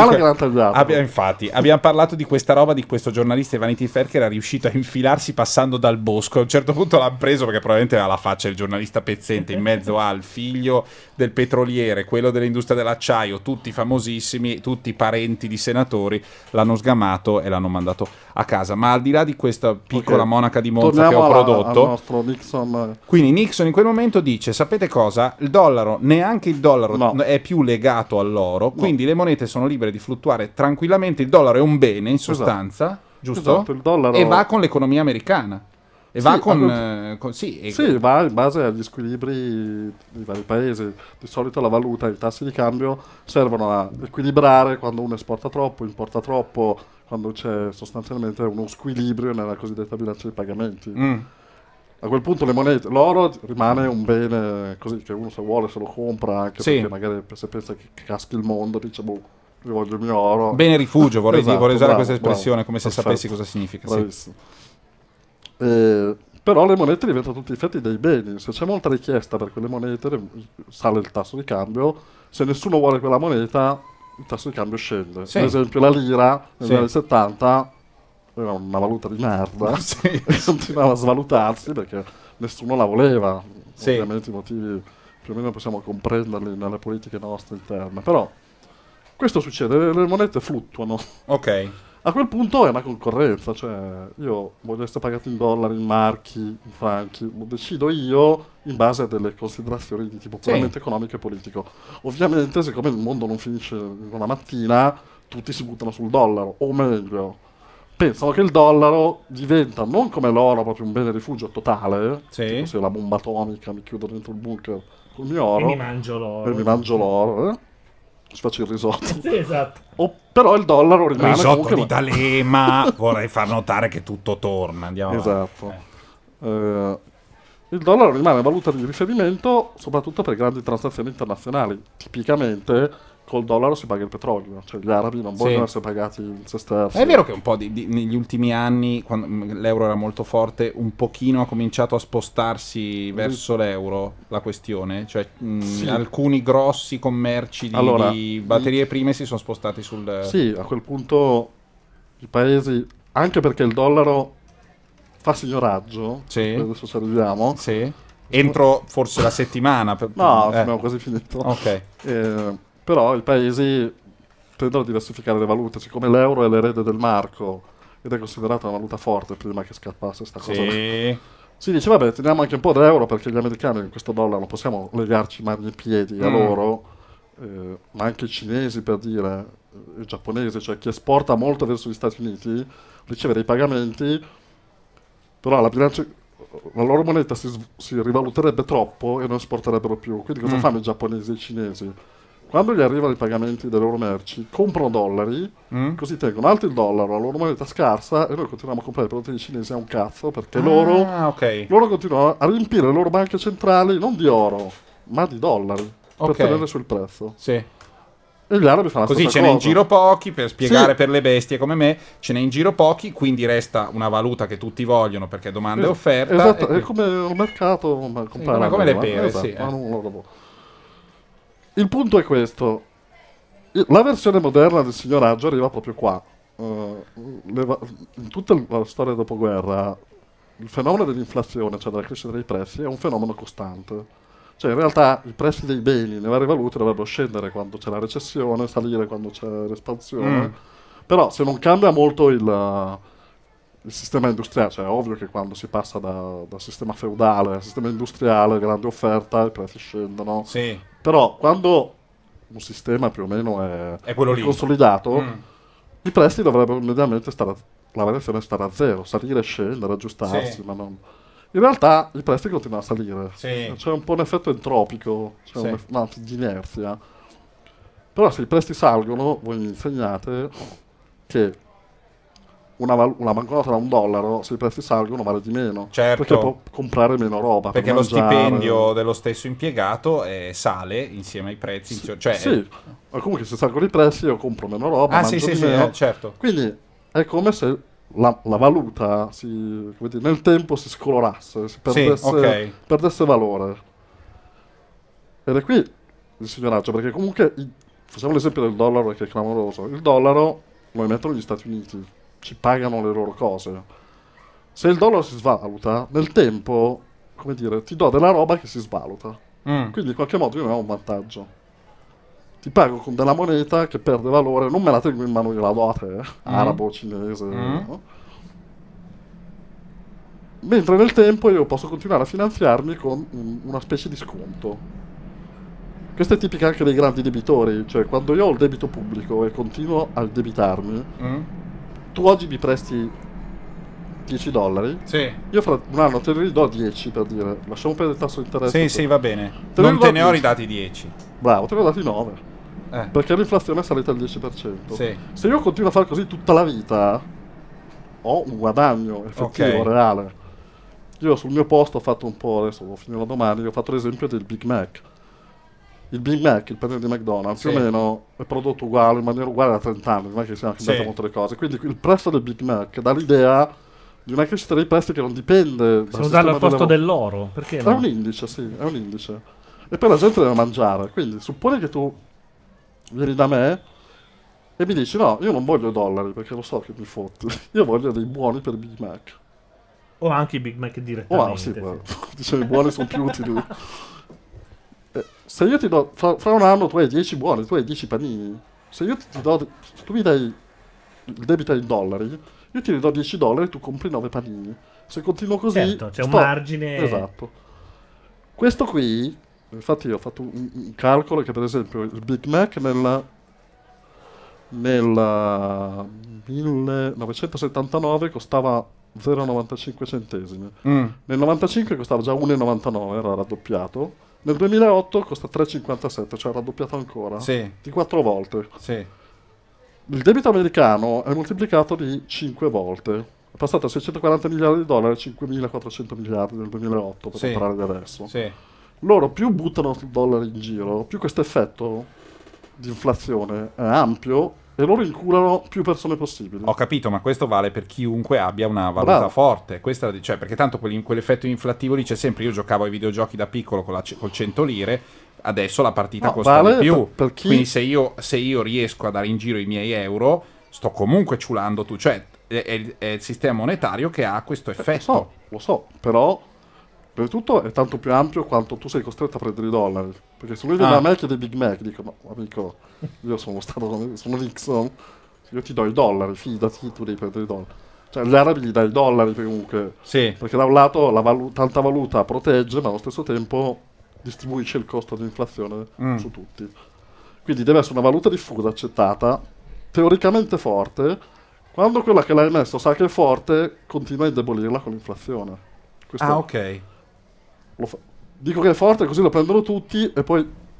parlato di questa roba di questo giornalista di Vanity Fair che era riuscito a infilarsi passando dal bosco. A un certo punto l'hanno preso perché probabilmente aveva la faccia del giornalista pezzente in mezzo al figlio del petroliere, quello dell'industria dell'acciaio, tutti famosissimi, tutti parenti di senatori. L'hanno sgamato e l'hanno mandato a casa. Ma al di là di questa piccola monaca di Monza che ho prodotto, al nostro Nixon. Quindi Nixon in quel momento dice: sapete cosa? Il dollaro, neanche il dollaro è più legato all'oro, quindi le monete sono libere di fluttuare tranquillamente. Il dollaro è un bene in sostanza, giusto? Esatto, il dollaro... E va con l'economia americana. E va va in base agli squilibri dei vari paesi. Di solito la valuta e i tassi di cambio servono a equilibrare quando uno esporta troppo, importa troppo, quando c'è sostanzialmente uno squilibrio nella cosiddetta bilancia dei pagamenti. A quel punto le monete, l'oro rimane un bene così che uno se vuole se lo compra, anche perché magari se pensa che caschi il mondo dice io voglio il mio oro. Bene rifugio, vorrei usare questa espressione come se sapessi cosa significa. Però le monete diventano a tutti gli effetti dei beni. Se c'è molta richiesta per quelle monete sale il tasso di cambio, se nessuno vuole quella moneta il tasso di cambio scende. Ad esempio la lira negli anni 70 era una valuta di merda e continuava a svalutarsi perché nessuno la voleva. Ovviamente i motivi più o meno possiamo comprenderli nelle politiche nostre interne, però questo succede, le monete fluttuano. A quel punto è una concorrenza, cioè io voglio essere pagato in dollari, in marchi, in franchi, lo decido io in base a delle considerazioni di tipo puramente economico e politico. Ovviamente, siccome il mondo non finisce in una mattina, tutti si buttano sul dollaro, o meglio, pensano che il dollaro diventa non come l'oro, proprio un bene rifugio totale, tipo se la bomba atomica mi chiudo dentro il bunker col mio oro e mi mangio l'oro, ci faccio il risotto. Esatto. Però il dollaro rimane risotto di D'Alema. Vorrei far notare che tutto torna. Andiamo avanti. Il dollaro rimane valuta di riferimento soprattutto per grandi transazioni internazionali. Tipicamente col dollaro si paga il petrolio, cioè gli arabi non vogliono essere pagati in sesterzi. È vero che un po' negli ultimi anni, quando l'euro era molto forte, un pochino ha cominciato a spostarsi verso l'euro la questione, cioè alcuni grossi commerci di batterie prime si sono spostati sul... Sì, a quel punto i paesi, anche perché il dollaro fa signoraggio, adesso ci arriviamo. Entro forse la settimana. No, abbiamo quasi finito. Però i paesi tendono a diversificare le valute, siccome l'euro è l'erede del marco ed è considerata una valuta forte prima che scappasse sta cosa. Si dice vabbè, teniamo anche un po' d'euro perché gli americani con questo dollaro non possiamo legarci mani e piedi a loro, ma anche i cinesi, per dire, i giapponesi, cioè chi esporta molto verso gli Stati Uniti riceve dei pagamenti, però la loro moneta si rivaluterebbe troppo e non esporterebbero più. Quindi cosa fanno i giapponesi e i cinesi? quando gli arrivano i pagamenti delle loro merci, comprano dollari, così tengono alto il dollaro, la loro moneta scarsa, e noi continuiamo a comprare i prodotti cinesi a un cazzo, perché loro continuano a riempire le loro banche centrali non di oro, ma di dollari, per tenere sul prezzo. Sì. E gli arabi fanno la così stessa ce n'è in cosa. giro pochi, per spiegare per le bestie come me, ce n'è in giro pochi, quindi resta una valuta che tutti vogliono perché domanda e offerta. Esatto, e è come un mercato, come le pere, esatto, sì. Il punto è questo: la versione moderna del signoraggio arriva proprio qua. In tutta la storia del dopoguerra, il fenomeno dell'inflazione, cioè della crescita dei prezzi, è un fenomeno costante. Cioè, in realtà i prezzi dei beni nelle varie valute dovrebbero scendere quando c'è la recessione, salire quando c'è l'espansione. Però se non cambia molto il sistema industriale, cioè è ovvio che quando si passa dal sistema feudale al sistema industriale, grande offerta, i prezzi scendono. Sì. Però quando un sistema più o meno è quello lì. consolidato, i prezzi dovrebbero mediamente la variazione stare a zero, salire, scendere, aggiustarsi, ma non... In realtà i prezzi continuano a salire. C'è un po' un effetto entropico, di inerzia. Però se i prezzi salgono, voi mi insegnate che una banconota da $1, se i prezzi salgono, vale di meno. Certo. Perché può comprare meno roba. Perché per lo mangiare. stipendio dello stesso impiegato sale insieme ai prezzi. Ma comunque se salgono i prezzi io compro meno roba, mangio di meno. Certo. Quindi è come se la valuta nel tempo si scolorasse, si perdesse valore. Ed è qui il signoraggio, perché comunque facciamo l'esempio del dollaro, che è clamoroso. Il dollaro lo emettono gli Stati Uniti, ci pagano le loro cose. Se il dollaro si svaluta, nel tempo, come dire, ti do della roba che si svaluta. Quindi in qualche modo io ne ho un vantaggio. Ti pago con della moneta che perde valore, non me la tengo in mano, io la do a te, arabo, cinese. No? Mentre nel tempo io posso continuare a finanziarmi con una specie di sconto. Questo è tipico anche dei grandi debitori, cioè quando io ho il debito pubblico e continuo a debitarmi, tu oggi mi presti $10, io fra un anno te ne ridò 10, per dire, lasciamo perdere il tasso di interesse. Sì, va bene. Non te ne ho ridati 10. Bravo, te ne ho dati 9. Perché l'inflazione è salita al 10%. Se io continuo a fare così tutta la vita, ho un guadagno effettivo, reale. Io sul mio posto ho fatto un po', adesso lo finirò domani, ho fatto l'esempio del Big Mac. Il Big Mac, il panino di McDonald's, più o meno è prodotto uguale, in maniera uguale da 30 anni, non è che siano cambiate molte le cose. Quindi il prezzo del Big Mac dà l'idea di una crescita dei prezzi che non dipende dal usarlo al posto dell'oro, perché no? È un indice, è un indice. E poi la gente deve mangiare, quindi supponi che tu vieni da me e mi dici no, io non voglio $, perché lo so che mi fotti, io voglio dei buoni per Big Mac. O anche i Big Mac direttamente. Diciamo, i buoni sono più utili. Se io ti do, fra un anno tu hai 10 buoni, tu hai 10 panini. Se io ti do, se tu mi dai il debito in dollari, io ti ridò $10, tu compri 9 panini. Se continuo così, certo, c'è un margine. Esatto. Questo qui, infatti io ho fatto un calcolo che per esempio il Big Mac nel 1979 costava 0,95 centesimi. Nel 95 costava già 1,99, era raddoppiato. Nel 2008 costa 3,57, cioè raddoppiato ancora. Di 4 volte. Il debito americano è moltiplicato di 5 volte. È passato da $640 miliardi a $5.400 miliardi nel 2008, per parlare di adesso. Loro più buttano dollari in giro, più questo effetto di inflazione è ampio e loro inculano più persone possibili. Ho capito, ma questo vale per chiunque abbia una valuta forte. Questa, cioè, perché tanto quell'effetto inflattivo lì c'è sempre. Io giocavo ai videogiochi da piccolo col 100 lire, adesso la partita costa di più. Quindi se io riesco a dare in giro i miei euro, sto comunque ciulando tu. Cioè, è il sistema monetario che ha questo effetto. Lo so, però per tutto è tanto più ampio quanto tu sei costretto a prendere i dollari. Perché se lui viene da me e chiede Big Mac, dico no, amico, io sono Nixon, io ti do i dollari, fidati, tu devi prendere i dollari. Cioè gli arabi gli dai i dollari comunque. Perché da un lato tanta valuta protegge, ma allo stesso tempo distribuisce il costo dell'inflazione su tutti. Quindi deve essere una valuta diffusa, accettata, teoricamente forte. Quando quella che l'ha emesso sa che è forte, continua a indebolirla con l'inflazione. Questo ok. Dico che è forte così lo prendono tutti e poi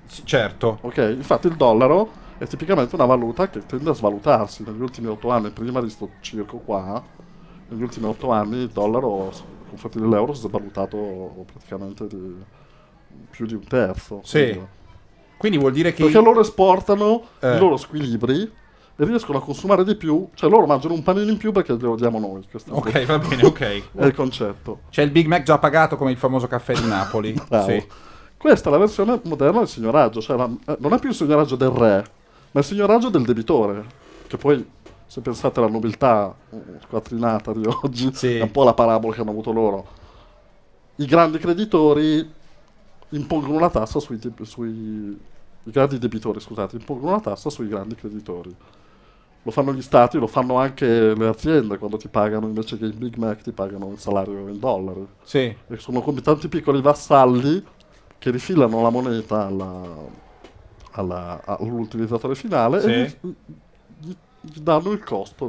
Certo. Ok, infatti il dollaro è tipicamente una valuta che tende a svalutarsi. Negli ultimi 8 anni, prima di sto circo qua, negli ultimi 8 anni il dollaro nei confronti dell'euro si è svalutato praticamente di più di un terzo. Sì. Quindi vuol dire che... Perché loro esportano i loro squilibri e riescono a consumare di più, cioè loro mangiano un panino in più perché glielo diamo noi. Ok, va bene, ok. È il concetto. C'è il Big Mac già pagato come il famoso caffè di Napoli. Sì. Questa è la versione moderna del signoraggio, cioè non è più il signoraggio del re, ma il signoraggio del debitore, che poi, se pensate alla nobiltà squattrinata di oggi, è un po' la parabola che hanno avuto loro. I grandi creditori impongono una tassa i grandi debitori, scusate, impongono una tassa sui grandi creditori. Lo fanno gli stati, lo fanno anche le aziende quando ti pagano, invece che il Big Mac ti pagano il salario in dollari. Sì. E sono come tanti piccoli vassalli che rifilano la moneta all'utilizzatore finale e gli danno il costo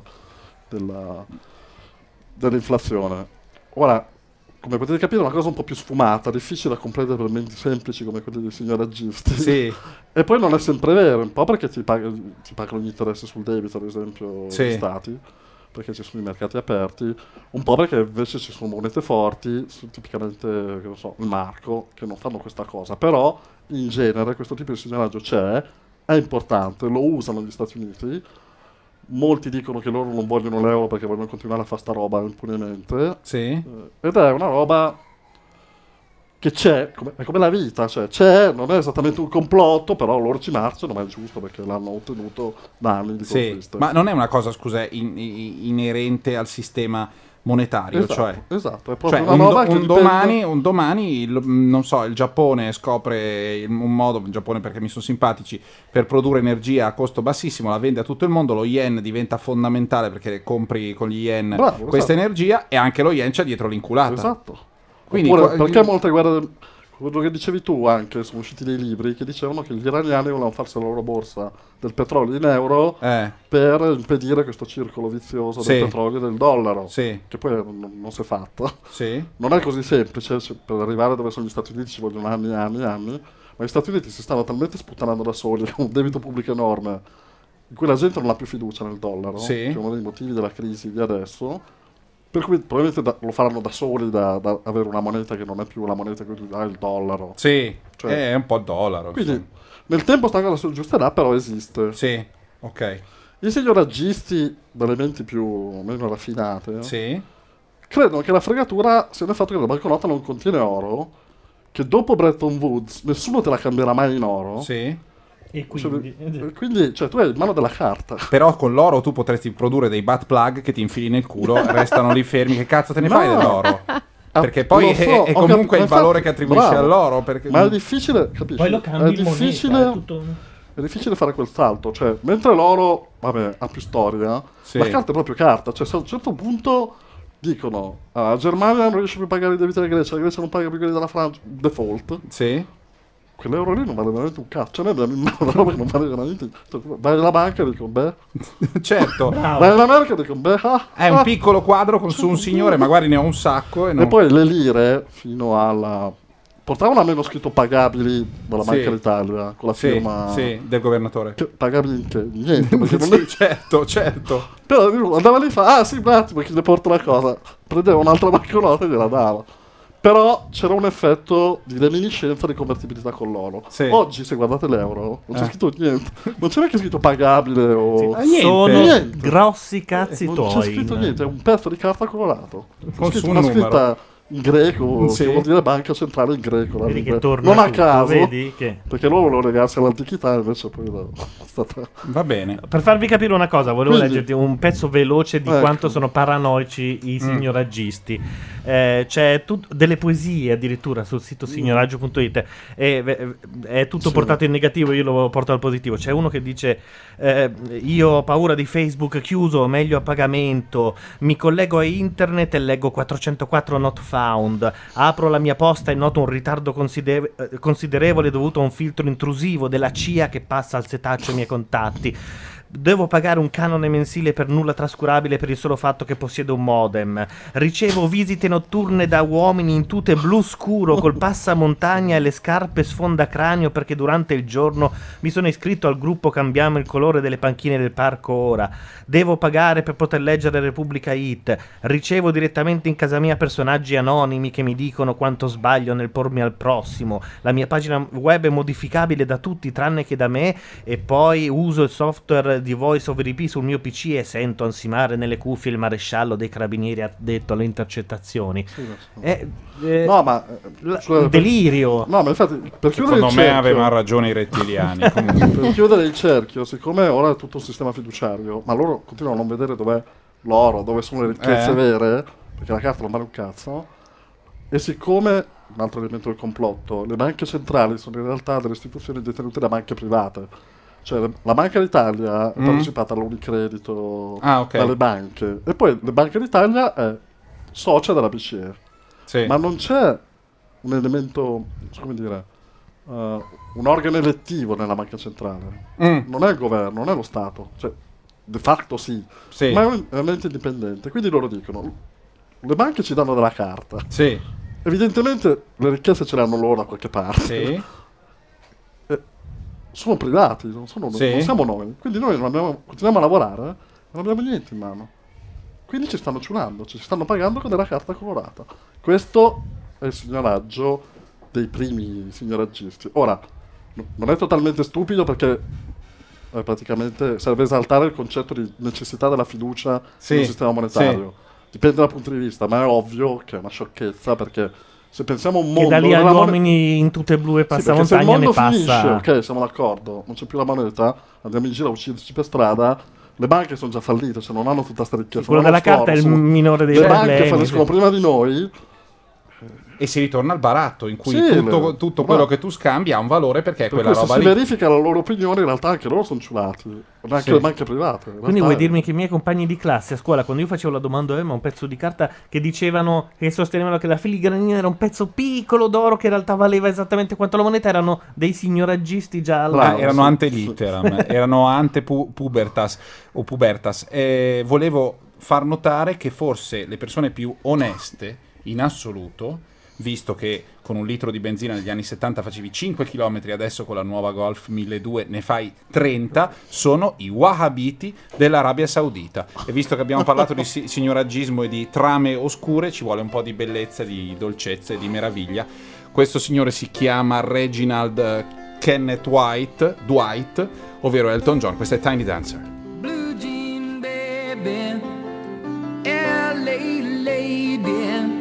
dell'inflazione. Ora, come potete capire, è una cosa un po' più sfumata, difficile da comprendere per menti semplici come quelli dei signoraggisti. Sì. E poi non è sempre vero, un po' perché ti pagano gli interessi sul debito, ad esempio, gli stati, perché ci sono i mercati aperti, un po' perché invece ci sono monete forti, tipicamente, che non so, il marco, che non fanno questa cosa. Però, in genere, questo tipo di signoraggio c'è, è importante, lo usano gli Stati Uniti. Molti dicono che loro non vogliono l'euro perché vogliono continuare a fare sta roba impunemente. Sì. Ed è una roba che c'è, è come la vita, cioè c'è, non è esattamente un complotto, però loro ci marciano, ma è giusto perché l'hanno ottenuto da anni di conquiste. Ma non è una cosa, scusa, inerente al sistema monetario, esatto, è proprio cioè una roba che un domani non so, il Giappone scopre un modo, il Giappone perché mi sono simpatici, per produrre energia a costo bassissimo, la vende a tutto il mondo, lo yen diventa fondamentale perché compri con gli yen questa energia e anche lo yen c'ha dietro l'inculata. Esatto. Quindi, oppure perché molte guerre, quello che dicevi tu anche, sono usciti dei libri che dicevano che gli iraniani volevano farsi la loro borsa del petrolio in euro per impedire questo circolo vizioso del petrolio e del dollaro, che poi non si è fatto. Non è così semplice, per arrivare dove sono gli Stati Uniti ci vogliono anni e anni e anni, ma gli Stati Uniti si stanno talmente sputtanando da soli con un debito pubblico enorme in cui la gente non ha più fiducia nel dollaro, che è uno dei motivi della crisi di adesso. Per cui probabilmente lo faranno da soli, da avere una moneta che non è più la moneta che ha il dollaro. Sì, è un po' il dollaro. Quindi nel tempo sta cosa si aggiusterà, però esiste. Sì, ok. I signoraggisti dalle menti più o meno raffinate credono che la fregatura sia nel fatto che la banconota non contiene oro, che dopo Bretton Woods nessuno te la cambierà mai in oro. E quindi cioè, tu hai in mano della carta. Però con l'oro tu potresti produrre dei butt plug che ti infili nel culo, restano lì fermi. Che cazzo te ne fai dell'oro? Perché poi è comunque il valore che attribuisci all'oro. Perché... Ma è difficile, capisci? Poi lo cambi è difficile, è difficile fare quel salto. Cioè, mentre l'oro, vabbè, ha più storia, la carta è proprio carta. Cioè, se a un certo punto dicono la Germania non riesce più a pagare i debiti della Grecia, la Grecia non paga più quelli della Francia, default. Quell'euro lì non vale veramente un cazzo. Cioè, noi abbiamo in mano una roba che non vale veramente. Vai alla banca e dico, certo. Vai all'America e dico, è un piccolo quadro con su un signore, magari ne ho un sacco. E poi le lire, fino alla... portavano almeno scritto pagabili dalla Banca d'Italia, con la firma... del governatore. Pagabili che niente, perché non certo. Però andava lì e fa, sì, un attimo, che le porto la cosa. Prendeva un'altra banconota e gliela dava. Però c'era un effetto di reminiscenza di convertibilità con l'oro. Oggi, se guardate l'euro, non c'è scritto niente. Non c'è neanche scritto pagabile o... Sono grossi cazzi tuoi. Non c'è scritto niente, è un pezzo di carta colorato. Con scritto una scritta in greco, che vuol dire banca centrale in greco. Vedi che torna non a tutto, caso, vedi che... perché loro volevano legarsi all'antichità, invece poi è stata... Va bene. Per farvi capire una cosa, volevo leggerti un pezzo veloce di quanto sono paranoici i signoraggisti. C'è delle poesie addirittura sul sito signoraggio.it, è tutto portato in negativo, io lo porto al positivo. C'è uno che dice io ho paura di Facebook chiuso, meglio a pagamento, mi collego a internet e leggo 404 not found, apro la mia posta e noto un ritardo considerevole dovuto a un filtro intrusivo della CIA che passa al setaccio i miei contatti. Devo pagare un canone mensile per nulla trascurabile per il solo fatto che possiedo un modem. Ricevo visite notturne da uomini in tute blu scuro col passamontagna e le scarpe sfondacranio perché durante il giorno mi sono iscritto al gruppo Cambiamo il colore delle panchine del parco ora. Devo pagare per poter leggere Repubblica Hit. Ricevo direttamente in casa mia personaggi anonimi che mi dicono quanto sbaglio nel pormi al prossimo. La mia pagina web è modificabile da tutti tranne che da me, e poi uso il software di Voice over IP sul mio PC e sento ansimare nelle cuffie il maresciallo dei carabinieri addetto alle intercettazioni. No, ma delirio. No, ma infatti, per chiudere secondo il me cerchio, avevano ragione i rettiliani. per chiudere il cerchio, siccome ora è tutto un sistema fiduciario, ma loro continuano a non vedere dov'è l'oro, dove sono le ricchezze vere, perché la carta non vale un cazzo, e siccome, un altro elemento del complotto, le banche centrali sono in realtà delle istituzioni detenute da banche private. Cioè la Banca d'Italia è partecipata all'Unicredito dalle banche, e poi la Banca d'Italia è socia della BCE. Sì. Ma non c'è un elemento, come dire, un organo elettivo nella banca centrale. Non è il governo, non è lo Stato. Cioè, de facto sì. Ma è un ente indipendente. Quindi loro dicono, le banche ci danno della carta. Sì. Evidentemente le ricchezze ce le hanno loro da qualche parte. Sì. Sono privati, non siamo noi. Quindi noi continuiamo a lavorare e non abbiamo niente in mano. Quindi ci stanno ciulando, ci stanno pagando con della carta colorata. Questo è il signoraggio dei primi signoraggisti. Ora, non è totalmente stupido perché praticamente serve esaltare il concetto di necessità della fiducia nel sistema monetario. Dipende dal punto di vista, ma è ovvio che è una sciocchezza, perché se pensiamo a un mondo... Che da lì agli uomini in tute blu e passamontagna ne passa... Finisce, ok, siamo d'accordo, non c'è più la moneta, andiamo in giro a ucciderci per strada, le banche sono già fallite, cioè non hanno tutta sta ricchezza. Quello della carta è il minore dei problemi. Le banche falliscono prima di noi... E si ritorna al baratto in cui tutto quello che tu scambi ha un valore perché è quella roba se lì. Si verifica la loro opinione, in realtà anche loro sono ciulati, anche le banche private. Quindi vuoi dirmi che i miei compagni di classe a scuola, quando io facevo la domanda ma un pezzo di carta, che dicevano, che sostenevano che la filigranina era un pezzo piccolo d'oro che in realtà valeva esattamente quanto la moneta, erano dei signoraggisti già allora. Erano ante litteram, erano ante pubertas o pubertas. Volevo far notare che forse le persone più oneste in assoluto, visto che con un litro di benzina negli anni 70 facevi 5 km, adesso con la nuova Golf 1200 ne fai 30, sono i wahhabiti dell'Arabia Saudita. E visto che abbiamo parlato di signoraggismo e di trame oscure, ci vuole un po' di bellezza, di dolcezza e di meraviglia. Questo signore si chiama Reginald Kenneth Dwight, ovvero Elton John. Questo è Tiny Dancer. Blue jean baby, LA lady,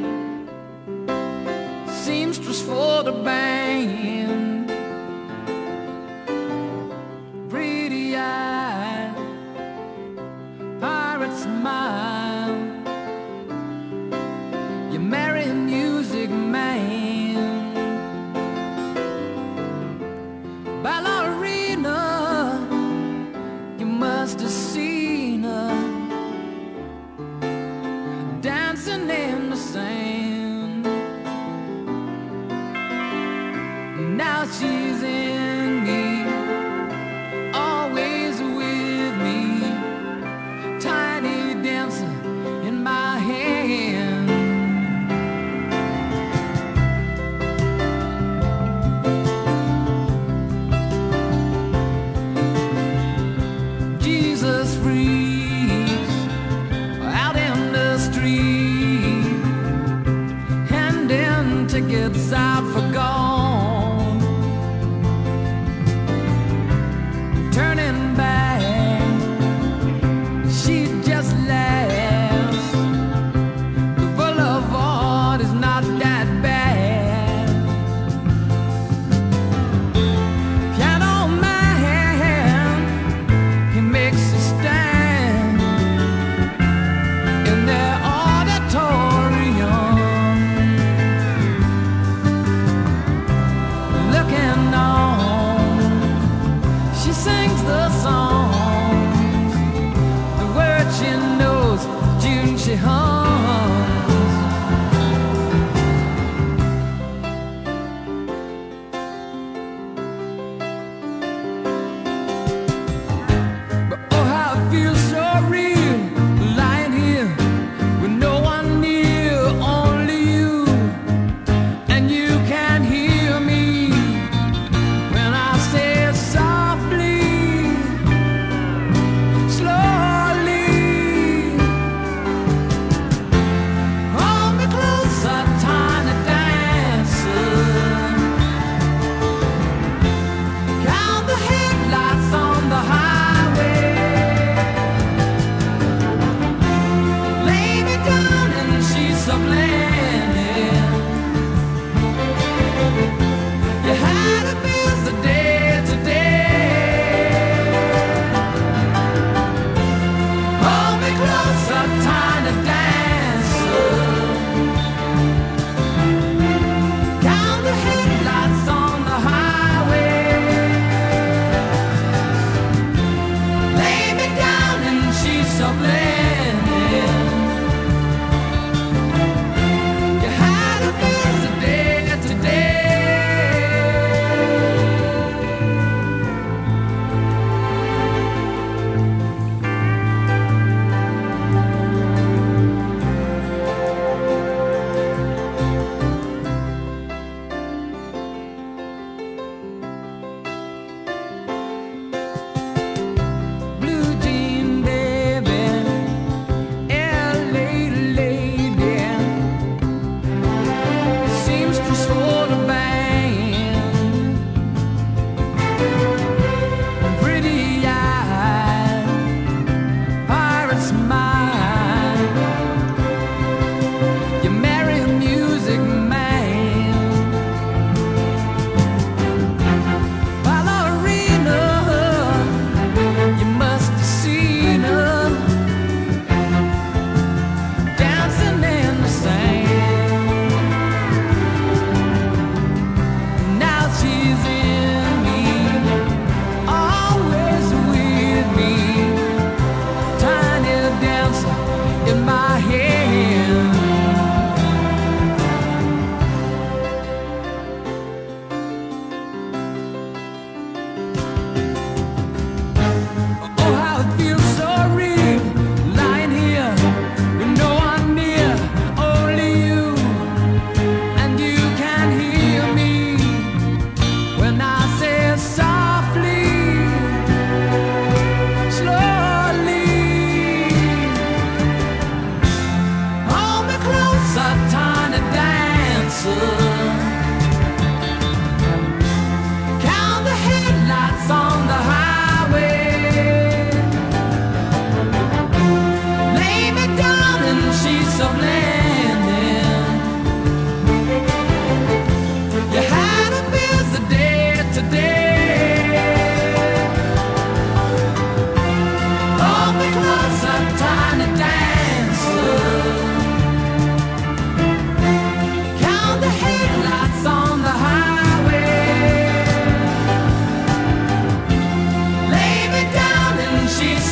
seamstress for the band, pretty eye, pirate smile, you marry a music man, ballerina, you must have seen her dancing in the sand. Now she's in me, always with me, tiny dancer in my hand. Jesus freeze out in the street, handing tickets out for gone, turning back, she just laughs. The boulevard is not that bad. Piano man, he makes a stand in their auditorium, looking on. She sings the songs, the words she knows, tune she hums. But oh,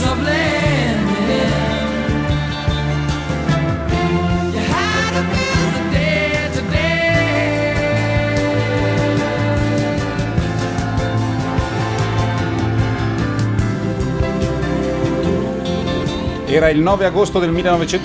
sense of landing. You had to build the day today. Era il 9 agosto del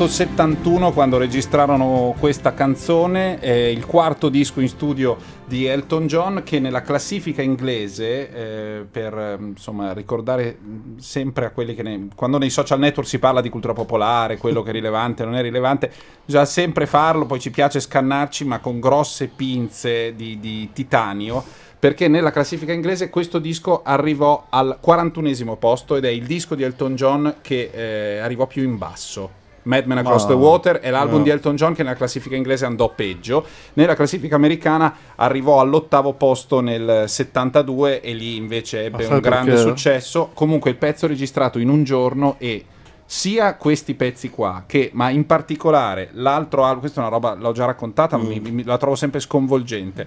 1971 quando registrarono questa canzone, il quarto disco in studio di Elton John, che nella classifica inglese, per insomma ricordare sempre a quelli che quando nei social network si parla di cultura popolare, quello che è rilevante non è rilevante, bisogna sempre farlo, poi ci piace scannarci ma con grosse pinze di titanio, perché nella classifica inglese questo disco arrivò al 41esimo posto ed è il disco di Elton John che arrivò più in basso. Mad Men Across the Water è l'album di Elton John che nella classifica inglese andò peggio. Nella classifica americana arrivò all'8° posto nel 72 e lì invece ebbe un grande successo. Comunque il pezzo è registrato in un giorno e sia questi pezzi qua ma in particolare l'altro album, questa è una roba, l'ho già raccontata, ma la trovo sempre sconvolgente.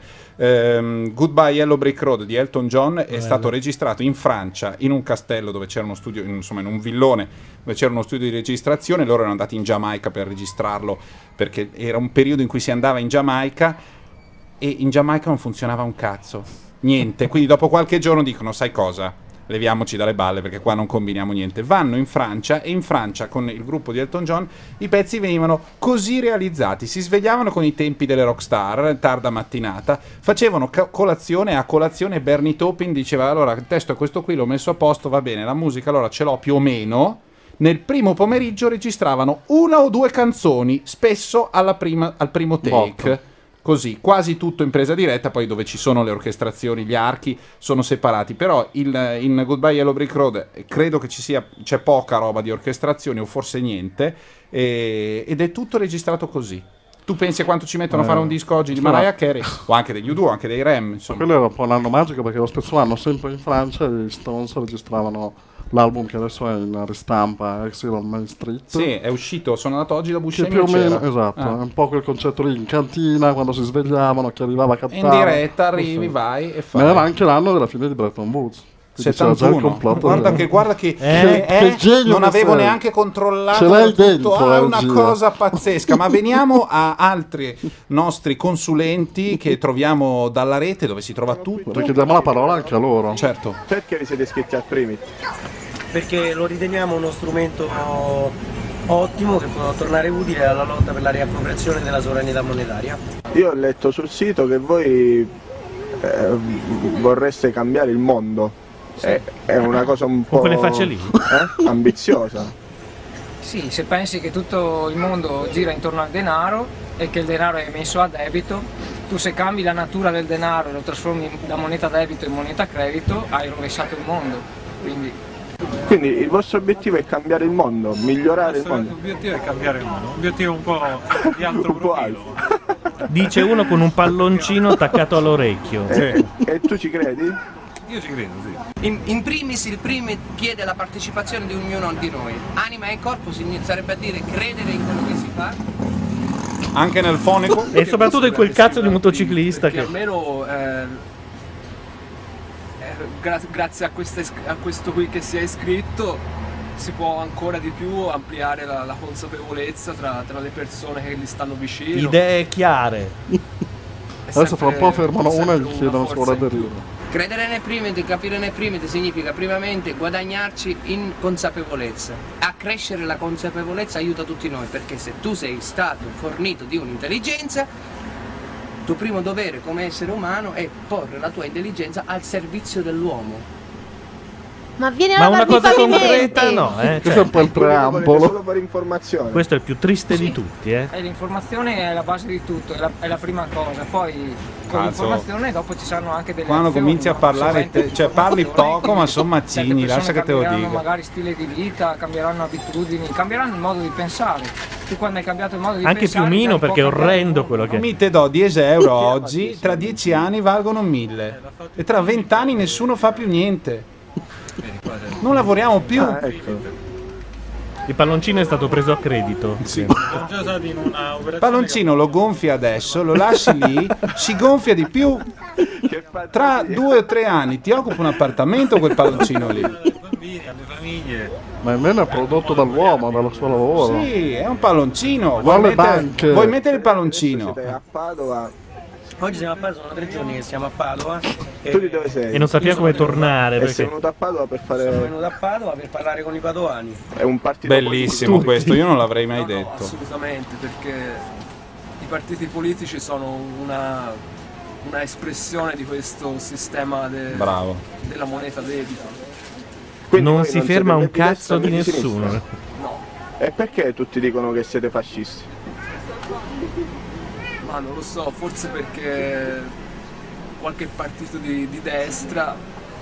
Goodbye Yellow Brick Road di Elton John è stato registrato in Francia in un castello dove c'era uno studio, insomma in un villone dove c'era uno studio di registrazione. Loro erano andati in Giamaica per registrarlo perché era un periodo in cui si andava in Giamaica e in Giamaica non funzionava un cazzo, niente, quindi dopo qualche giorno dicono: sai cosa? Leviamoci dalle balle perché qua non combiniamo niente. Vanno in Francia e in Francia con il gruppo di Elton John i pezzi venivano così realizzati, si svegliavano con i tempi delle rockstar, tarda mattinata, facevano colazione, a colazione Bernie Taupin diceva: allora il testo è questo qui, l'ho messo a posto, va bene, la musica allora ce l'ho più o meno. Nel primo pomeriggio registravano 1 o 2 canzoni, spesso al primo take. Così, quasi tutto in presa diretta, poi dove ci sono le orchestrazioni, gli archi sono separati, però in Goodbye Yellow Brick Road credo che c'è poca roba di orchestrazioni o forse niente, ed è tutto registrato così. Tu pensi a quanto ci mettono a fare un disco oggi di Mariah Carey o anche degli U2 o anche dei Rem, insomma. Quello era un po' un anno magico perché lo stesso anno sempre in Francia gli Stones registravano l'album che adesso è in ristampa, Exile on Main Street. Sì, è uscito, sono andato oggi da Buscemi. Più o meno, esatto, è un po' quel concetto lì in cantina, quando si svegliavano, chi arrivava a cantare. In diretta arrivi, vai e fai. Ma era anche l'anno della fine di Bretton Woods. 71. Guarda che non avevo neanche controllato tutto. È una cosa pazzesca. Ma veniamo a altri nostri consulenti che troviamo dalla rete, dove si trova tutto. Perché diamo la parola anche a loro. Certo. Perché vi siete iscritti al Primit? Perché lo riteniamo uno strumento ottimo che può tornare utile alla lotta per la riappropriazione della sovranità monetaria. Io ho letto sul sito che voi vorreste cambiare il mondo. È una cosa un po' quelle facce lì? Ambiziosa. Sì, se pensi che tutto il mondo gira intorno al denaro e che il denaro è messo a debito, tu se cambi la natura del denaro e lo trasformi da moneta debito in moneta credito, hai rovesciato il mondo. Quindi il vostro obiettivo è cambiare il mondo, migliorare il mondo? L'obiettivo è cambiare il mondo, l'obiettivo un po' di altro profilo. Dice uno con un palloncino attaccato all'orecchio. E tu ci credi? Io ci credo, sì. In primis il Primit chiede la partecipazione di ognuno di noi. Anima e corpo sarebbe a dire credere in quello che si fa. Anche nel fonico. E soprattutto in quel cazzo di motociclista che almeno grazie a questo qui che si è iscritto si può ancora di più ampliare la consapevolezza tra le persone che gli stanno vicino. Idee chiare. Adesso fra un po' fermano una e gli chiedono se vuole aderire. Credere nel Primit, capire nel Primit significa primamente guadagnarci in consapevolezza. Accrescere la consapevolezza aiuta tutti noi, perché se tu sei stato fornito di un'intelligenza, il tuo primo dovere come essere umano è porre la tua intelligenza al servizio dell'uomo. Ma viene Ma a una darmi cosa fallimenti. concreta no, Questo è un po' il preambolo. Solo per informazione. Questo è il più triste di tutti, L'informazione è la base di tutto, è la prima cosa, poi con l'informazione dopo ci saranno anche delle quando azioni, cominci a parlare parli poco ma sono mazzini, lascia che te lo dica. Cambieranno magari stile di vita, cambieranno abitudini, cambieranno il modo di pensare. Tu quando hai cambiato il modo di anche pensare più meno perché è orrendo quello che mi te do 10 euro oggi, tra 10 anni valgono 1000 e tra 20 anni nessuno fa più niente, non lavoriamo più. Il palloncino è stato preso a credito. Sì. Palloncino lo gonfi adesso, lo lasci lì, si gonfia di più. Tra 2 o 3 anni ti occupa un appartamento quel palloncino lì. bambini, alle famiglie. Ma almeno è prodotto dall'uomo, dal suo lavoro. Sì, è un palloncino. Vuole banche. Vuoi mettere il palloncino? A Padova. Oggi siamo a Padova, sono 3 giorni che siamo a Padova. Tu di dove sei? E non sappiamo come tornare. E Perché... sei venuto a Padova per fare... Sono venuto a Padova per parlare con i padovani. È un partito bellissimo politico. questo, io non l'avrei mai detto. Assolutamente, perché i partiti politici sono una espressione di questo sistema Bravo. della moneta debita. Quindi non si ferma un cazzo di nessuno. No. E perché tutti dicono che siete fascisti? Ma non lo so, forse perché qualche partito di destra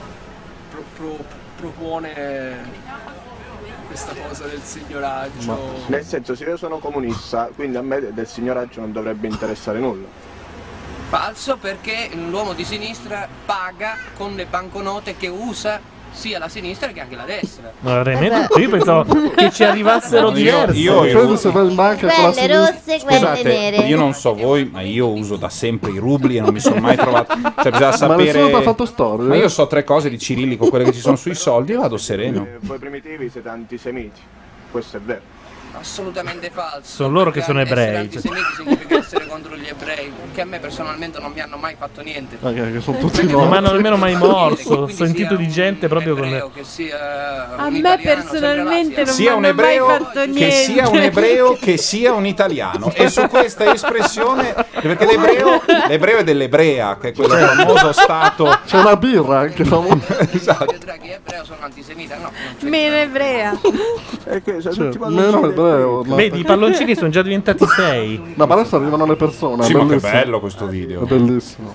propone questa cosa del signoraggio. Nel senso, se io sono comunista, quindi a me del signoraggio non dovrebbe interessare nulla. Falso, perché l'uomo di sinistra paga con le banconote che usa sia la sinistra che anche la destra. Ma veramente? Io pensavo che ci arrivassero diverse. Io se vai in banca con la Quelle rosse, quelle Scusate, nere. io non so voi, ma io uso da sempre i rubli e non mi sono mai trovato. Cioè, bisogna Ma sapere. nessuno ti ha fatto storie? Ma io so 3 cose di cirillico, quelle che ci sono sui soldi, e vado sereno. Voi primitivi siete antisemiti, questo è vero. Assolutamente falso. Sono loro che sono Essere ebrei. antisemiti significa essere contro gli ebrei, che a me personalmente non mi hanno mai fatto niente. Che sono tutti Non mi hanno nemmeno mai morso. Ho Quindi sentito di gente proprio ebreo, con. che sia A un me italiano, personalmente non mi Sia un hanno mai ebreo, fatto niente. che sia un ebreo, che sia un italiano. E su questa espressione, perché l'ebreo è dell'ebrea, che è quello famoso stato. C'è una birra anche famosa. Esatto. Draghi è ebreo, sono antisemita, no. Meno ebrea. Meno ebreo. Vedi, i palloncini sono già diventati 6. No, ma adesso arrivano le persone. Sì, è ma che bellissimo. bello questo video. È bellissimo.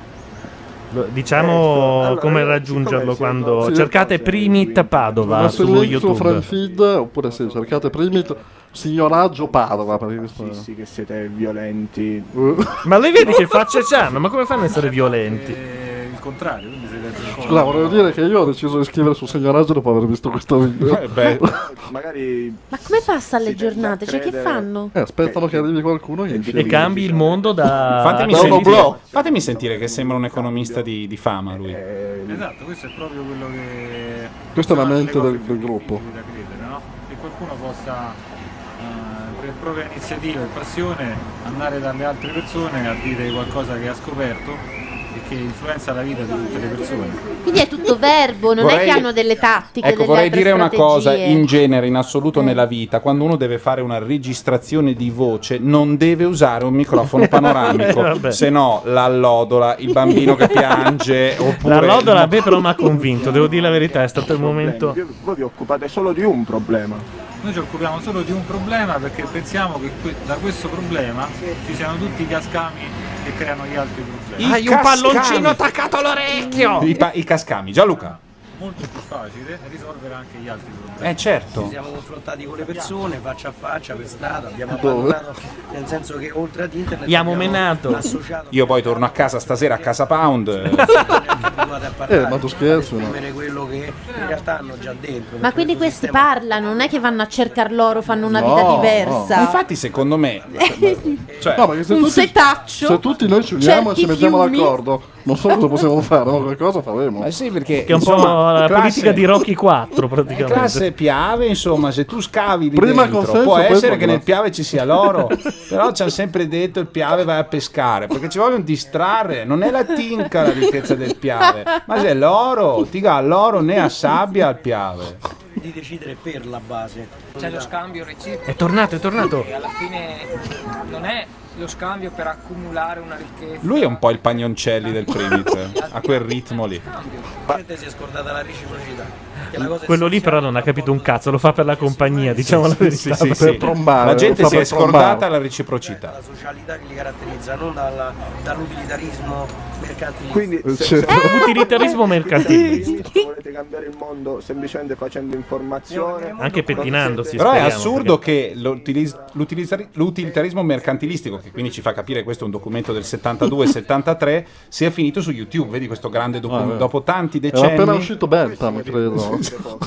Diciamo come raggiungerlo quando Sì, cercate Primit Padova Ma se su link su YouTube. friend feed, oppure se cercate Primit signoraggio Padova, perché questo Sì, che siete violenti. Ma lei vedi che facce c'hanno? Ma come fanno ad essere violenti? Il contrario, quindi siete Scusa, volevo dire che io ho deciso di scrivere su signoraggio dopo aver visto questo video. Magari Ma come passa alle giornate? Cioè, che fanno? Aspettano che arrivi qualcuno E cambi il mondo da. Fatemi sentire che sembra un economista di fama lui. Esatto, questo è proprio quello che... Questa è la mente del gruppo. da credere, no? Che qualcuno possa, per propria iniziativa e passione, andare dalle altre persone a dire qualcosa che ha scoperto e che influenza la vita di tutte le persone. Quindi è tutto verbo, non è che hanno delle tattiche, Ecco, delle vorrei altre dire una cosa, strategie. in genere, in assoluto nella vita, quando uno deve fare una registrazione di voce, non deve usare un microfono panoramico, Vabbè. se no l'allodola, il bambino che piange, oppure... L'allodola a me però mi ha convinto, devo dire la verità, è stato il momento. Voi vi occupate solo di un problema. Noi ci occupiamo solo di un problema perché pensiamo che da questo problema ci siano tutti i cascami che creano gli altri problemi. Hai un palloncino attaccato all'orecchio! I cascami. Gianluca. Molto più facile risolvere anche gli altri problemi. Certo. Ci siamo confrontati con le persone faccia a faccia per strada, abbiamo Dove? abbandonato, nel senso che oltre ad internet Abbiamo menato. associato Io poi torno a casa stasera a Casa Pound. a parlare, ma tu scherzi, no? esprimere quello che in realtà hanno già dentro. Ma quindi questi parlano, non è che vanno a cercare loro, fanno una No, vita diversa. Infatti, secondo me, cioè, No, perché se Un tutti, setaccio. se tutti noi ci uniamo Certi e ci mettiamo fiumi. d'accordo, non so cosa possiamo fare, ma qualcosa faremo. sì, perché Che è un po' la politica di Rocky 4 praticamente. classe Piave, insomma, se tu scavi lì Prima dentro, consenso, può poi essere problema. che nel Piave ci sia l'oro, però ci hanno sempre detto il Piave vai a pescare, perché ci vogliono distrarre, non è la tinca la ricchezza del Piave, ma se è l'oro, ti dà l'oro né a sabbia al Piave. di decidere per la base. C'è lo scambio reciproco. È tornato, è tornato. E alla fine non è lo scambio per accumulare una ricchezza. Lui è un po' il Pagnoncelli del Primit, a quel ritmo lì. La gente si è scordata la reciprocità. Che la cosa Quello lì però non ha capito un cazzo, lo fa per la compagnia, diciamo la verità. Sì, sì, sì. La gente si è scordata la reciprocità. la socialità che li caratterizza, non dall'utilitarismo mercantilista. Quindi Utilitarismo mercantilista. volete cambiare il mondo semplicemente facendo informazione, Anche pettinandosi. Però è speriamo, assurdo che l'utilitarismo mercantistico, che quindi ci fa capire questo è un documento del 72-73, sia finito su YouTube. Vedi questo grande documento dopo tanti Era appena decenni. uscito Bentham, credo.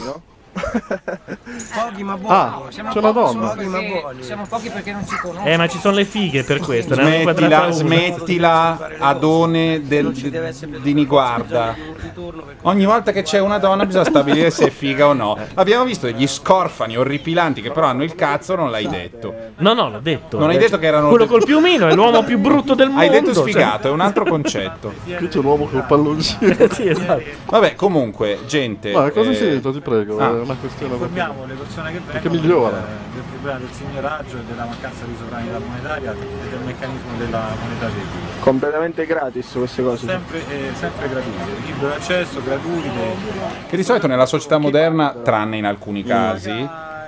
Pochi ma buoni. Ah, c'è una donna. Siamo pochi perché non ci conoscono. Ma ci sono le fighe per questo. ne hanno inquadrata una. Smettila, Adone di Niguarda. Ogni volta che c'è una donna bisogna stabilire se è figa o no. Abbiamo visto degli scorfani orripilanti che però hanno il cazzo, non l'hai detto. No, l'ho detto. Non hai detto che erano quello col piumino è l'uomo più brutto del mondo. Hai detto sfigato, è un altro concetto. Qui c'è l'uomo col palloncino. Sì, esatto. Vabbè, comunque, gente. Ma cosa sento, ti prego? Ah. È una questione. Informiamo le persone che Perché vengono migliora. del problema del signoraggio e della mancanza di sovranità monetaria e del meccanismo della moneta debita. Completamente gratis queste cose. Sempre gratuite, libero d'accesso, gratuite. Che di solito nella società moderna, tranne in alcuni casi,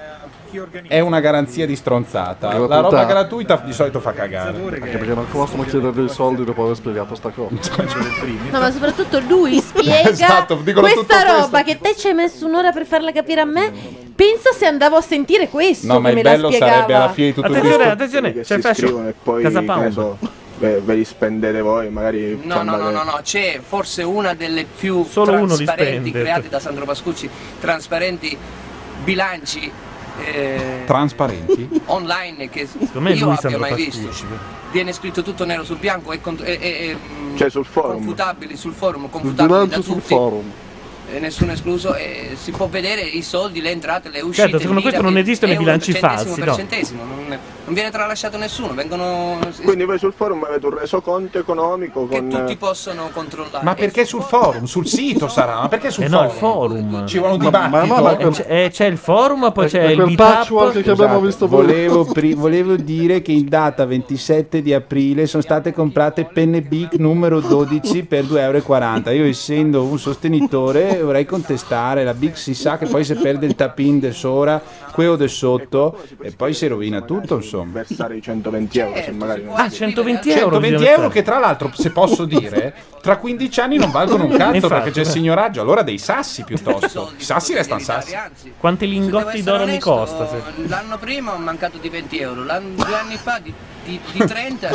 è una garanzia di stronzata. La roba gratuita di solito fa cagare. Anche perché non possono chiedere dei soldi dopo aver spiegato sta cosa. No, ma soprattutto lui spiega Esatto, dicono tutto questa roba questo. che te ci hai messo un'ora per farla capire a me. Pensa se andavo a sentire questo. No, ma che il me la bello spiegava. sarebbe alla fine di tutto Attenzione, questo. attenzione, Che c'è il si fascio. iscrivono e poi Casa che ne Pound. so, ve li spendete voi, magari. No, c'è forse una delle più Solo uno li trasparenti spende. create da Sandro Pascucci, trasparenti bilanci Trasparenti? online che me io lui abbia Sandro mai Pascucci. visto. Viene scritto tutto nero su bianco e Cioè sul forum. confutabili sul forum, Il confutabili da bilancio sul tutti. forum. Nessuno escluso, e si può vedere i soldi, le entrate, le uscite. Certo, secondo questo non esistono i bilanci falsi, per no? centesimo, non viene tralasciato nessuno, vengono. Quindi voi sul forum avete un resoconto economico che con. tutti possono controllare. Ma perché sul forum? Sul sito sarà? Ma perché sul no, forum? il forum. Ci vuole un dibattito. C'è il forum, poi c'è il quel meetup. patchwork che abbiamo visto prima. Volevo dire che in data 27 di aprile sono state comprate penne Bic numero 12 per 2,40 €. Io, essendo un sostenitore, vorrei contestare. La Bic si sa che poi si perde il tapin de sopra, quello de sotto, e poi si rovina tutto, insomma. Versare i 120 euro se magari. Ah, 120 euro. 120 euro che tra l'altro, se posso dire, tra 15 anni non valgono un cazzo. Infatti, perché c'è il signoraggio. Allora dei sassi piuttosto. I sassi restano sassi. Quanti lingotti d'oro mi costa? L'anno prima ho mancato di 20 euro, 2 anni fa di 30.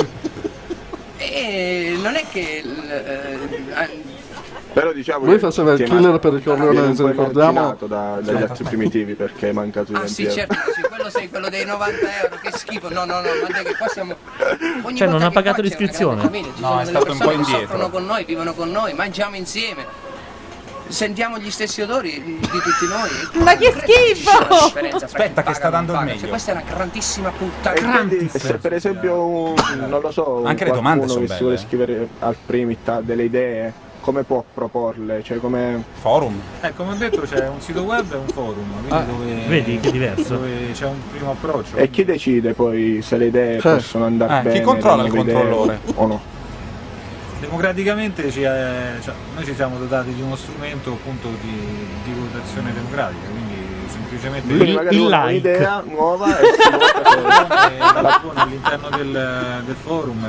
E non è che Però diciamo Lui che faceva il ti è killer per il viene Corleone, un se po' ricordiamo. emarginato dagli altri primitivi perché è mancato di 20 sì, euro. certo, sì, quello sei quello dei 90 euro, che schifo. No, guarda che qua siamo. Ogni Cioè, non volta ha che pagato qua c'è una l'iscrizione? grande famiglia, ci No, sono è delle stato un po' persone che indietro. soffrono con noi, vivono con noi, mangiamo insieme. Sentiamo gli stessi odori di tutti noi. Ma che schifo! Aspetta che sta dando il meglio. Cioè, questa è una grandissima E puttana. quindi, se per esempio non lo so, Anche le domande qualcuno sono che si vuole belle. scrivere al Primit ha delle idee, come può proporle? Cioè come. Forum? Come ho detto c'è un sito web e un forum, quindi vedi che è diverso. dove c'è un primo approccio. E chi decide poi se le idee possono andare bene? chi controlla il le nuove idee controllore? O no? Democraticamente noi ci siamo dotati di uno strumento appunto di votazione democratica, quindi semplicemente Quindi magari il uno ha like. un'idea nuova e si vota la pone all'interno del forum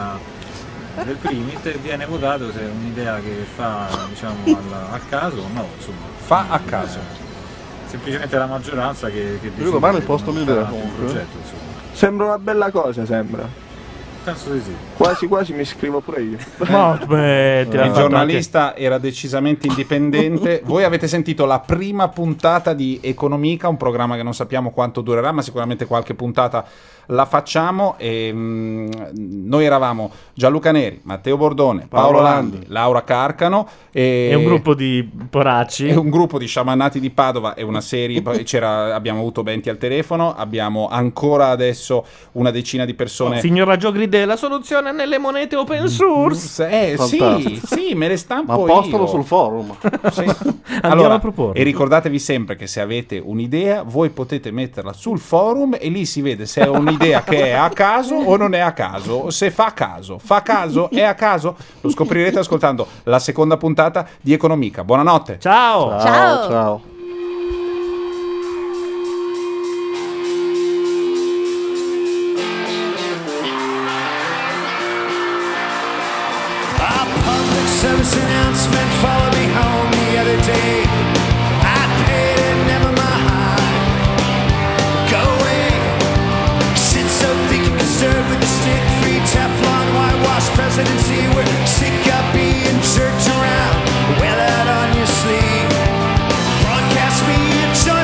del Primit e viene votato se è un'idea che fa diciamo al caso o no, insomma. Fa a caso. Semplicemente la maggioranza che decide. Io domani posto di un'idea portare avanti il comunque. progetto, insomma. Sembra una bella cosa, sembra. Penso di sì. Quasi quasi mi iscrivo pure io. Ma smettila, Il giornalista era decisamente indipendente. Voi avete sentito la prima puntata di Economica, un programma che non sappiamo quanto durerà, ma sicuramente qualche puntata la facciamo. E, noi eravamo Gianluca Neri, Matteo Bordone, Paolo Landi, Laura Carcano E un gruppo di poracci. e un gruppo di sciamannati di Padova e una serie. Poi abbiamo avuto Benti al telefono, abbiamo ancora adesso una decina di persone. Signor Raggio Gride, la soluzione è nelle monete open source. Sì, me le stampo Ma postalo io. sul forum. Sì. Andiamo a proporre. E ricordatevi sempre che se avete un'idea, voi potete metterla sul forum e lì si vede se è un'idea che è a caso o non è a caso. Se fa caso, è a caso. Lo scoprirete ascoltando la seconda puntata di Economica. Buonanotte. Ciao. Ciao. A public service announcement followed me home the other day. I paid it, never mind. Go away. Sit so thick you can serve with a stick. Free Teflon, whitewash presidency. We're sick of being jerked around. Wear that on your sleeve. Broadcast me a joint.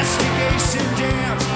investigation dams.